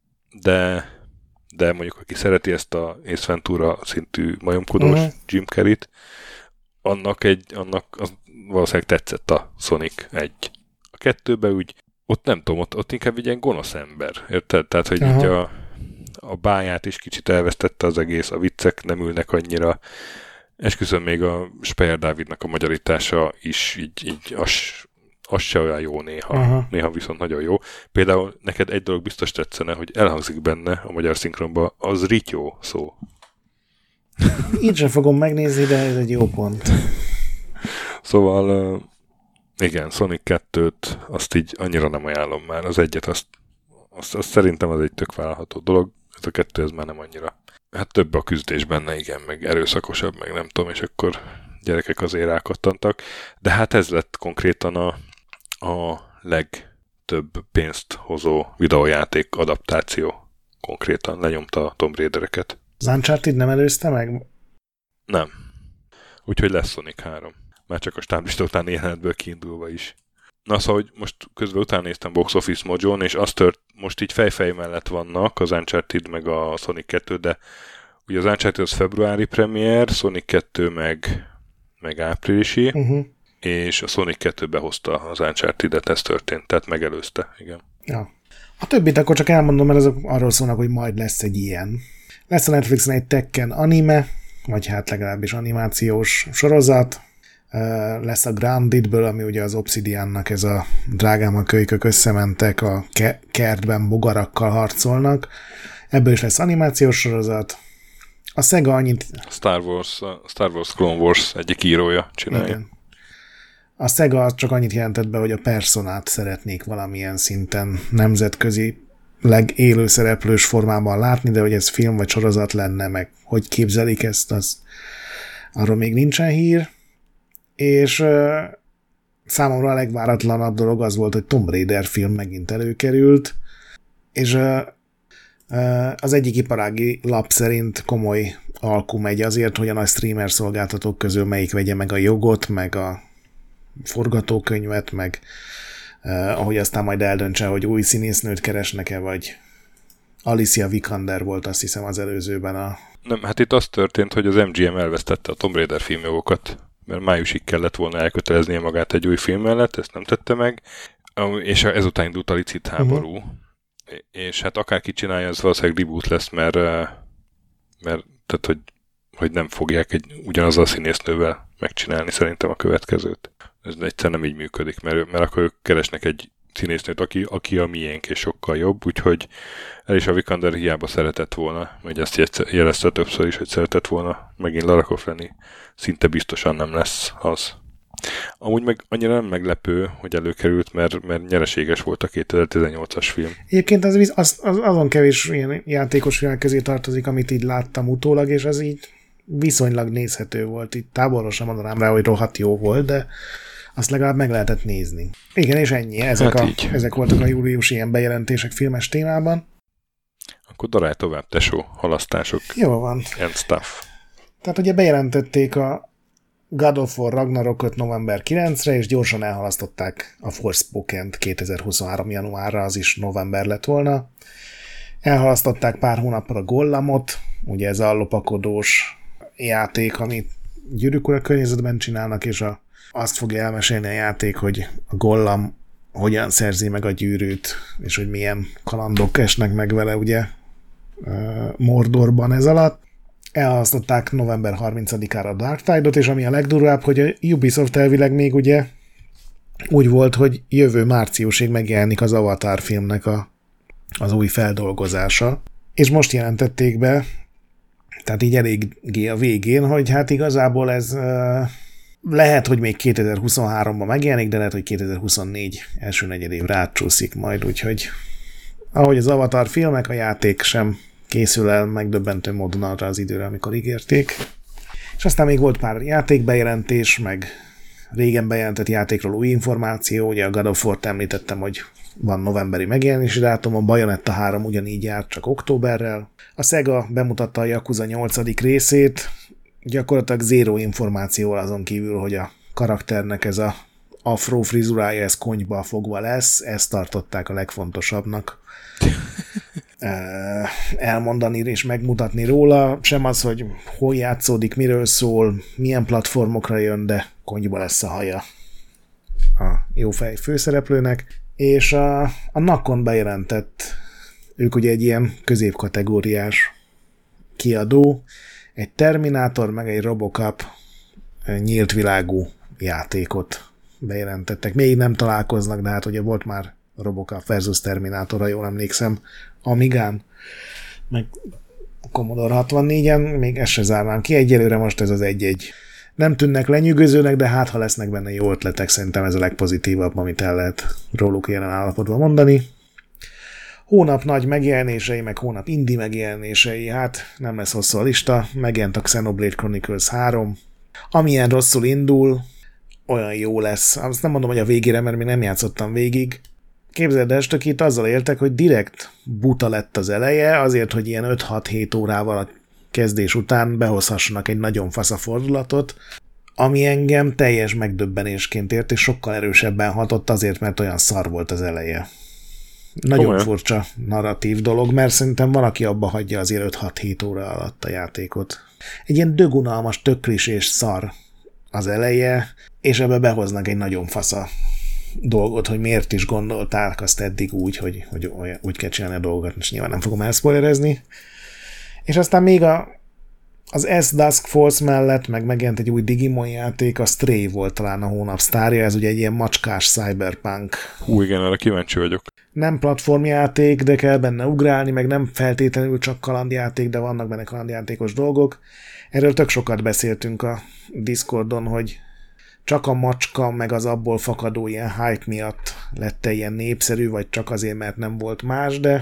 de mondjuk aki szereti ezt a Ace Ventura szintű majomkodós Jim Carreyt, annak valószínűleg tetszett a Sonic 1. A 2-ben úgy, ott nem tudom, ott inkább egy ilyen gonosz ember, érted? Tehát, hogy így a báját is kicsit elvesztette az egész, a viccek nem ülnek annyira. Esküszöm, még a Speyer Dávidnak a magyarítása is így az se olyan jó néha. Néha viszont nagyon jó. Például neked egy dolog biztos tetszene, hogy elhangzik benne a magyar szinkronban az rityó szó. Így sem fogom megnézni, de ez egy jó pont. Szóval igen, Sonic 2-t azt így annyira nem ajánlom már. Az egyet, azt szerintem az egy tök vállalható dolog. Ez a 2 ez már nem annyira. Hát több a küzdés benne, igen, meg erőszakosabb, meg nem tudom, és akkor gyerekek azért rákattantak. De hát ez lett konkrétan a legtöbb pénzt hozó videójáték adaptáció. Konkrétan lenyomta a Tomb Raidereket. Az Uncharted nem előzte meg? Nem. Úgyhogy lesz Sonic 3. Már csak a stáblista utáni jelenetből kiindulva is. Na szóval, hogy most közben utána néztem Box Office Mojo-n, és most így fejfej mellett vannak az Uncharted meg a Sonic 2, de ugye az Uncharted az februári premier, Sonic 2 meg áprilisi, és a Sonic 2 behozta az Uncharted-et, ez történt, tehát megelőzte, igen. Ja. A többit akkor csak elmondom, mert azok arról szólnak, hogy majd lesz egy ilyen. Lesz a Netflixen egy Tekken anime, vagy hát legalábbis animációs sorozat, lesz a Groundedből, ami ugye az Obsidiannak ez a drágám a kölykök összementek, a kertben bogarakkal harcolnak. Ebből is lesz animációs sorozat. A Sega annyit... Star Wars Clone Wars egyik írója csinálja. Igen. A Sega csak annyit jelentett be, hogy a Personát szeretnék valamilyen szinten nemzetközi legélő szereplős formában látni, de hogy ez film vagy sorozat lenne, meg hogy képzelik ezt, arról még nincsen hír. És számomra a legváratlanabb dolog az volt, hogy Tomb Raider film megint előkerült, és az egyik iparági lap szerint komoly alku megy azért, hogy a nagy streamer szolgáltatók közül melyik vegye meg a jogot, meg a forgatókönyvet, meg ahogy aztán majd eldöntse, hogy új színésznőt keresnek-e, vagy Alicia Vikander volt, azt hiszem, az előzőben Nem, hát itt az történt, hogy az MGM elvesztette a Tomb Raider filmjogokat, mert májusig kellett volna elköteleznie magát egy új film mellett, ezt nem tette meg, és ezután indult a licit háború. És hát akárki csinálja, az valószínűleg reboot lesz, mert tehát, hogy nem fogják ugyanazzal a színésznővel megcsinálni szerintem a következőt. Ez egyszerűen nem így működik, mert akkor ők keresnek egy színésznőt, aki a miénk és sokkal jobb, úgyhogy Alicia Vikander hiába szeretett volna, vagy ezt jelezte többször is, hogy szeretett volna, megint Lara Croft lenni, szinte biztosan nem lesz az. Amúgy meg annyira nem meglepő, hogy előkerült, mert nyereséges volt a 2018-as film. Egyébként azon kevés ilyen játékos film közé tartozik, amit így láttam utólag, és az így viszonylag nézhető volt. Itt távolról sem mondanám rá, hogy rohadt jó volt, de azt legalább meg lehetett nézni. Igen, és ennyi. Ezek voltak a júliusi ilyen bejelentések filmes témában. Akkor darálj tovább, tesó, halasztások. Jó van. And stuff. Tehát ugye bejelentették a God of War Ragnarokot november 9-re, és gyorsan elhalasztották a Forspoken-t 2023. januárra, az is november lett volna. Elhalasztották pár hónappal a Gollamot, ugye ez a lopakodós játék, amit Gyűrűk Ura környezetben csinálnak, és azt fogja elmesélni a játék, hogy a Gollam hogyan szerzi meg a gyűrűt, és hogy milyen kalandok esnek meg vele, ugye, Mordorban ez alatt. Elhalasztották november 30-ára a Dark Tide-ot, és ami a legdurvább, hogy a Ubisoft elvileg még ugye úgy volt, hogy jövő márciusig megjelenik az Avatar filmnek az új feldolgozása. És most jelentették be, tehát így eléggé a végén, hogy hát igazából ez lehet, hogy még 2023-ban megjelenik, de lehet, hogy 2024 első negyedévre átcsúszik majd, úgyhogy ahogy az Avatar filmek, a játék sem készül el megdöbbentő módon arra az időre, amikor ígérték. És aztán még volt pár játékbejelentés, meg régen bejelentett játékról új információ, ugye a God of War-t említettem, hogy van novemberi megjelenési dátum, a Bayonetta 3 ugyanígy járt, csak októberrel. A Sega bemutatta a Yakuza 8. részét, gyakorlatilag zéró információval azon kívül, hogy a karakternek ez a afro frizurája, ez konyba fogva lesz, ezt tartották a legfontosabbnak elmondani és megmutatni róla, sem az, hogy hol játszódik, miről szól, milyen platformokra jön, de konyba lesz a haja a jófej főszereplőnek, és a Nakon bejelentett, ők ugye egy ilyen középkategóriás kiadó, egy Terminátor, meg egy Robocop nyílt világú játékot bejelentettek. Még nem találkoznak, de hát ugye volt már Robocop versus Terminátor, ha jól emlékszem, Amigán, meg Commodore 64-en, még ezt se zárnám ki, egyelőre most ez az egy-egy. Nem tűnnek lenyűgözőnek, de hát ha lesznek benne jó ötletek, szerintem ez a legpozitívabb, amit el lehet róluk jelen állapotban mondani. Hónap nagy megjelenései, meg hónap indie megjelenései, hát nem lesz hosszú a lista, megjelent a Xenoblade Chronicles 3, amilyen rosszul indul, olyan jó lesz. Azt nem mondom, hogy a végére, mert még nem játszottam végig. Képzeld el, hogy itt azzal éltek, hogy direkt buta lett az eleje, azért, hogy ilyen 5-6-7 órával a kezdés után behozhassanak egy nagyon fasz a fordulatot, ami engem teljes megdöbbenésként ért, és sokkal erősebben hatott azért, mert olyan szar volt az eleje. Nagyon furcsa narratív dolog, mert szerintem valaki abba hagyja azért 5-6-7 óra alatt a játékot. Egy ilyen dögunalmas, töklis és szar az eleje, és ebbe behoznak egy nagyon fasza dolgot, hogy miért is gondolták azt eddig úgy, hogy úgy kell csinálni a dolgokat, és nyilván nem fogom elszpoilerezni. És aztán még az S Dusk Falls mellett megjelent egy új Digimon játék, a Stray volt talán a hónap sztárja, ez ugye egy ilyen macskás cyberpunk. Igen, arra kíváncsi vagyok. Nem platformjáték, de kell benne ugrálni, meg nem feltétlenül csak kalandjáték, de vannak benne kalandjátékos dolgok. Erről tök sokat beszéltünk a Discordon, hogy csak a macska, meg az abból fakadó ilyen hype miatt lett ilyen népszerű, vagy csak azért, mert nem volt más, de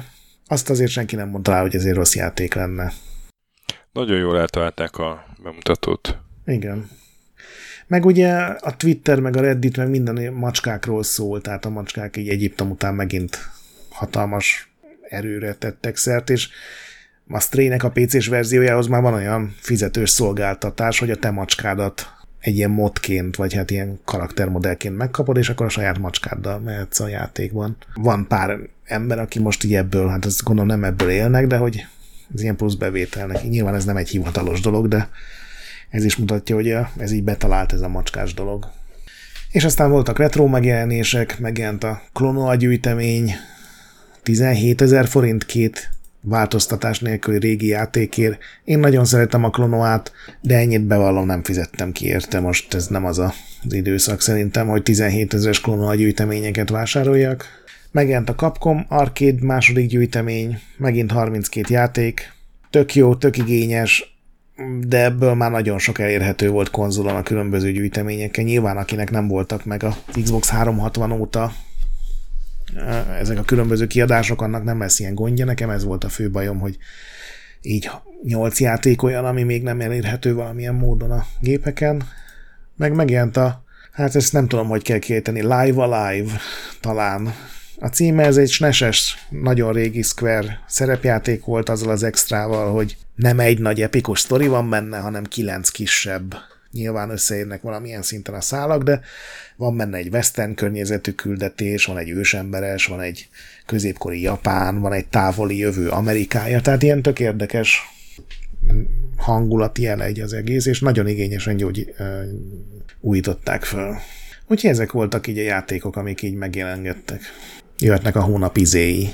azt azért senki nem mondta rá, hogy ezért rossz játék lenne. Nagyon jól eltalálták a bemutatót. Igen. Meg ugye a Twitter, meg a Reddit, meg minden macskákról szól, tehát a macskák így Egyiptom után megint hatalmas erőre tettek szert, és a Stray-nek a PC-s verziójához már van olyan fizetős szolgáltatás, hogy a te macskádat egy ilyen modként, vagy hát ilyen karaktermodellként megkapod, és akkor a saját macskáddal mehetsz a játékban. Van pár ember, aki most így ebből, hát azt gondolom nem ebből élnek, de hogy ez ilyen plusz bevételnek. Nyilván ez nem egy hivatalos dolog, de ez is mutatja, hogy ez így betalált ez a macskás dolog. És aztán voltak retro megjelenések, megjelent a Klonoa gyűjtemény, 17 000 forint 2 változtatás nélküli régi játékért. Én nagyon szeretem a Klonoát, de ennyit bevallom, nem fizettem ki érte. Most ez nem az időszak szerintem, hogy 17 000-es Klonoa gyűjteményeket vásároljak. Megjelent a Capcom Arcade második gyűjtemény, megint 32 játék. Tök jó, tök igényes, de ebből már nagyon sok elérhető volt konzolon a különböző gyűjteményeken. Nyilván akinek nem voltak meg a Xbox 360 óta ezek a különböző kiadások, annak nem lesz ilyen gondja. Nekem ez volt a fő bajom, hogy így 8 játék olyan, ami még nem elérhető valamilyen módon a gépeken. Megjelent hát ezt nem tudom, hogy kell kiejteni, Live Alive talán. A címe ez egy SNES-es, nagyon régi Square szerepjáték volt azzal az extrával, hogy nem egy nagy epikus sztori van benne, hanem 9 kisebb. Nyilván összeérnek valamilyen szinten a szálak, de van benne egy western környezetű küldetés, van egy ősemberes, van egy középkori Japán, van egy távoli jövő Amerikája, tehát ilyen tök érdekes hangulati jelegy az egész, és nagyon igényesen újították fel. Úgyhogy ezek voltak így a játékok, amik így megjelengettek. Jöhetnek a hónap izéi.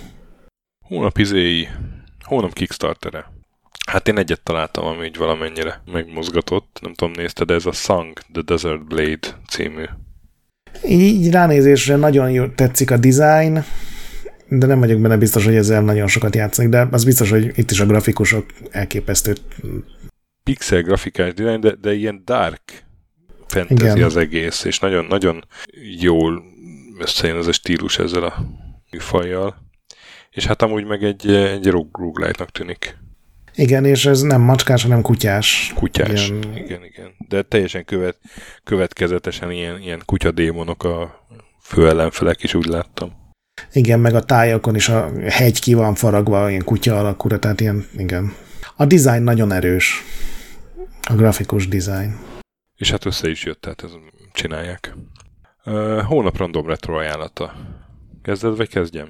Hónap Kickstartere. Hát én egyet találtam, ami így valamennyire megmozgatott. Nem tudom, nézted, de ez a Song the Desert Blade című. Így ránézésre nagyon jó tetszik a design, de nem vagyok benne biztos, hogy ezzel nagyon sokat játszanak, de az biztos, hogy itt is a grafikusok elképesztő. Pixel grafikás design, de ilyen dark fantasy igen. Az egész, és nagyon-nagyon jól összejön ez a stílus ezzel a műfajjal. És hát amúgy meg egy roguelite-nak tűnik. Igen, és ez nem macskás, hanem kutyás. Kutyás, igen. De teljesen következetesen ilyen kutyadémonok a főellenfelek is, úgy láttam. Igen, meg a tájakon is a hegy ki van faragva, ilyen kutya alakúra, tehát ilyen, igen. A design nagyon erős. A grafikus design. És hát össze is jött, tehát ezt csinálják. Hónap random retro ajánlata. Kezded, vagy kezdjem?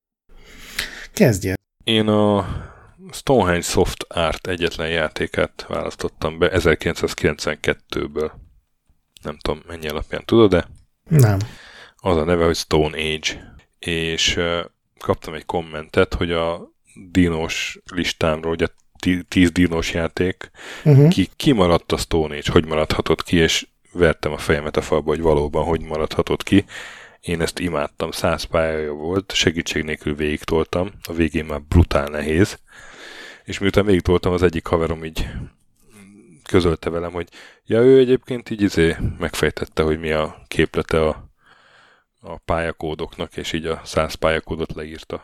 Kezdje. Én a Stonehenge Soft Art egyetlen játékát választottam be 1992-ből. Nem tudom, mennyi alapján tudod, de nem. Az a neve, hogy Stone Age. És kaptam egy kommentet, hogy a dinós listámról, ugye 10 dinós játék, kimaradt a Stone Age, hogy maradhatott ki, és vertem a fejemet a falba, hogy valóban hogy maradhatott ki. Én ezt imádtam, 100 pályaja volt, segítség nélkül végigtoltam, a végén már brutál nehéz, és miután végigtoltam, az egyik haverom így közölte velem, hogy ja, ő egyébként így megfejtette, hogy mi a képlete a pályakódoknak, és így a 100 pályakódot leírta.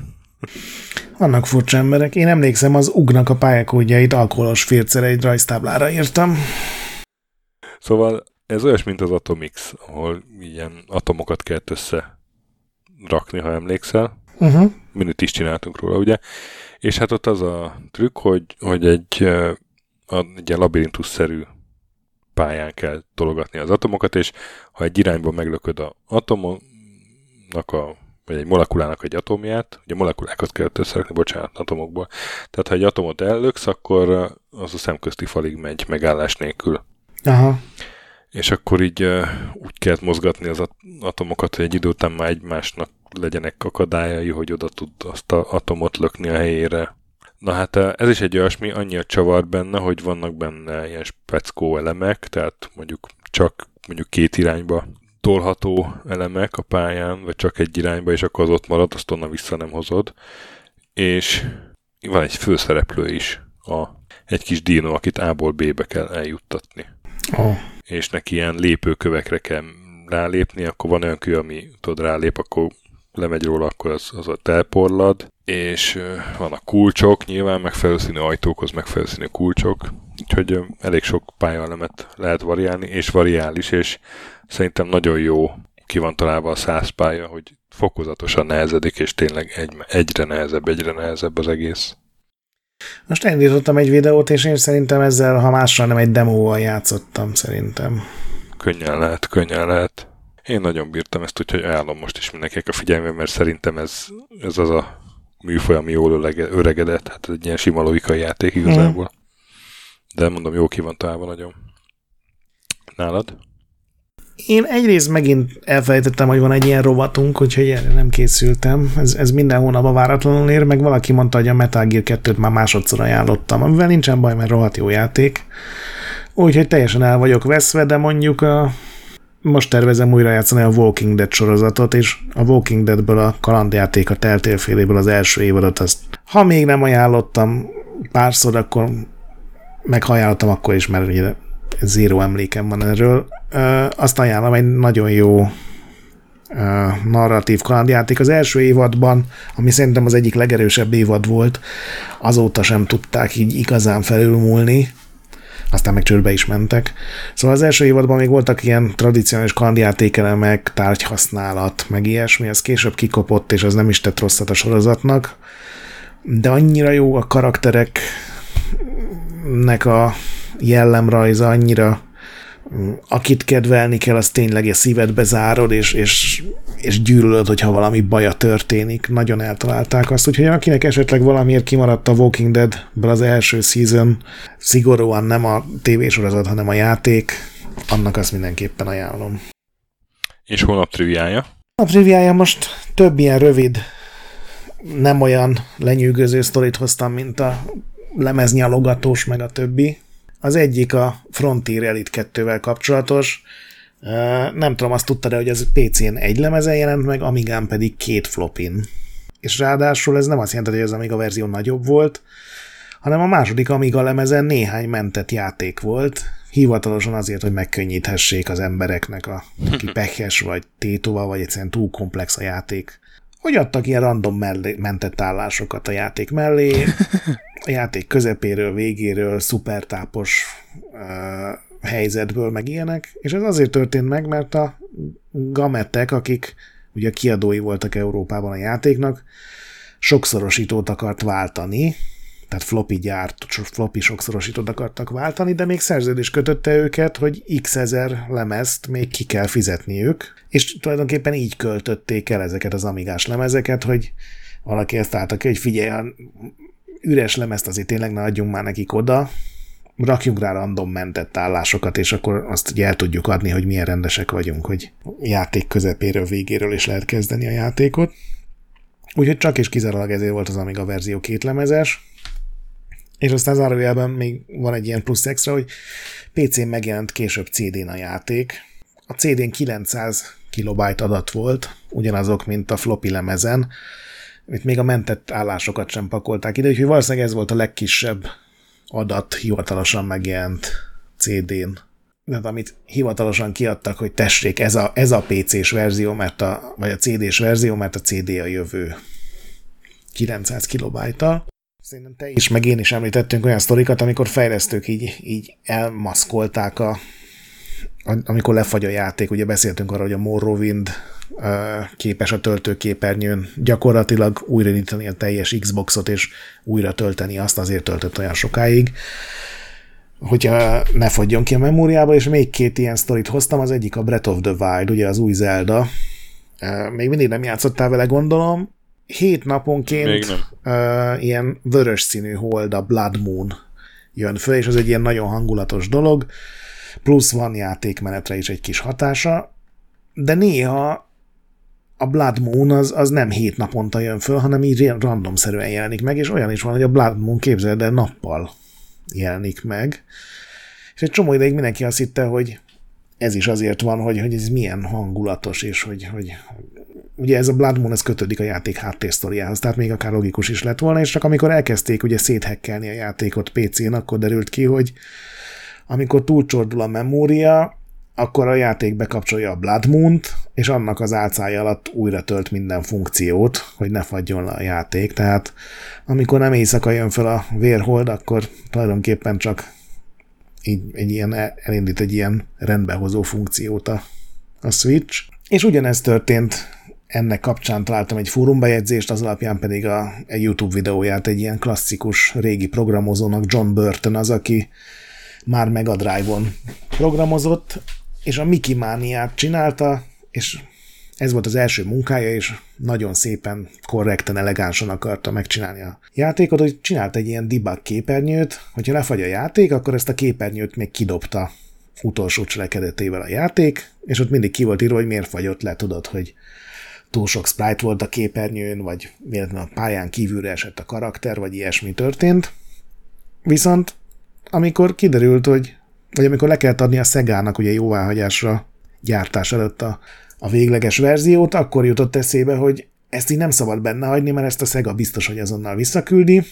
Vannak furcsa emberek. Én emlékszem, az ugnak a pályakódjait alkoholos fércere egy rajztáblára írtam. Szóval ez olyas, mint az Atomix, ahol ilyen atomokat kellett összerakni, ha emlékszel. Minőt is csináltunk róla, ugye? És hát ott az a trükk, hogy egy ilyen labirintusszerű pályán kell tologatni az atomokat, és ha egy irányban meglököd az atomnak vagy egy molekulának egy atomját, ugye molekulákat kell összerakni, bocsánat, atomokból. Tehát ha egy atomot ellöksz, akkor az a szemközti falig megy megállás nélkül. Aha. És akkor így úgy kell mozgatni az atomokat, hogy egy idő után már egymásnak legyenek akadályai, hogy oda tud azt az atomot lökni a helyére. Na hát ez is egy olyasmi, annyira csavar benne, hogy vannak benne ilyen speckó elemek, tehát mondjuk csak két irányba tolható elemek a pályán, vagy csak egy irányba, és akkor az ott marad, azt onnan vissza nem hozod. És van egy főszereplő is, egy kis dino, akit A-ból B-be kell eljuttatni. Oh. És neki ilyen lépőkövekre kell rálépni, akkor van olyan kő, ami rálép, akkor lemegy róla, akkor az a elporlad, és vannak kulcsok, nyilván megfelelő színű ajtókhoz megfelelő színű kulcsok, úgyhogy elég sok pályaelemet lehet variálni, és variális, és szerintem nagyon jó ki van találva a 100 pálya, hogy fokozatosan nehezedik, és tényleg egyre nehezebb az egész. Most elindítottam egy videót, és én szerintem ezzel, ha mással nem egy demóval játszottam, szerintem. Könnyen lehet. Én nagyon bírtam ezt, úgyhogy ajánlom most is mindenkinek a figyelmét, mert szerintem ez az a műfaj, ami jól öregedett. Hát ez egy ilyen sima logikai játék igazából. De mondom, jó ki van találva nagyon. Nálad? Én egyrészt megint elfelejtettem, hogy van egy ilyen rovatunk, úgyhogy erre nem készültem. Ez minden hónapban váratlanul ér, meg valaki mondta, hogy a Metal Gear 2-t már másodszor ajánlottam, amivel nincsen baj, mert rohadt jó játék. Úgyhogy teljesen el vagyok veszve, de mondjuk most tervezem újra játszani a Walking Dead sorozatot, és a Walking Deadből a kalandjáték, a Telltale-féléből az első évadot, azt ha még nem ajánlottam párszor, akkor meg ha ajánlottam akkor is, mert ugye zéró emlékem van erről. Azt ajánlom, egy nagyon jó narratív kalandjáték. Az első évadban, ami szerintem az egyik legerősebb évad volt, azóta sem tudták így igazán felülmúlni, aztán meg csődbe is mentek. Szóval az első évadban még voltak ilyen tradicionális kalandjátékelemek, tárgyhasználat, meg ilyesmi, az később kikopott, és az nem is tett rosszat a sorozatnak, de annyira jó a karaktereknek a jellemrajza, annyira akit kedvelni kell, az tényleg a szívedbe zárod, és gyűlölöd, hogyha valami baja történik. Nagyon eltalálták azt, úgyhogy akinek esetleg valamiért kimaradt a Walking Deadből az első season, szigorúan nem a tévésorozat, hanem a játék, annak azt mindenképpen ajánlom. És holnap triviája? A triviája most több ilyen rövid, nem olyan lenyűgöző sztorit hoztam, mint a lemeznyalogatós, meg a többi. Az egyik a Frontier Elite 2-vel kapcsolatos. Nem tudom, azt tudtad-e, hogy az PC-n egy lemezen jelent meg, Amigán pedig 2 flopin. És ráadásul ez nem azt jelenti, hogy az Amiga verzió nagyobb volt, hanem a második Amiga lemezen néhány mentett játék volt, hivatalosan azért, hogy megkönnyíthessék az embereknek, aki pekhes, vagy tétova, vagy egyszerűen túl komplex a játék. Hogy adtak ilyen random mentett állásokat a játék mellé, a játék közepéről, végéről, szupertápos helyzetből, meg ilyenek, és ez azért történt meg, mert a gamettek, akik ugye a kiadói voltak Európában a játéknak, sokszorosítót akart váltani, tehát floppy sokszorosítót akartak váltani, de még szerződés kötötte őket, hogy x ezer lemezt még ki kell fizetniük, és tulajdonképpen így költötték el ezeket az amigás lemezeket, hogy valaki ezt állta ki, hogy figyelj, a üres lemezt azért tényleg ne adjunk már nekik oda, rakjunk rá random mentett állásokat, és akkor azt ugye el tudjuk adni, hogy milyen rendesek vagyunk, hogy játék közepéről, végéről is lehet kezdeni a játékot. Úgyhogy csak és kizárólag ezért volt az Amiga verzió 2 lemezes, és aztán zárójelben még van egy ilyen plusz extra, hogy PC-n megjelent később CD-n a játék. A CD-n 900 kilobyte adat volt, ugyanazok, mint a floppy lemezen, itt még a mentett állásokat sem pakolták ide, úgyhogy valószínűleg ez volt a legkisebb adat hivatalosan megjelent CD-n. De amit hivatalosan kiadtak, hogy tessék, ez a PC-s verzió, vagy a CD-s verzió, mert a CD a jövő 900 kilobájttal. Szerintem te is, meg én is említettünk olyan sztorikat, amikor fejlesztők így elmaszkolták amikor lefagy a játék, ugye beszéltünk arra, hogy a Morrowind képes a töltőképernyőn gyakorlatilag újraindítani a teljes Xboxot, és újra tölteni azt, azért töltött olyan sokáig, hogyha ne fagyjon ki a memóriába, és még 2 ilyen sztorit hoztam, az egyik a Breath of the Wild, ugye az új Zelda. Még mindig nem játszottál vele, gondolom. 7 naponként ilyen vörös színű hold, a Blood Moon jön föl, és az egy ilyen nagyon hangulatos dolog, plusz van játékmenetre is egy kis hatása, de néha a Blood Moon az nem 7 naponta jön föl, hanem így randomszerűen jelenik meg, és olyan is van, hogy a Blood Moon, képzeld el, nappal jelenik meg. És egy csomó ideig mindenki azt hitte, hogy ez is azért van, hogy ez milyen hangulatos, és hogy ugye ez a Blood Moon, ez kötődik a játék háttérsztoriához, tehát még akár logikus is lett volna, és csak amikor elkezdték ugye széthekkelni a játékot PC-n, akkor derült ki, hogy amikor túlcsordul a memória, akkor a játék bekapcsolja a Blood Moon-t, és annak az álcája alatt újra tölt minden funkciót, hogy ne fagyjon le a játék. Tehát amikor nem éjszaka jön fel a vérhold, akkor tulajdonképpen csak így elindít egy ilyen rendbehozó funkciót a Switch. És ugyanez történt, ennek kapcsán találtam egy fórumbejegyzést, az alapján pedig egy YouTube videóját egy ilyen klasszikus régi programozónak, John Burton az, aki már Mega Drive-on programozott, és a Mickey Mániát csinálta, és ez volt az első munkája, és nagyon szépen, korrekten, elegánsan akarta megcsinálni a játékot, hogy csinált egy ilyen debug képernyőt, hogyha lefagy a játék, akkor ezt a képernyőt még kidobta utolsó cselekedetével a játék, és ott mindig ki volt írva, hogy miért fagyott le, tudod, hogy túl sok sprite volt a képernyőn, vagy véletlenül a pályán kívülre esett a karakter, vagy ilyesmi történt. Viszont amikor kiderült, vagy amikor le kellett adni a Segának ugye jóváhagyásra gyártás előtt a végleges verziót, akkor jutott eszébe, hogy ezt így nem szabad benne hagyni, mert ezt a Sega biztos, hogy azonnal visszaküldi,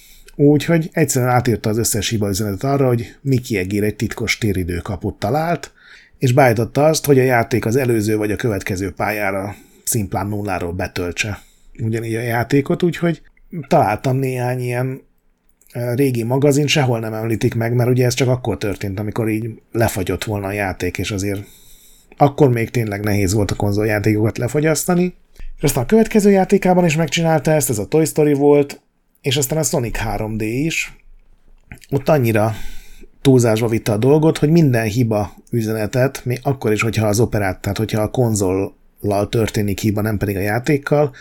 úgyhogy egyszerűen átírta az összes hibaüzenetet arra, hogy Mickey egér egy titkos téridőkaput talált, és beállította azt, hogy a játék az előző vagy a következő pályára szimplán nulláról betöltse ugyanígy a játékot, úgyhogy találtam néhány ilyen régi magazin, sehol nem említik meg, mert ugye ez csak akkor történt, amikor így lefagyott volna a játék, és azért akkor még tényleg nehéz volt a konzoljátékokat lefogyasztani. És aztán a következő játékában is megcsinálta ezt, ez a Toy Story volt, és aztán a Sonic 3D is. Ott annyira túlzásba vitte a dolgot, hogy minden hiba üzenetet, még akkor is, hogyha az operát, tehát hogyha a konzollal történik hiba, nem pedig a játékkal,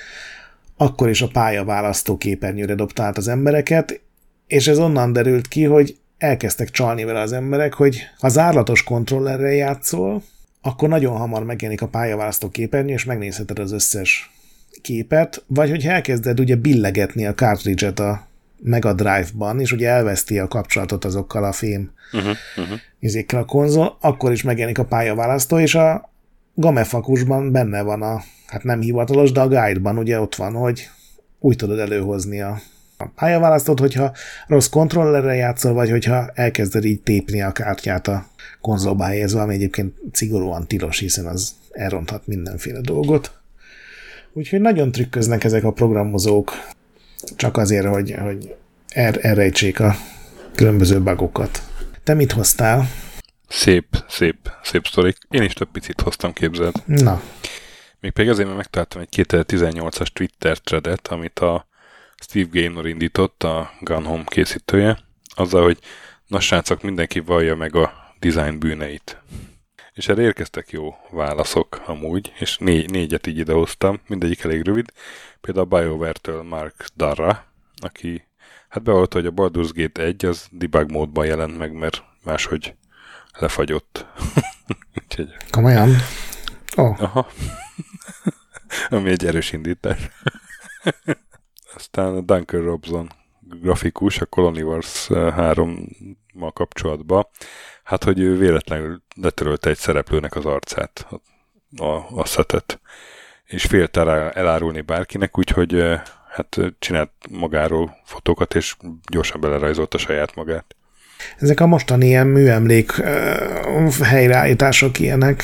akkor is a pályaválasztó képernyőre dobta át az embereket, és ez onnan derült ki, hogy elkezdtek csalni vele az emberek, hogy ha zárlatos kontrollerrel játszol, akkor nagyon hamar megjelenik a pályaválasztó képernyő, és megnézheted az összes képet, vagy hogy elkezded ugye billegetni a cartridge-et a Mega Drive-ban, és ugye elveszti a kapcsolatot azokkal a fém izékkel a konzol, akkor is megjelenik a pályaválasztó, és a gamefakusban benne van hát nem hivatalos, de a guide-ban ugye ott van, hogy úgy tudod előhozni a pályaválasztót, hogyha rossz kontrollerrel játszol, vagy hogyha elkezded így tépni a kártyát a konzolba helyezve, ami egyébként szigorúan tilos, hiszen az elronthat mindenféle dolgot. Úgyhogy nagyon trükköznek ezek a programozók, csak azért, hogy elrejtsék a különböző bugokat. Te mit hoztál? Szép sztorik. Én is több picit hoztam, képzeld. Na. Még pedig azért, mert megtaláltam egy 2018-as Twitter threadet, amit a Steve Gaynor indított, a Gone Home készítője, azzal, hogy na srácok, mindenki vallja meg a design bűneit. És erre érkeztek jó válaszok amúgy, és négyet így idehoztam, mindegyik elég rövid. Például a BioWare-től Mark Darra, aki hát bevallotta, hogy a Baldur's Gate 1 az debug módban jelent meg, mert máshogy lefagyott. Úgyhogy... Komolyan? Oh. Aha. Ami egy erős indítás. Aztán a Duncan Robson grafikus, a Colony Wars 3-mal kapcsolatban, hát, hogy ő véletlenül letörölte egy szereplőnek az arcát, a szetet, és félt elárulni bárkinek, úgyhogy hát csinált magáról fotókat, és gyorsan belerajzolta saját magát. Ezek a mostani ilyen műemlék helyreállítások ilyenek.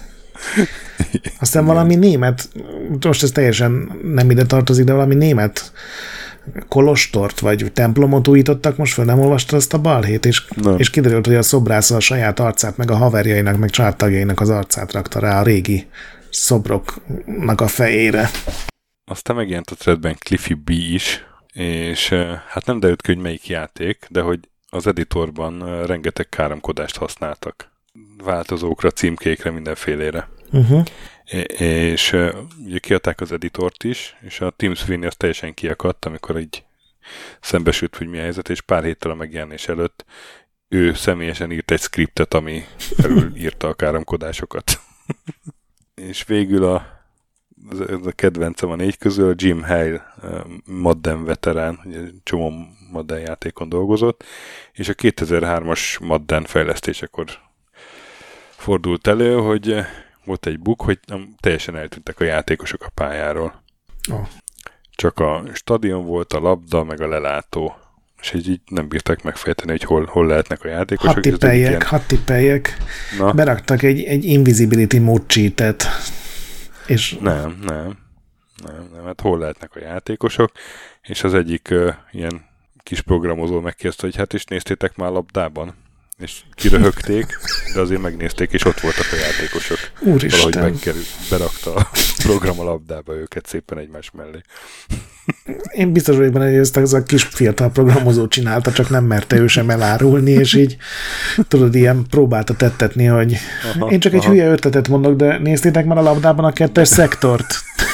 Aztán valami német, most ez teljesen nem ide tartozik, de valami német kolostort vagy templomot újítottak most föl, nem olvastad azt a balhét, és kiderült, hogy a szobrász a saját arcát, meg a haverjainak, meg családtagjainak az arcát rakta rá a régi szobroknak a fejére. Aztán megjelent a threadben Cliffy B is, és hát nem derült ki, hogy melyik játék, de hogy az editorban rengeteg káromkodást használtak. Változókra, címkékre, mindenfélére. És ugye kiadták az editort is, és a Tim Sweeney az teljesen kiakadt, amikor így szembesült, hogy mi a helyzet, és pár héttel a megjelenés előtt ő személyesen írt egy scriptet, ami írta a káromkodásokat. És végül ez a kedvencem a 4 közül, a Jim Hale Madden veterán, ugye csomó Madden játékon dolgozott, és a 2003-as Madden fejlesztésekor fordult elő, hogy volt egy bug, hogy teljesen eltűntek a játékosok a pályáról. Oh. Csak a stadion volt, a labda, meg a lelátó és így nem bírták megfejteni, hogy hol lehetnek a játékosok. Hadd tippeljek. Beraktak egy invisibility mode cheatet. És... Nem, hát hol lehetnek a játékosok, és az egyik ilyen kis programozó megkérdezte, hogy hát is néztétek már labdában? És kiröhögték, de azért megnézték, és ott voltak a játékosok. Úristen. Valahogy berakta a program a labdába őket szépen egymás mellé. Én biztos vagyok benne, hogy ezt az a kis fiatal programozó csinálta, csak nem merte ő sem elárulni, és így tudod, ilyen próbálta tettetni, hogy én csak egy hülye ötletet mondok, de néztétek már a labdában a 2-es szektort?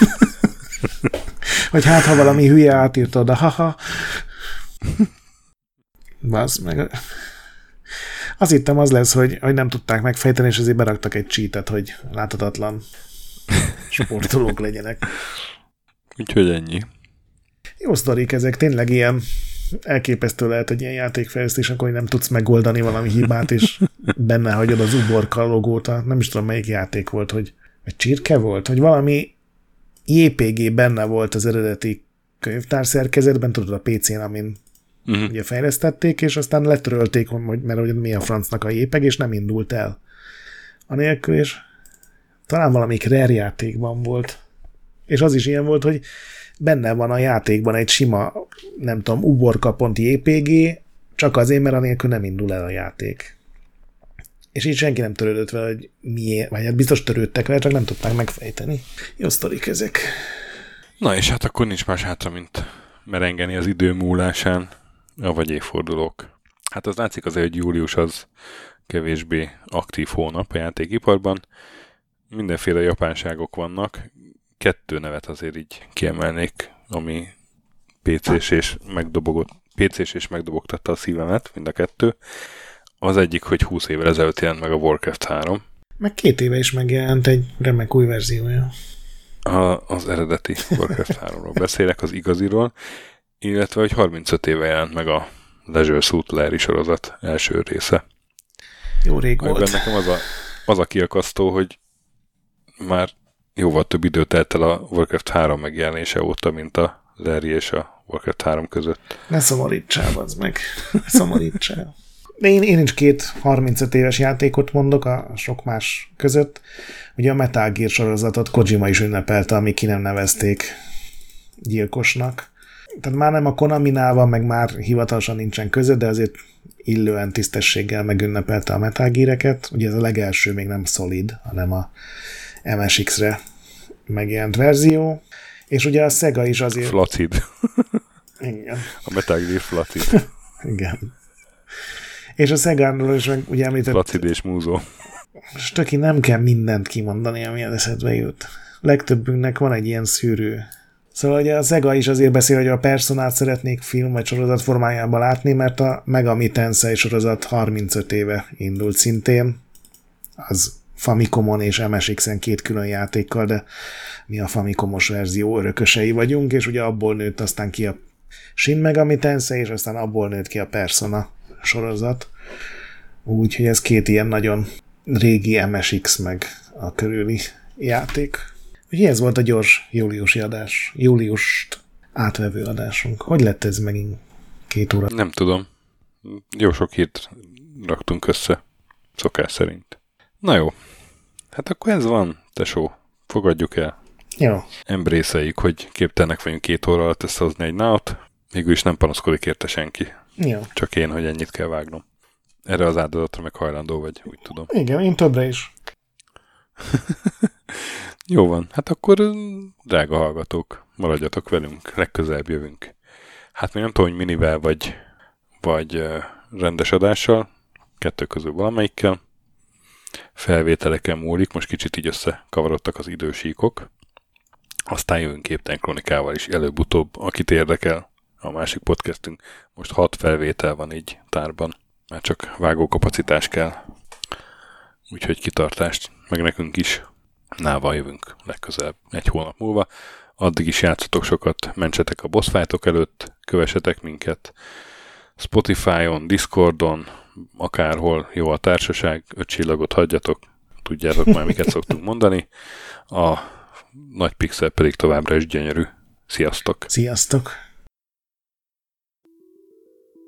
Hogy hát, ha valami hülye átírta oda, haha. Bazd meg. Azt hittem az lesz, hogy nem tudták megfejteni, és azért beraktak egy cheatet, hogy láthatatlan sportolók legyenek. Úgyhogy ennyi. Jó sztorik ezek, tényleg ilyen elképesztő lehet egy ilyen játékfejlesztés, akkor nem tudsz megoldani valami hibát, és benne hagyod az uborka logót, nem is tudom melyik játék volt, hogy csirke volt, hogy valami JPG benne volt az eredeti könyvtárszerkezetben, tudod a PC-n, amin ugye fejlesztették, és aztán letörölték, mert hogy mi a francnak a JPEG, és nem indult el. Anélkül, és talán valamik Rare játékban volt. És az is ilyen volt, hogy benne van a játékban egy sima, nem tudom, uborka.jpg, csak azért, mert anélkül nem indul el a játék. És így senki nem törődött vele, hogy miért, vagy hát biztos törődtek vele, csak nem tudták megfejteni. Jó sztorik ezek. Na és hát akkor nincs más hátra, mint merengeni az idő múlásán, vagy évfordulók. Hát az látszik azért, hogy július az kevésbé aktív hónap a játékiparban. Mindenféle japánságok vannak. 2 nevet azért így kiemelnék, ami PC-s és megdobogtatta a szívemet, mind a 2. Az egyik, hogy 20 évvel ezelőtt jelent meg a Warcraft 3. Meg 2 éve is megjelent egy remek új verziója. Az eredeti Warcraft 3-ról beszélek, az igaziról, illetve, hogy 35 éve jelent meg a Leisure Suit Larry sorozat első része. Jó rég volt. Nekem az a kiakasztó, hogy már jóval több időt telt el a Warcraft 3 megjelenése óta, mint a Larry és a Warcraft 3 között. Ne szomorítsál, az meg. Ne szomorítsál. De én is 2 35 éves játékot mondok a sok más között. Ugye a Metal Gear sorozatot Kojima is ünnepelte, amíg ki nem nevezték gyilkosnak. Tehát már nem a Konami-nál van, meg már hivatalosan nincsen között, de azért illően tisztességgel megünnepelte a Metal Gear-eket. Ugye ez a legelső még nem Solid, hanem a MSX-re megjelent verzió. És ugye a Sega is azért... Flacid. Igen. A Metal Gear Flacid. Igen. És a Sega-ról is meg ugye említett... Flacid és múzó. Stöki, nem kell mindent kimondani, ami az eszedbe jut. Legtöbbünknek van egy ilyen szűrő. Szóval ugye a Sega is azért beszél, hogy a Personát szeretnék film vagy sorozat formájában látni, mert a Megami Tensei sorozat 35 éve indult szintén. Az Famicomon és MSX-en 2 külön játékkal, de mi a Famicomos verzió örökösei vagyunk, és ugye abból nőtt aztán ki a Shin Megami Tensei, és aztán abból nőtt ki a Persona sorozat. Úgyhogy ez 2 ilyen nagyon régi MSX meg a körüli játék. Úgyhogy ez volt a gyors júliusi adás. Júliust átvevő adásunk. Hogy lett ez megint 2 óra? Nem tudom. Jó sok hírt raktunk össze, szokás szerint. Na jó. Hát akkor ez van, tesó. Fogadjuk el. Jó. Embrészeljük, hogy képtelnek vagyunk 2 óra alatt összehozni egy náut. Végül is nem panaszkodik érte senki. Jó. Csak én, hogy ennyit kell vágnom. Erre az áldozatra meg hajlandó vagy, úgy tudom. Igen, én többre is. Jó van, hát akkor drága hallgatók, maradjatok velünk, legközelebb jövünk. Hát még nem tudom, hogy minivel vagy rendes adással, 2 közül valamelyikkel. Felvételeken múlik, most kicsit így összekavarodtak az idősíkok. Aztán jövünk Képtelen Kronikával is előbb-utóbb, akit érdekel a másik podcastünk. Most 6 felvétel van így tárban, már csak vágókapacitás kell. Úgyhogy kitartást, meg nekünk is. Nával jövünk legközelebb 1 hónap múlva. Addig is játszatok sokat, mentsetek a boss fightok előtt, kövessetek minket Spotify-on, Discordon, akárhol jó a társaság, 5 csillagot hagyjatok, tudjátok már, miket szoktunk mondani. A nagy pixel pedig továbbra is gyönyörű. Sziasztok! Sziasztok!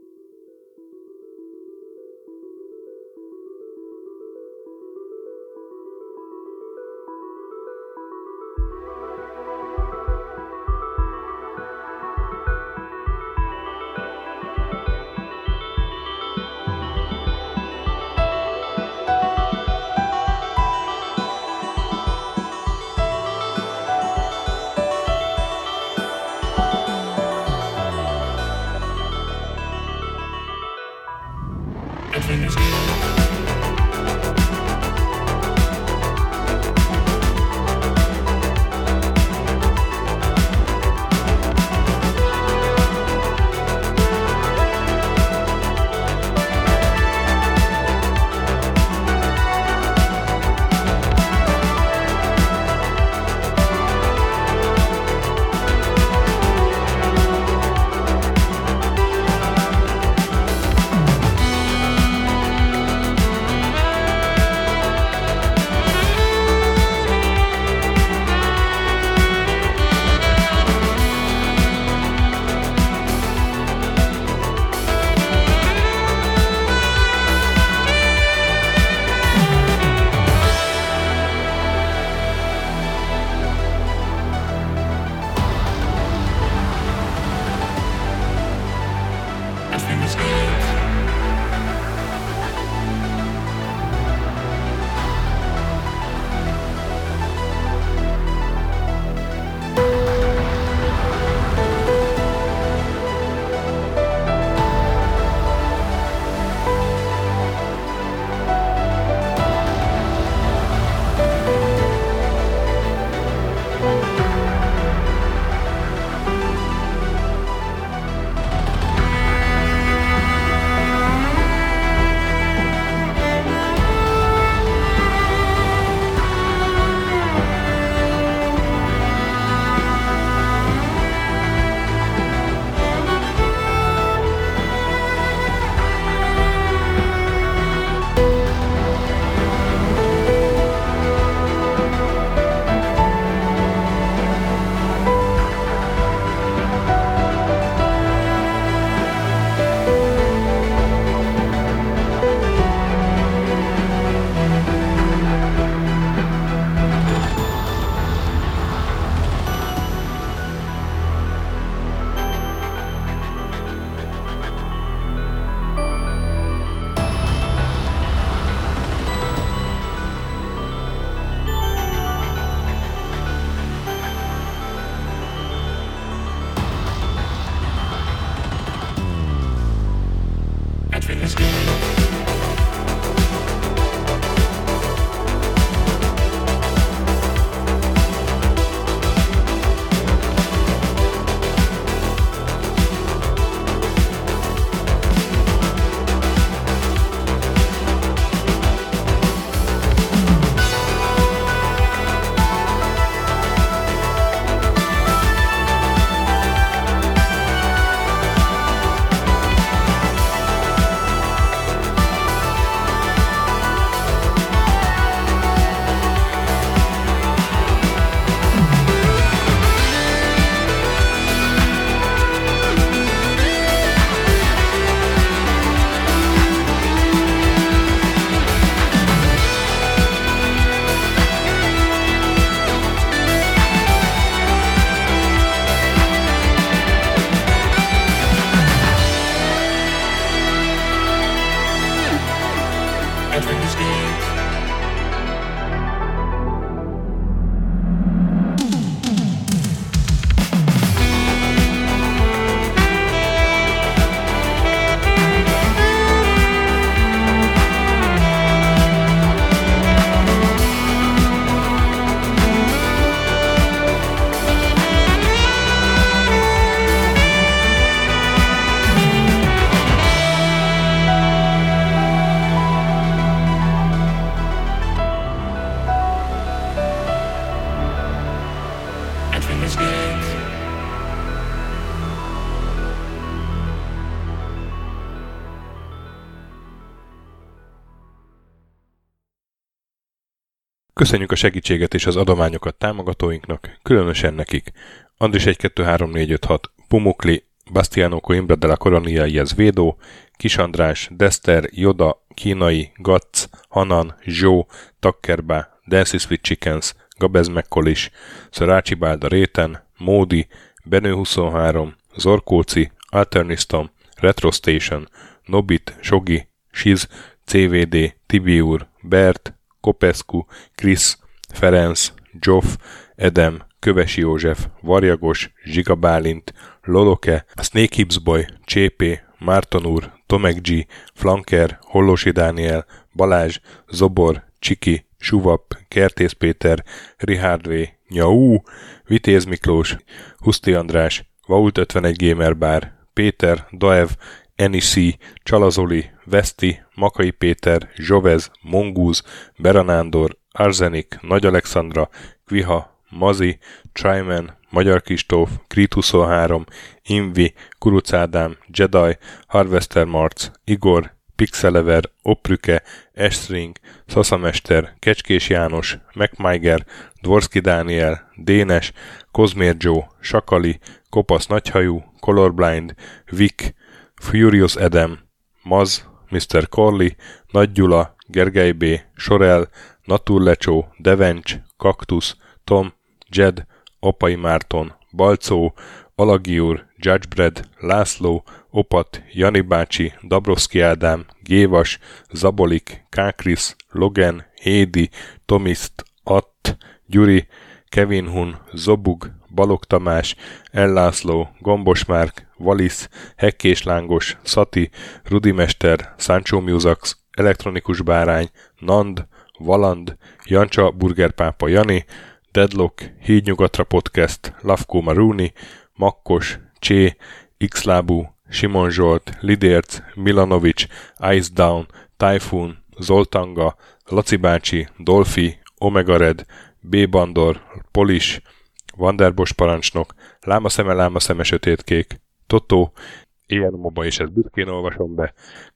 Köszönjük a segítséget és az adományokat támogatóinknak, különösen nekik. Andris 1, 2, 3, 4, 5, 6, Pumukli, Bastiano Coimbra de la Coronia Iez Védó, Kis András, Dester, Joda, Kínai, Gatz, Hanan, Zsó, Takkerbá, Dancy Sweet Chickens, Gabez Mekkolis, Szarácsi Bálda Réten, Módi, Benő 23, Zorkóci, Alternisztom, Retro Station, Nobit, Sogi, Siz, CVD, Tibiur, Bert, Kopescu, Krisz, Ferenc, Zsoff, Edem, Kövesi József, Varjagos, Zsiga Bálint, Loloke, Snake Hips Boy, Csépé, Márton úr, Tomek G, Flanker, Hollósi Dániel, Balázs, Zobor, Csiki, Suvap, Kertész Péter, Richard V, Nyau, Vitéz Miklós, Huszti András, Vault 51 Gamer Bar, Péter, Daev, Enisi, Csalazoli, Veszti, Makai Péter, Zsovez, Mongúz, Beranándor, Arzenik, Nagy Alexandra, Kviha, Mazi, Tryman, Magyar Kristóf, Krit 23, Invi, Kuruc Ádám, Jedi, Harvester Marc, Igor, Pixelever, Oprüke, Estring, Szaszamester, Kecskés János, MacMiger, Dvorski Dániel, Dénes, Kozmér Joe, Sakali, Kopasz Nagyhajú, Colorblind, Vic, Furious Edem, Maz, Mr. Corley, Nagy Gyula, Gergely B., Sorel, Naturlecsó, Devencs, Kaktusz, Tom, Jed, Apai Márton, Balcó, Alagiur, Judgebred, László, Opat, Jani bácsi, Dabrowski Ádám, Gévas, Zabolik, Kákris, Logan, Hédi, Tomiszt, Att, Gyuri, Kevin Hun, Zobug, Balog Tamás, Ellászló, Gombos Márk, Valisz, Hekkés Lángos, Szati, Rudimester, Sancho Musax, Elektronikus Bárány, Nand, Valand, Jancsa Burgerpápa Jani, Deadlock, Hídnyugatra Podcast, Lavkó Maruni, Makkos, Csé, Xlábú, Simon Zsolt, Lidérc, Milanovic, Ice Down, Typhoon, Zoltanga, Laci bácsi, Dolfi, Omega Red, B. Bandor, Polis, Vanderbos parancsnok, Lámaszeme sötétkék, Totó, ilyen moba is ezt büszkén olvasom be,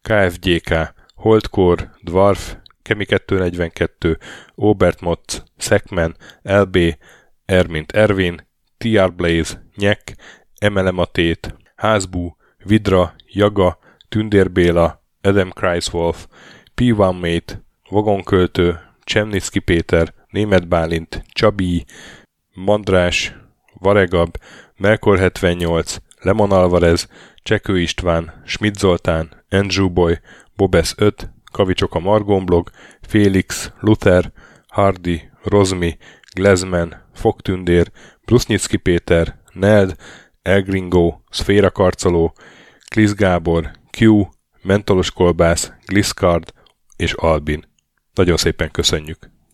KFGK, Holdcore, Dwarf, Kemi 242, Obert Motz, Szekmen, LB, Ermint Ervin, TR Blaze, Nyek, Emelematét, Házbú, Vidra, Jaga, Tündér Béla, Adam Kreiswolf, P1 Mate, Vagonköltő, Csemnicki Péter, Németh Bálint, Csabi, Mandrás, Varegab, Melkor 78, Lemon Alvarez, Csekő István, Schmidt Zoltán, Andrew Boy, Bobesz 5, Kavicsok a Margonblog, Félix, Luther, Hardy, Rozmi, Glezman, Fogtündér, Brusznyicki Péter, Neld, Elgringo, Szféra Karcoló, Klisz Gábor, Q, Mentolos Kolbász, Gliscard és Albin. Nagyon szépen köszönjük!